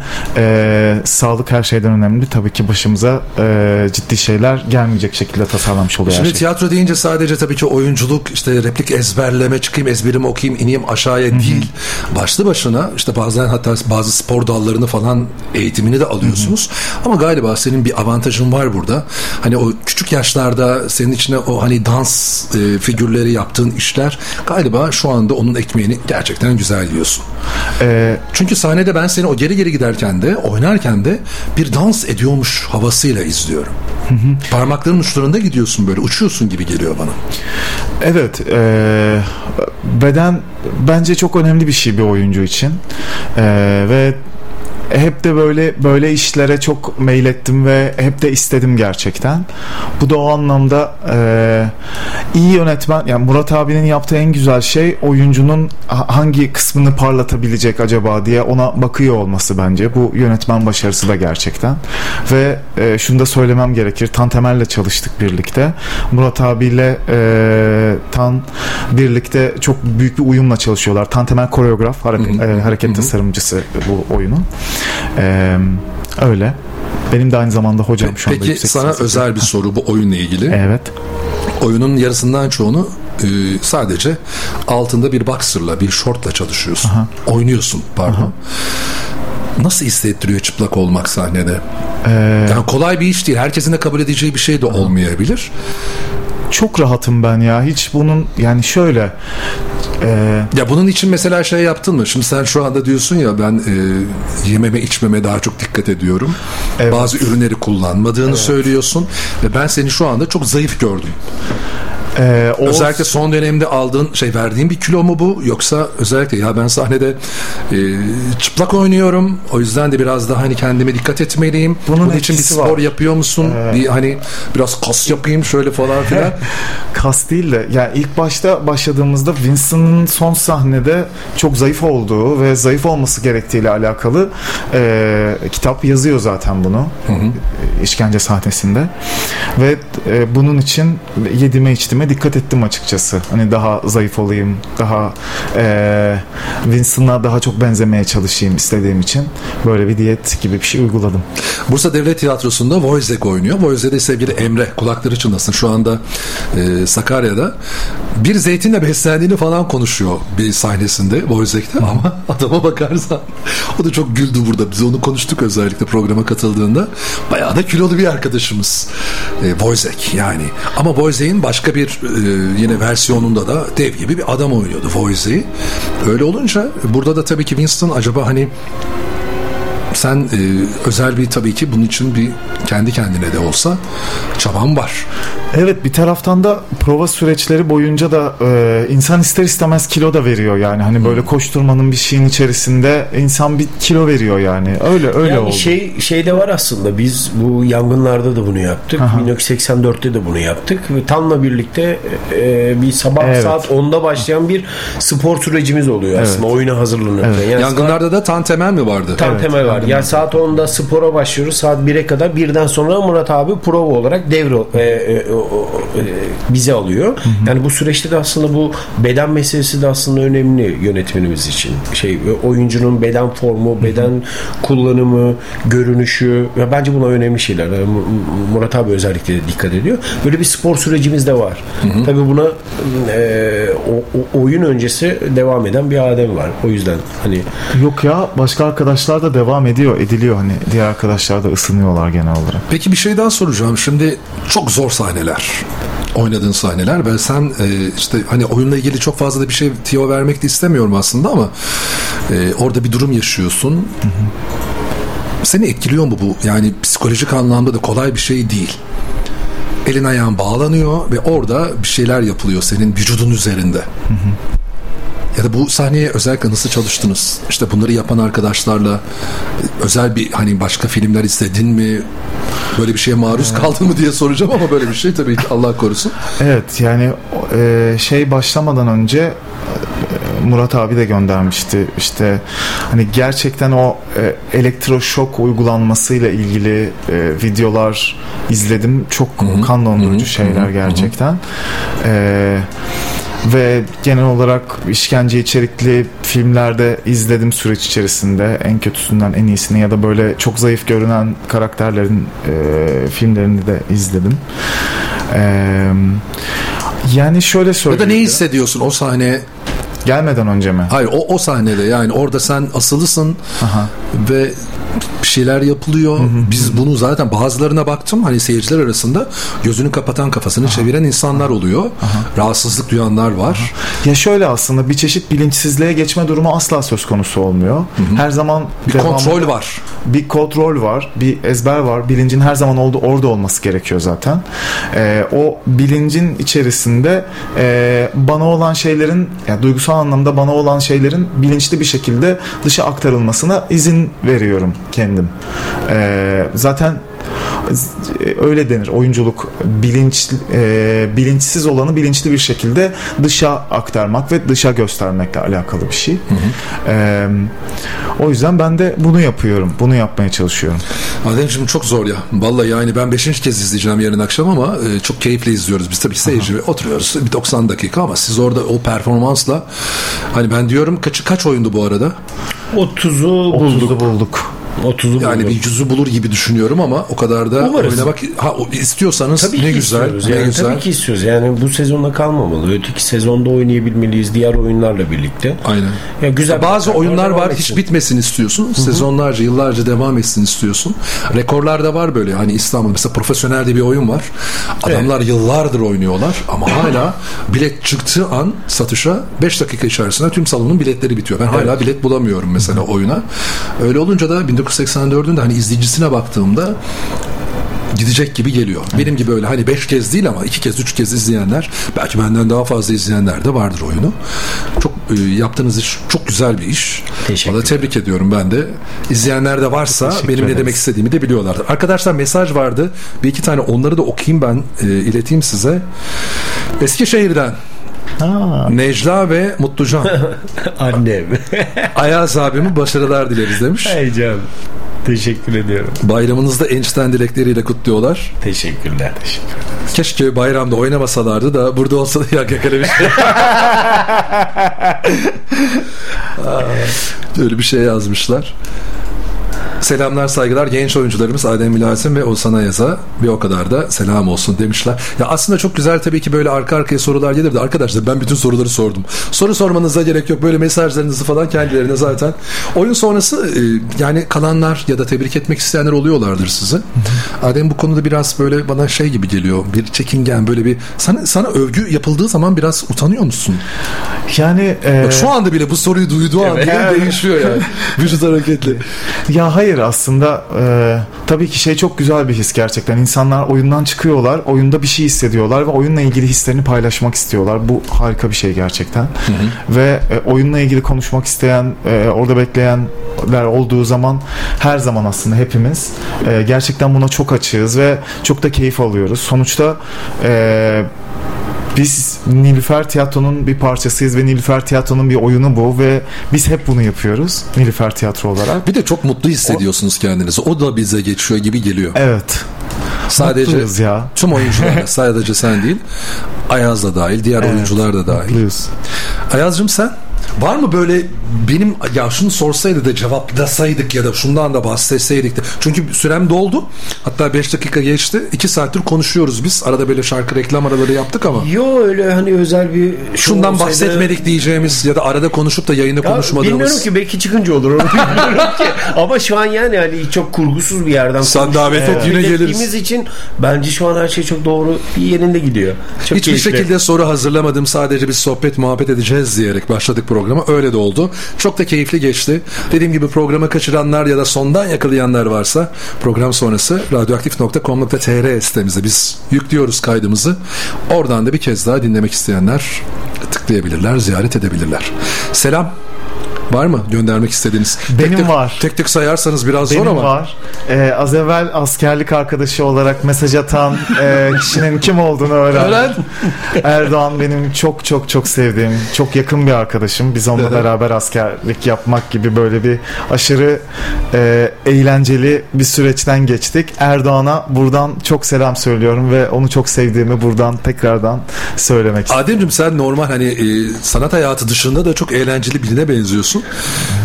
sağlık her şeyden önemli. Tabii ki başımıza ciddi şeyler gelmeyecek şekilde tasarlanmış oluyor. Şimdi tiyatro deyince sadece tabii ki oyunculuk, işte replik ezberleme, çıkayım ezberimi okuyayım ineyim aşağıya değil. Başlı başına işte hatta bazı spor dallarını falan eğitimini de alıyorsunuz. Ama galiba senin bir avantajın var burada. Hani o küçük yaşlarda senin içine o hani dans figürleri yaptığın işler galiba şu anda onun ekmeğini gerçekten güzel yiyorsun. Çünkü sahnede ben seni o geri giderken de oynarken de bir dans ediyormuş havasıyla izliyorum. Parmakların uçlarında gidiyorsun böyle uçuyorsun gibi geliyor bana. Evet, beden bence çok önemli bir şey bir oyuncu için ve hep de böyle işlere çok meylettim ve hep de istedim gerçekten. Bu da o anlamda iyi yönetmen, yani Murat abinin yaptığı en güzel şey oyuncunun hangi kısmını parlatabilecek acaba diye ona bakıyor olması bence. Bu yönetmen başarısı da gerçekten. Ve şunu da söylemem gerekir. Tan Temel'le çalıştık birlikte. Murat abiyle Tan birlikte çok büyük bir uyumla çalışıyorlar. Tan Temel koreograf, hareket tasarımcısı bu oyunun. Öyle. Benim de aynı zamanda hocam şu anda. Peki sana özel bir soru bu oyunla ilgili. Evet. Oyunun yarısından çoğunu sadece altında bir boxer'la, bir short'la çalışıyorsun. Aha. Oynuyorsun, pardon. Aha. Nasıl hissettiriyor çıplak olmak sahnede? Yani kolay bir iş değil. Herkesin de kabul edeceği bir şey de olmayabilir. Çok rahatım ben ya. Hiç bunun, yani şöyle ya bunun için mesela şey yaptın mı? Şimdi sen şu anda diyorsun ya, ben yememe içmeme daha çok dikkat ediyorum. Evet. Bazı ürünleri kullanmadığını söylüyorsun ve ben seni şu anda çok zayıf gördüm. Özellikle son dönemde verdiğin bir kilo mu bu, yoksa özellikle ya ben sahnede çıplak oynuyorum, o yüzden de biraz daha hani kendime dikkat etmeliyim. Bunun için bir spor yapıyor musun? Bir hani biraz kas yapayım şöyle falan filan. Kas değil de yani ilk başta başladığımızda Winston'ın son sahnede çok zayıf olduğu ve zayıf olması gerektiğiyle alakalı kitap yazıyor zaten bunu. İşkence sahnesinde ve bunun için yediğime içtiğime dikkat ettim açıkçası. Hani daha zayıf olayım, daha Winston'a daha çok benzemeye çalışayım istediğim için böyle bir diyet gibi bir şey uyguladım. Bursa Devlet Tiyatrosu'nda Wojciech oynuyor. Wojciech'de sevgili Emre, kulakları çınlasın, şu anda Sakarya'da bir zeytinle beslendiğini falan konuşuyor bir sahnesinde Wojciech'te, ama adama bakarsan o da çok güldü burada. Biz onu konuştuk özellikle programa katıldığında. Bayağı da kilolu bir arkadaşımız Wojciech yani. Ama Wojciech'in başka bir yine versiyonunda da dev gibi bir adam oynuyordu Wojciech. Öyle olunca burada da tabii ki Winston acaba hani sen özel bir, tabii ki bunun için bir kendi kendine de olsa çaban var. Evet, bir taraftan da prova süreçleri boyunca da insan ister istemez kilo da veriyor yani. Hani böyle koşturmanın bir şeyin içerisinde insan bir kilo veriyor yani. Öyle yani oldu. Şey de var aslında. Biz bu yangınlarda da bunu yaptık. 1984'te de bunu yaptık ve Tan'la birlikte bir sabah saat 10'da başlayan bir spor sürecimiz oluyor aslında oyuna hazırlanırken. Yani yangınlarda da Tan Temel mi vardı? Tan Temel var. Yani saat 10'da spora başlıyoruz. Saat 1'e kadar, birden sonra Murat abi prova olarak bize alıyor. Yani bu süreçte de aslında bu beden meselesi de aslında önemli yönetmenimiz için. Oyuncunun beden formu, beden kullanımı, görünüşü, ve bence buna önemli şeyler. Yani Murat abi özellikle dikkat ediyor. Böyle bir spor sürecimiz de var. Tabii buna oyun öncesi devam eden bir Adem var. O yüzden hani yok ya, başka arkadaşlar da devam ediliyor hani, diğer arkadaşlar da ısınıyorlar genel olarak. Peki bir şey daha soracağım. Şimdi çok zor sahneler, oynadığın sahneler ve sen işte hani oyunla ilgili çok fazla da bir şey tiyo vermek de istemiyorum aslında, ama orada bir durum yaşıyorsun. Seni etkiliyor mu bu? Yani psikolojik anlamda da kolay bir şey değil. Elin ayağın bağlanıyor ve orada bir şeyler yapılıyor senin vücudun üzerinde. Ya da bu sahneye özellikle nasıl çalıştınız? İşte bunları yapan arkadaşlarla özel bir, hani başka filmler izledin mi? Böyle bir şeye maruz kaldın mı diye soracağım, ama böyle bir şey tabii ki Allah korusun. Evet, yani başlamadan önce Murat abi de göndermişti. İşte hani gerçekten o elektroşok uygulanmasıyla ilgili videolar izledim. Çok kan dondurucu şeyler gerçekten. Ve genel olarak işkence içerikli filmlerde izledim süreç içerisinde, en kötüsünden en iyisini, ya da böyle çok zayıf görünen karakterlerin filmlerini de izledim. Yani şöyle söyleyeyim. Ya da ne hissediyorsun o sahne gelmeden önce mi? Hayır, o sahnede, yani orada sen asılısın ve bir şeyler yapılıyor. Biz bunu zaten bazılarına baktım, hani seyirciler arasında gözünü kapatan kafasını çeviren insanlar oluyor. Rahatsızlık duyanlar var. Ya şöyle, aslında bir çeşit bilinçsizliğe geçme durumu asla söz konusu olmuyor. Her zaman bir kontrol var. Bir kontrol var, bir ezber var. Bilincin her zaman orada olması gerekiyor zaten. O bilincin içerisinde bana olan şeylerin, yani duygusal anlamda bana olan şeylerin bilinçli bir şekilde dışa aktarılmasına izin veriyorum kendim. Zaten öyle denir. Oyunculuk bilinçsiz olanı bilinçli bir şekilde dışa aktarmak ve dışa göstermekle alakalı bir şey. O yüzden ben de bunu yapıyorum. Bunu yapmaya çalışıyorum. Ademciğim çok zor ya. Vallahi yani ben 5. kez izleyeceğim yarın akşam ama çok keyifle izliyoruz. Biz tabii seyirci oturuyoruz bir 90 dakika ama siz orada o performansla, hani ben diyorum kaç oyundu bu arada? 30'u bulduk. 30'u yani bir 100'ü bulur gibi düşünüyorum ama o kadar da oynamak istiyorsanız tabii ne güzel. Yani güzel. Tabii ki istiyoruz. Yani bu sezonda kalmamalı. Öteki sezonda oynayabilmeliyiz diğer oyunlarla birlikte. Aynen. Ya güzel. Bazı oyunlar var hiç bitmesin istiyorsun. Sezonlarca, yıllarca devam etsin istiyorsun. Rekorlar da var böyle. Hani İstanbul mesela profesyonelde bir oyun var. Adamlar yıllardır oynuyorlar ama hala bilet çıktığı an satışa 5 dakika içerisinde tüm salonun biletleri bitiyor. Ben hala bilet bulamıyorum mesela oyuna. Öyle olunca da 1984'ün de hani izleyicisine baktığımda gidecek gibi geliyor. Benim gibi öyle hani 5 kez değil ama 2 kez 3 kez izleyenler, belki benden daha fazla izleyenler de vardır oyunu. Çok yaptığınız iş çok güzel bir iş. Valla tebrik ediyorum ben de. İzleyenler de varsa benim ne demek istediğimi de biliyorlardır. Arkadaşlar mesaj vardı. Bir iki tane onları da okuyayım ben, ileteyim size. Eskişehir'den Necla ve Mutlucan. Annem. Ayaz abime başarılar dileriz demiş. Hey canım. Teşekkür ediyorum. Bayramınızda enişten dilekleriyle kutluyorlar. Teşekkürler. Keşke bayramda oynamasalardı da burada olsa da yakakalı bir şey. Öyle bir şey yazmışlar. Selamlar, saygılar genç oyuncularımız Adem Mülasim ve Oğuzhan Ayaz'a bir o kadar da selam olsun demişler. Ya aslında çok güzel tabii ki böyle arka arkaya sorular gelirdi. Arkadaşlar ben bütün soruları sordum. Soru sormanıza gerek yok. Böyle mesajlarınızı falan kendilerine zaten. Oyun sonrası yani kalanlar ya da tebrik etmek isteyenler oluyorlardır sizi. Adem bu konuda biraz böyle bana şey gibi geliyor. Bir çekingen böyle bir sana övgü yapıldığı zaman biraz utanıyor musun? Yani bak, şu anda bile bu soruyu duyduğu an değişiyor yani. Vücut hareketli. Ya hayır, aslında tabii ki şey çok güzel bir his gerçekten. İnsanlar oyundan çıkıyorlar, oyunda bir şey hissediyorlar ve oyunla ilgili hislerini paylaşmak istiyorlar. Bu harika bir şey gerçekten. Ve oyunla ilgili konuşmak isteyen, orada bekleyenler olduğu zaman her zaman aslında hepimiz gerçekten buna çok açığız ve çok da keyif alıyoruz. Sonuçta biz Nilüfer Tiyatro'nun bir parçasıyız ve Nilüfer Tiyatro'nun bir oyunu bu ve biz hep bunu yapıyoruz Nilüfer Tiyatro olarak. Bir de çok mutlu hissediyorsunuz kendinizi. O da bize geçiyor gibi geliyor. Evet. Sadece ya. Tüm oyuncular, sadece sen değil, Ayaz da dahil, diğer oyuncular da dahil. Mutluyuz. Ayaz'cığım sen? Var mı böyle benim ya şunu sorsaydı da cevaplasaydık ya da şundan da bahsetseydik de. Çünkü sürem doldu. Hatta 5 dakika geçti. 2 saattir konuşuyoruz biz. Arada böyle şarkı reklam araları yaptık ama. Yo öyle hani özel bir şundan bahsetmedik diyeceğimiz ya da arada konuşup da yayında konuşmadığımız. Bilmiyorum ki, belki çıkınca olur. Bilmiyorum ki. Ama şu an yani hani çok kurgusuz bir yerden sen davet et yine geliriz. için bence şu an her şey çok doğru bir yerinde gidiyor. Çok hiçbir keyifli. şekilde soru hazırlamadım. Sadece biz sohbet muhabbet edeceğiz diyerek başladık programa. Öyle de oldu. Çok da keyifli geçti. Dediğim gibi programı kaçıranlar ya da sondan yakalayanlar varsa program sonrası radyoaktif.com.tr sitemize biz yüklüyoruz kaydımızı. Oradan da bir kez daha dinlemek isteyenler tıklayabilirler, ziyaret edebilirler. Selam. Var mı göndermek istediğiniz? Benim var. Tek tek sayarsanız biraz benim zor ama. Var. Az evvel askerlik arkadaşı olarak mesaj atan kişinin kim olduğunu öğrendim. Erdoğan benim çok çok çok sevdiğim, çok yakın bir arkadaşım. Biz onunla beraber askerlik yapmak gibi böyle bir aşırı eğlenceli bir süreçten geçtik. Erdoğan'a buradan çok selam söylüyorum ve onu çok sevdiğimi buradan tekrardan söylemek istiyorum. Ademciğim sen normal hani sanat hayatı dışında da çok eğlenceli birine benziyorsun.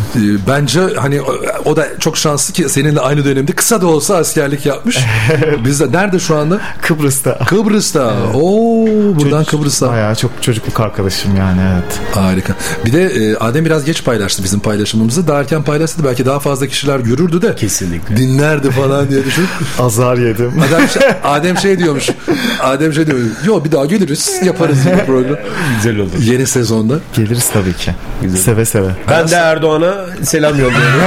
Bence hani o da çok şanslı ki seninle aynı dönemde kısa da olsa askerlik yapmış. Biz de nerede şu anda? Kıbrıs'ta. Evet. Oo, buradan Kıbrıs'ta. Bayağı çok çocukluk arkadaşım yani, evet. Harika. Bir de Adem biraz geç paylaştı bizim paylaşımımızı. Daha erken paylaştı belki daha fazla kişiler görürdü de. Kesinlikle. Dinlerdi falan diye düşün. Azar yedim. Adem şey diyormuş. Yo bir daha geliriz yaparız bir program. Güzel olur. Yeni sezonda. Geliriz tabii ki. Güzel. Seve seve. Ben de Erdoğan'a selam yolluyorum.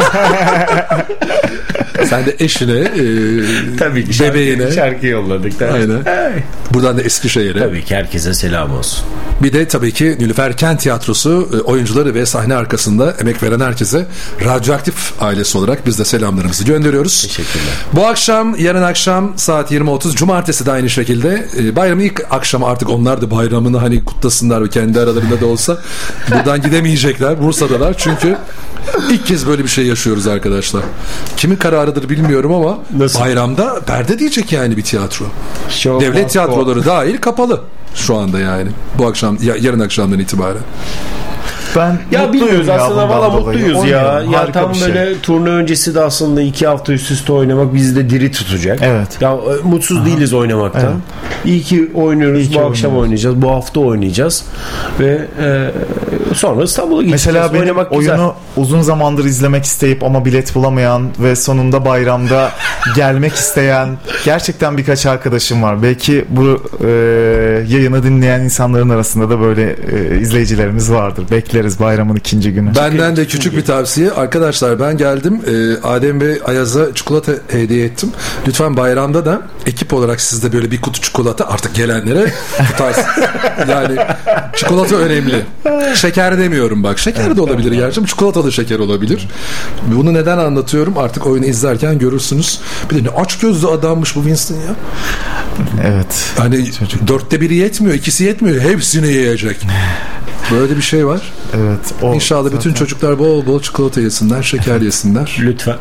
Sen de eşine, tabii ki bebeğine. Şarkı yolladık. Tabii. Aynen. Buradan da Eskişehir'e. Tabii ki herkese selam olsun. Bir de tabii ki Nilüfer Kent Tiyatrosu oyuncuları ve sahne arkasında emek veren herkese Radyoaktif ailesi olarak biz de selamlarımızı gönderiyoruz. Teşekkürler. Bu akşam, yarın akşam saat 20.30, cumartesi de aynı şekilde bayramın ilk akşamı artık onlar da bayramını hani kutlasınlar ve kendi aralarında da olsa buradan gidemeyecekler. Bursa'dalar çünkü ilk kez böyle bir şey yaşıyoruz arkadaşlar. Kimin kararıdır bilmiyorum ama bayramda perde diyecek yani bir tiyatro. Devlet tiyatroları dahil kapalı şu anda yani. Bu akşam, yarın akşamdan itibaren. Ya bilmiyoruz aslında, valla mutluyuz ya. Ya tam böyle turne öncesi de aslında 2 hafta üst üste oynamak bizi de diri tutacak. Evet. Ya mutsuz değiliz oynamaktan. Evet. İyi ki oynuyoruz. Bu akşam oynayacağız. Bu hafta oynayacağız. Ve sonra İstanbul'a gideceğiz. Mesela benim oyunu güzel. Uzun zamandır izlemek isteyip ama bilet bulamayan ve sonunda bayramda gelmek isteyen gerçekten birkaç arkadaşım var. Belki bu yayını dinleyen insanların arasında da böyle izleyicilerimiz vardır. Bekleriz bayramın ikinci günü. Benden de küçük bir tavsiye. Arkadaşlar ben geldim. Adem ve Ayaz'a çikolata hediye ettim. Lütfen bayramda da ekip olarak siz de böyle bir kutu çikolata artık gelenlere tutarsınız. Yani çikolata önemli. Şeker demiyorum bak. Şeker de olabilir gerçi. Çikolatalı şeker olabilir. Bunu neden anlatıyorum? Artık oyunu izlerken görürsünüz. Bir de ne aç gözlü adammış bu Winston ya. Evet. Hani 1/4 yetmiyor. 2'si yetmiyor. Hepsini yiyecek. Böyle bir şey var. Evet. İnşallah zaten bütün çocuklar bol bol çikolata yesinler, şeker yesinler. Lütfen.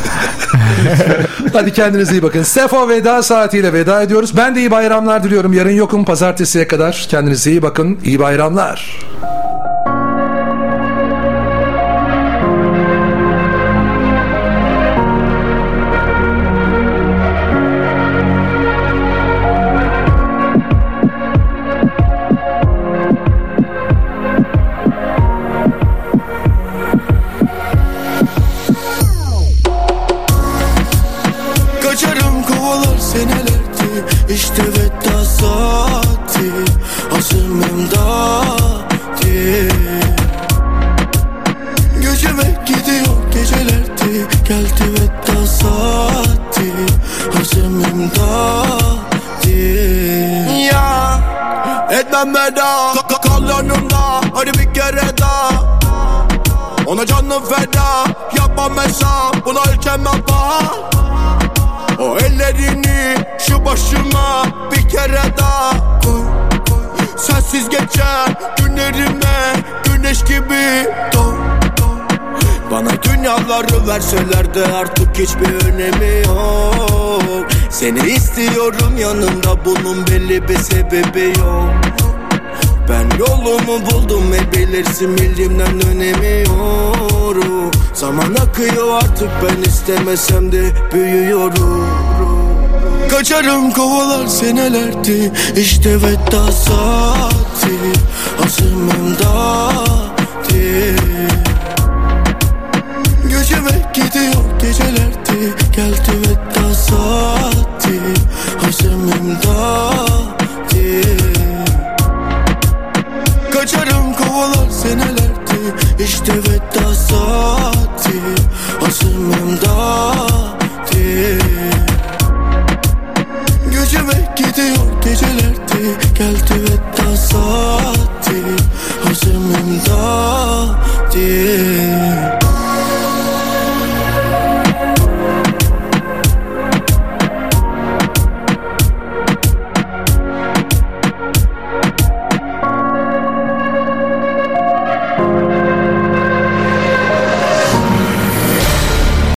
Hadi kendinize iyi bakın. Sefo veda saatiyle veda ediyoruz. Ben de iyi bayramlar diliyorum. Yarın yokum pazartesiye kadar. Kendinize iyi bakın. İyi bayramlar. Kal yanımda hadi bir kere daha. Ona canım feda, yapmam hesap, buna ülkem yapma. O ellerini şu başıma bir kere daha koy. Sensiz geçer günlerime güneş gibi doğ. Bana dünyaları verseler de artık hiçbir önemi yok. Seni istiyorum yanımda, bunun belli bir sebebi yok. Ben yolumu buldum ve bilirsin bildiğimden dönemiyorum. Zaman akıyor artık ben istemesem de büyüyorum. Kaçarım kovalar senelerdi işte veda saati. Azimimdadi. Gücüme gidiyor gecelerdi geldi veda saati.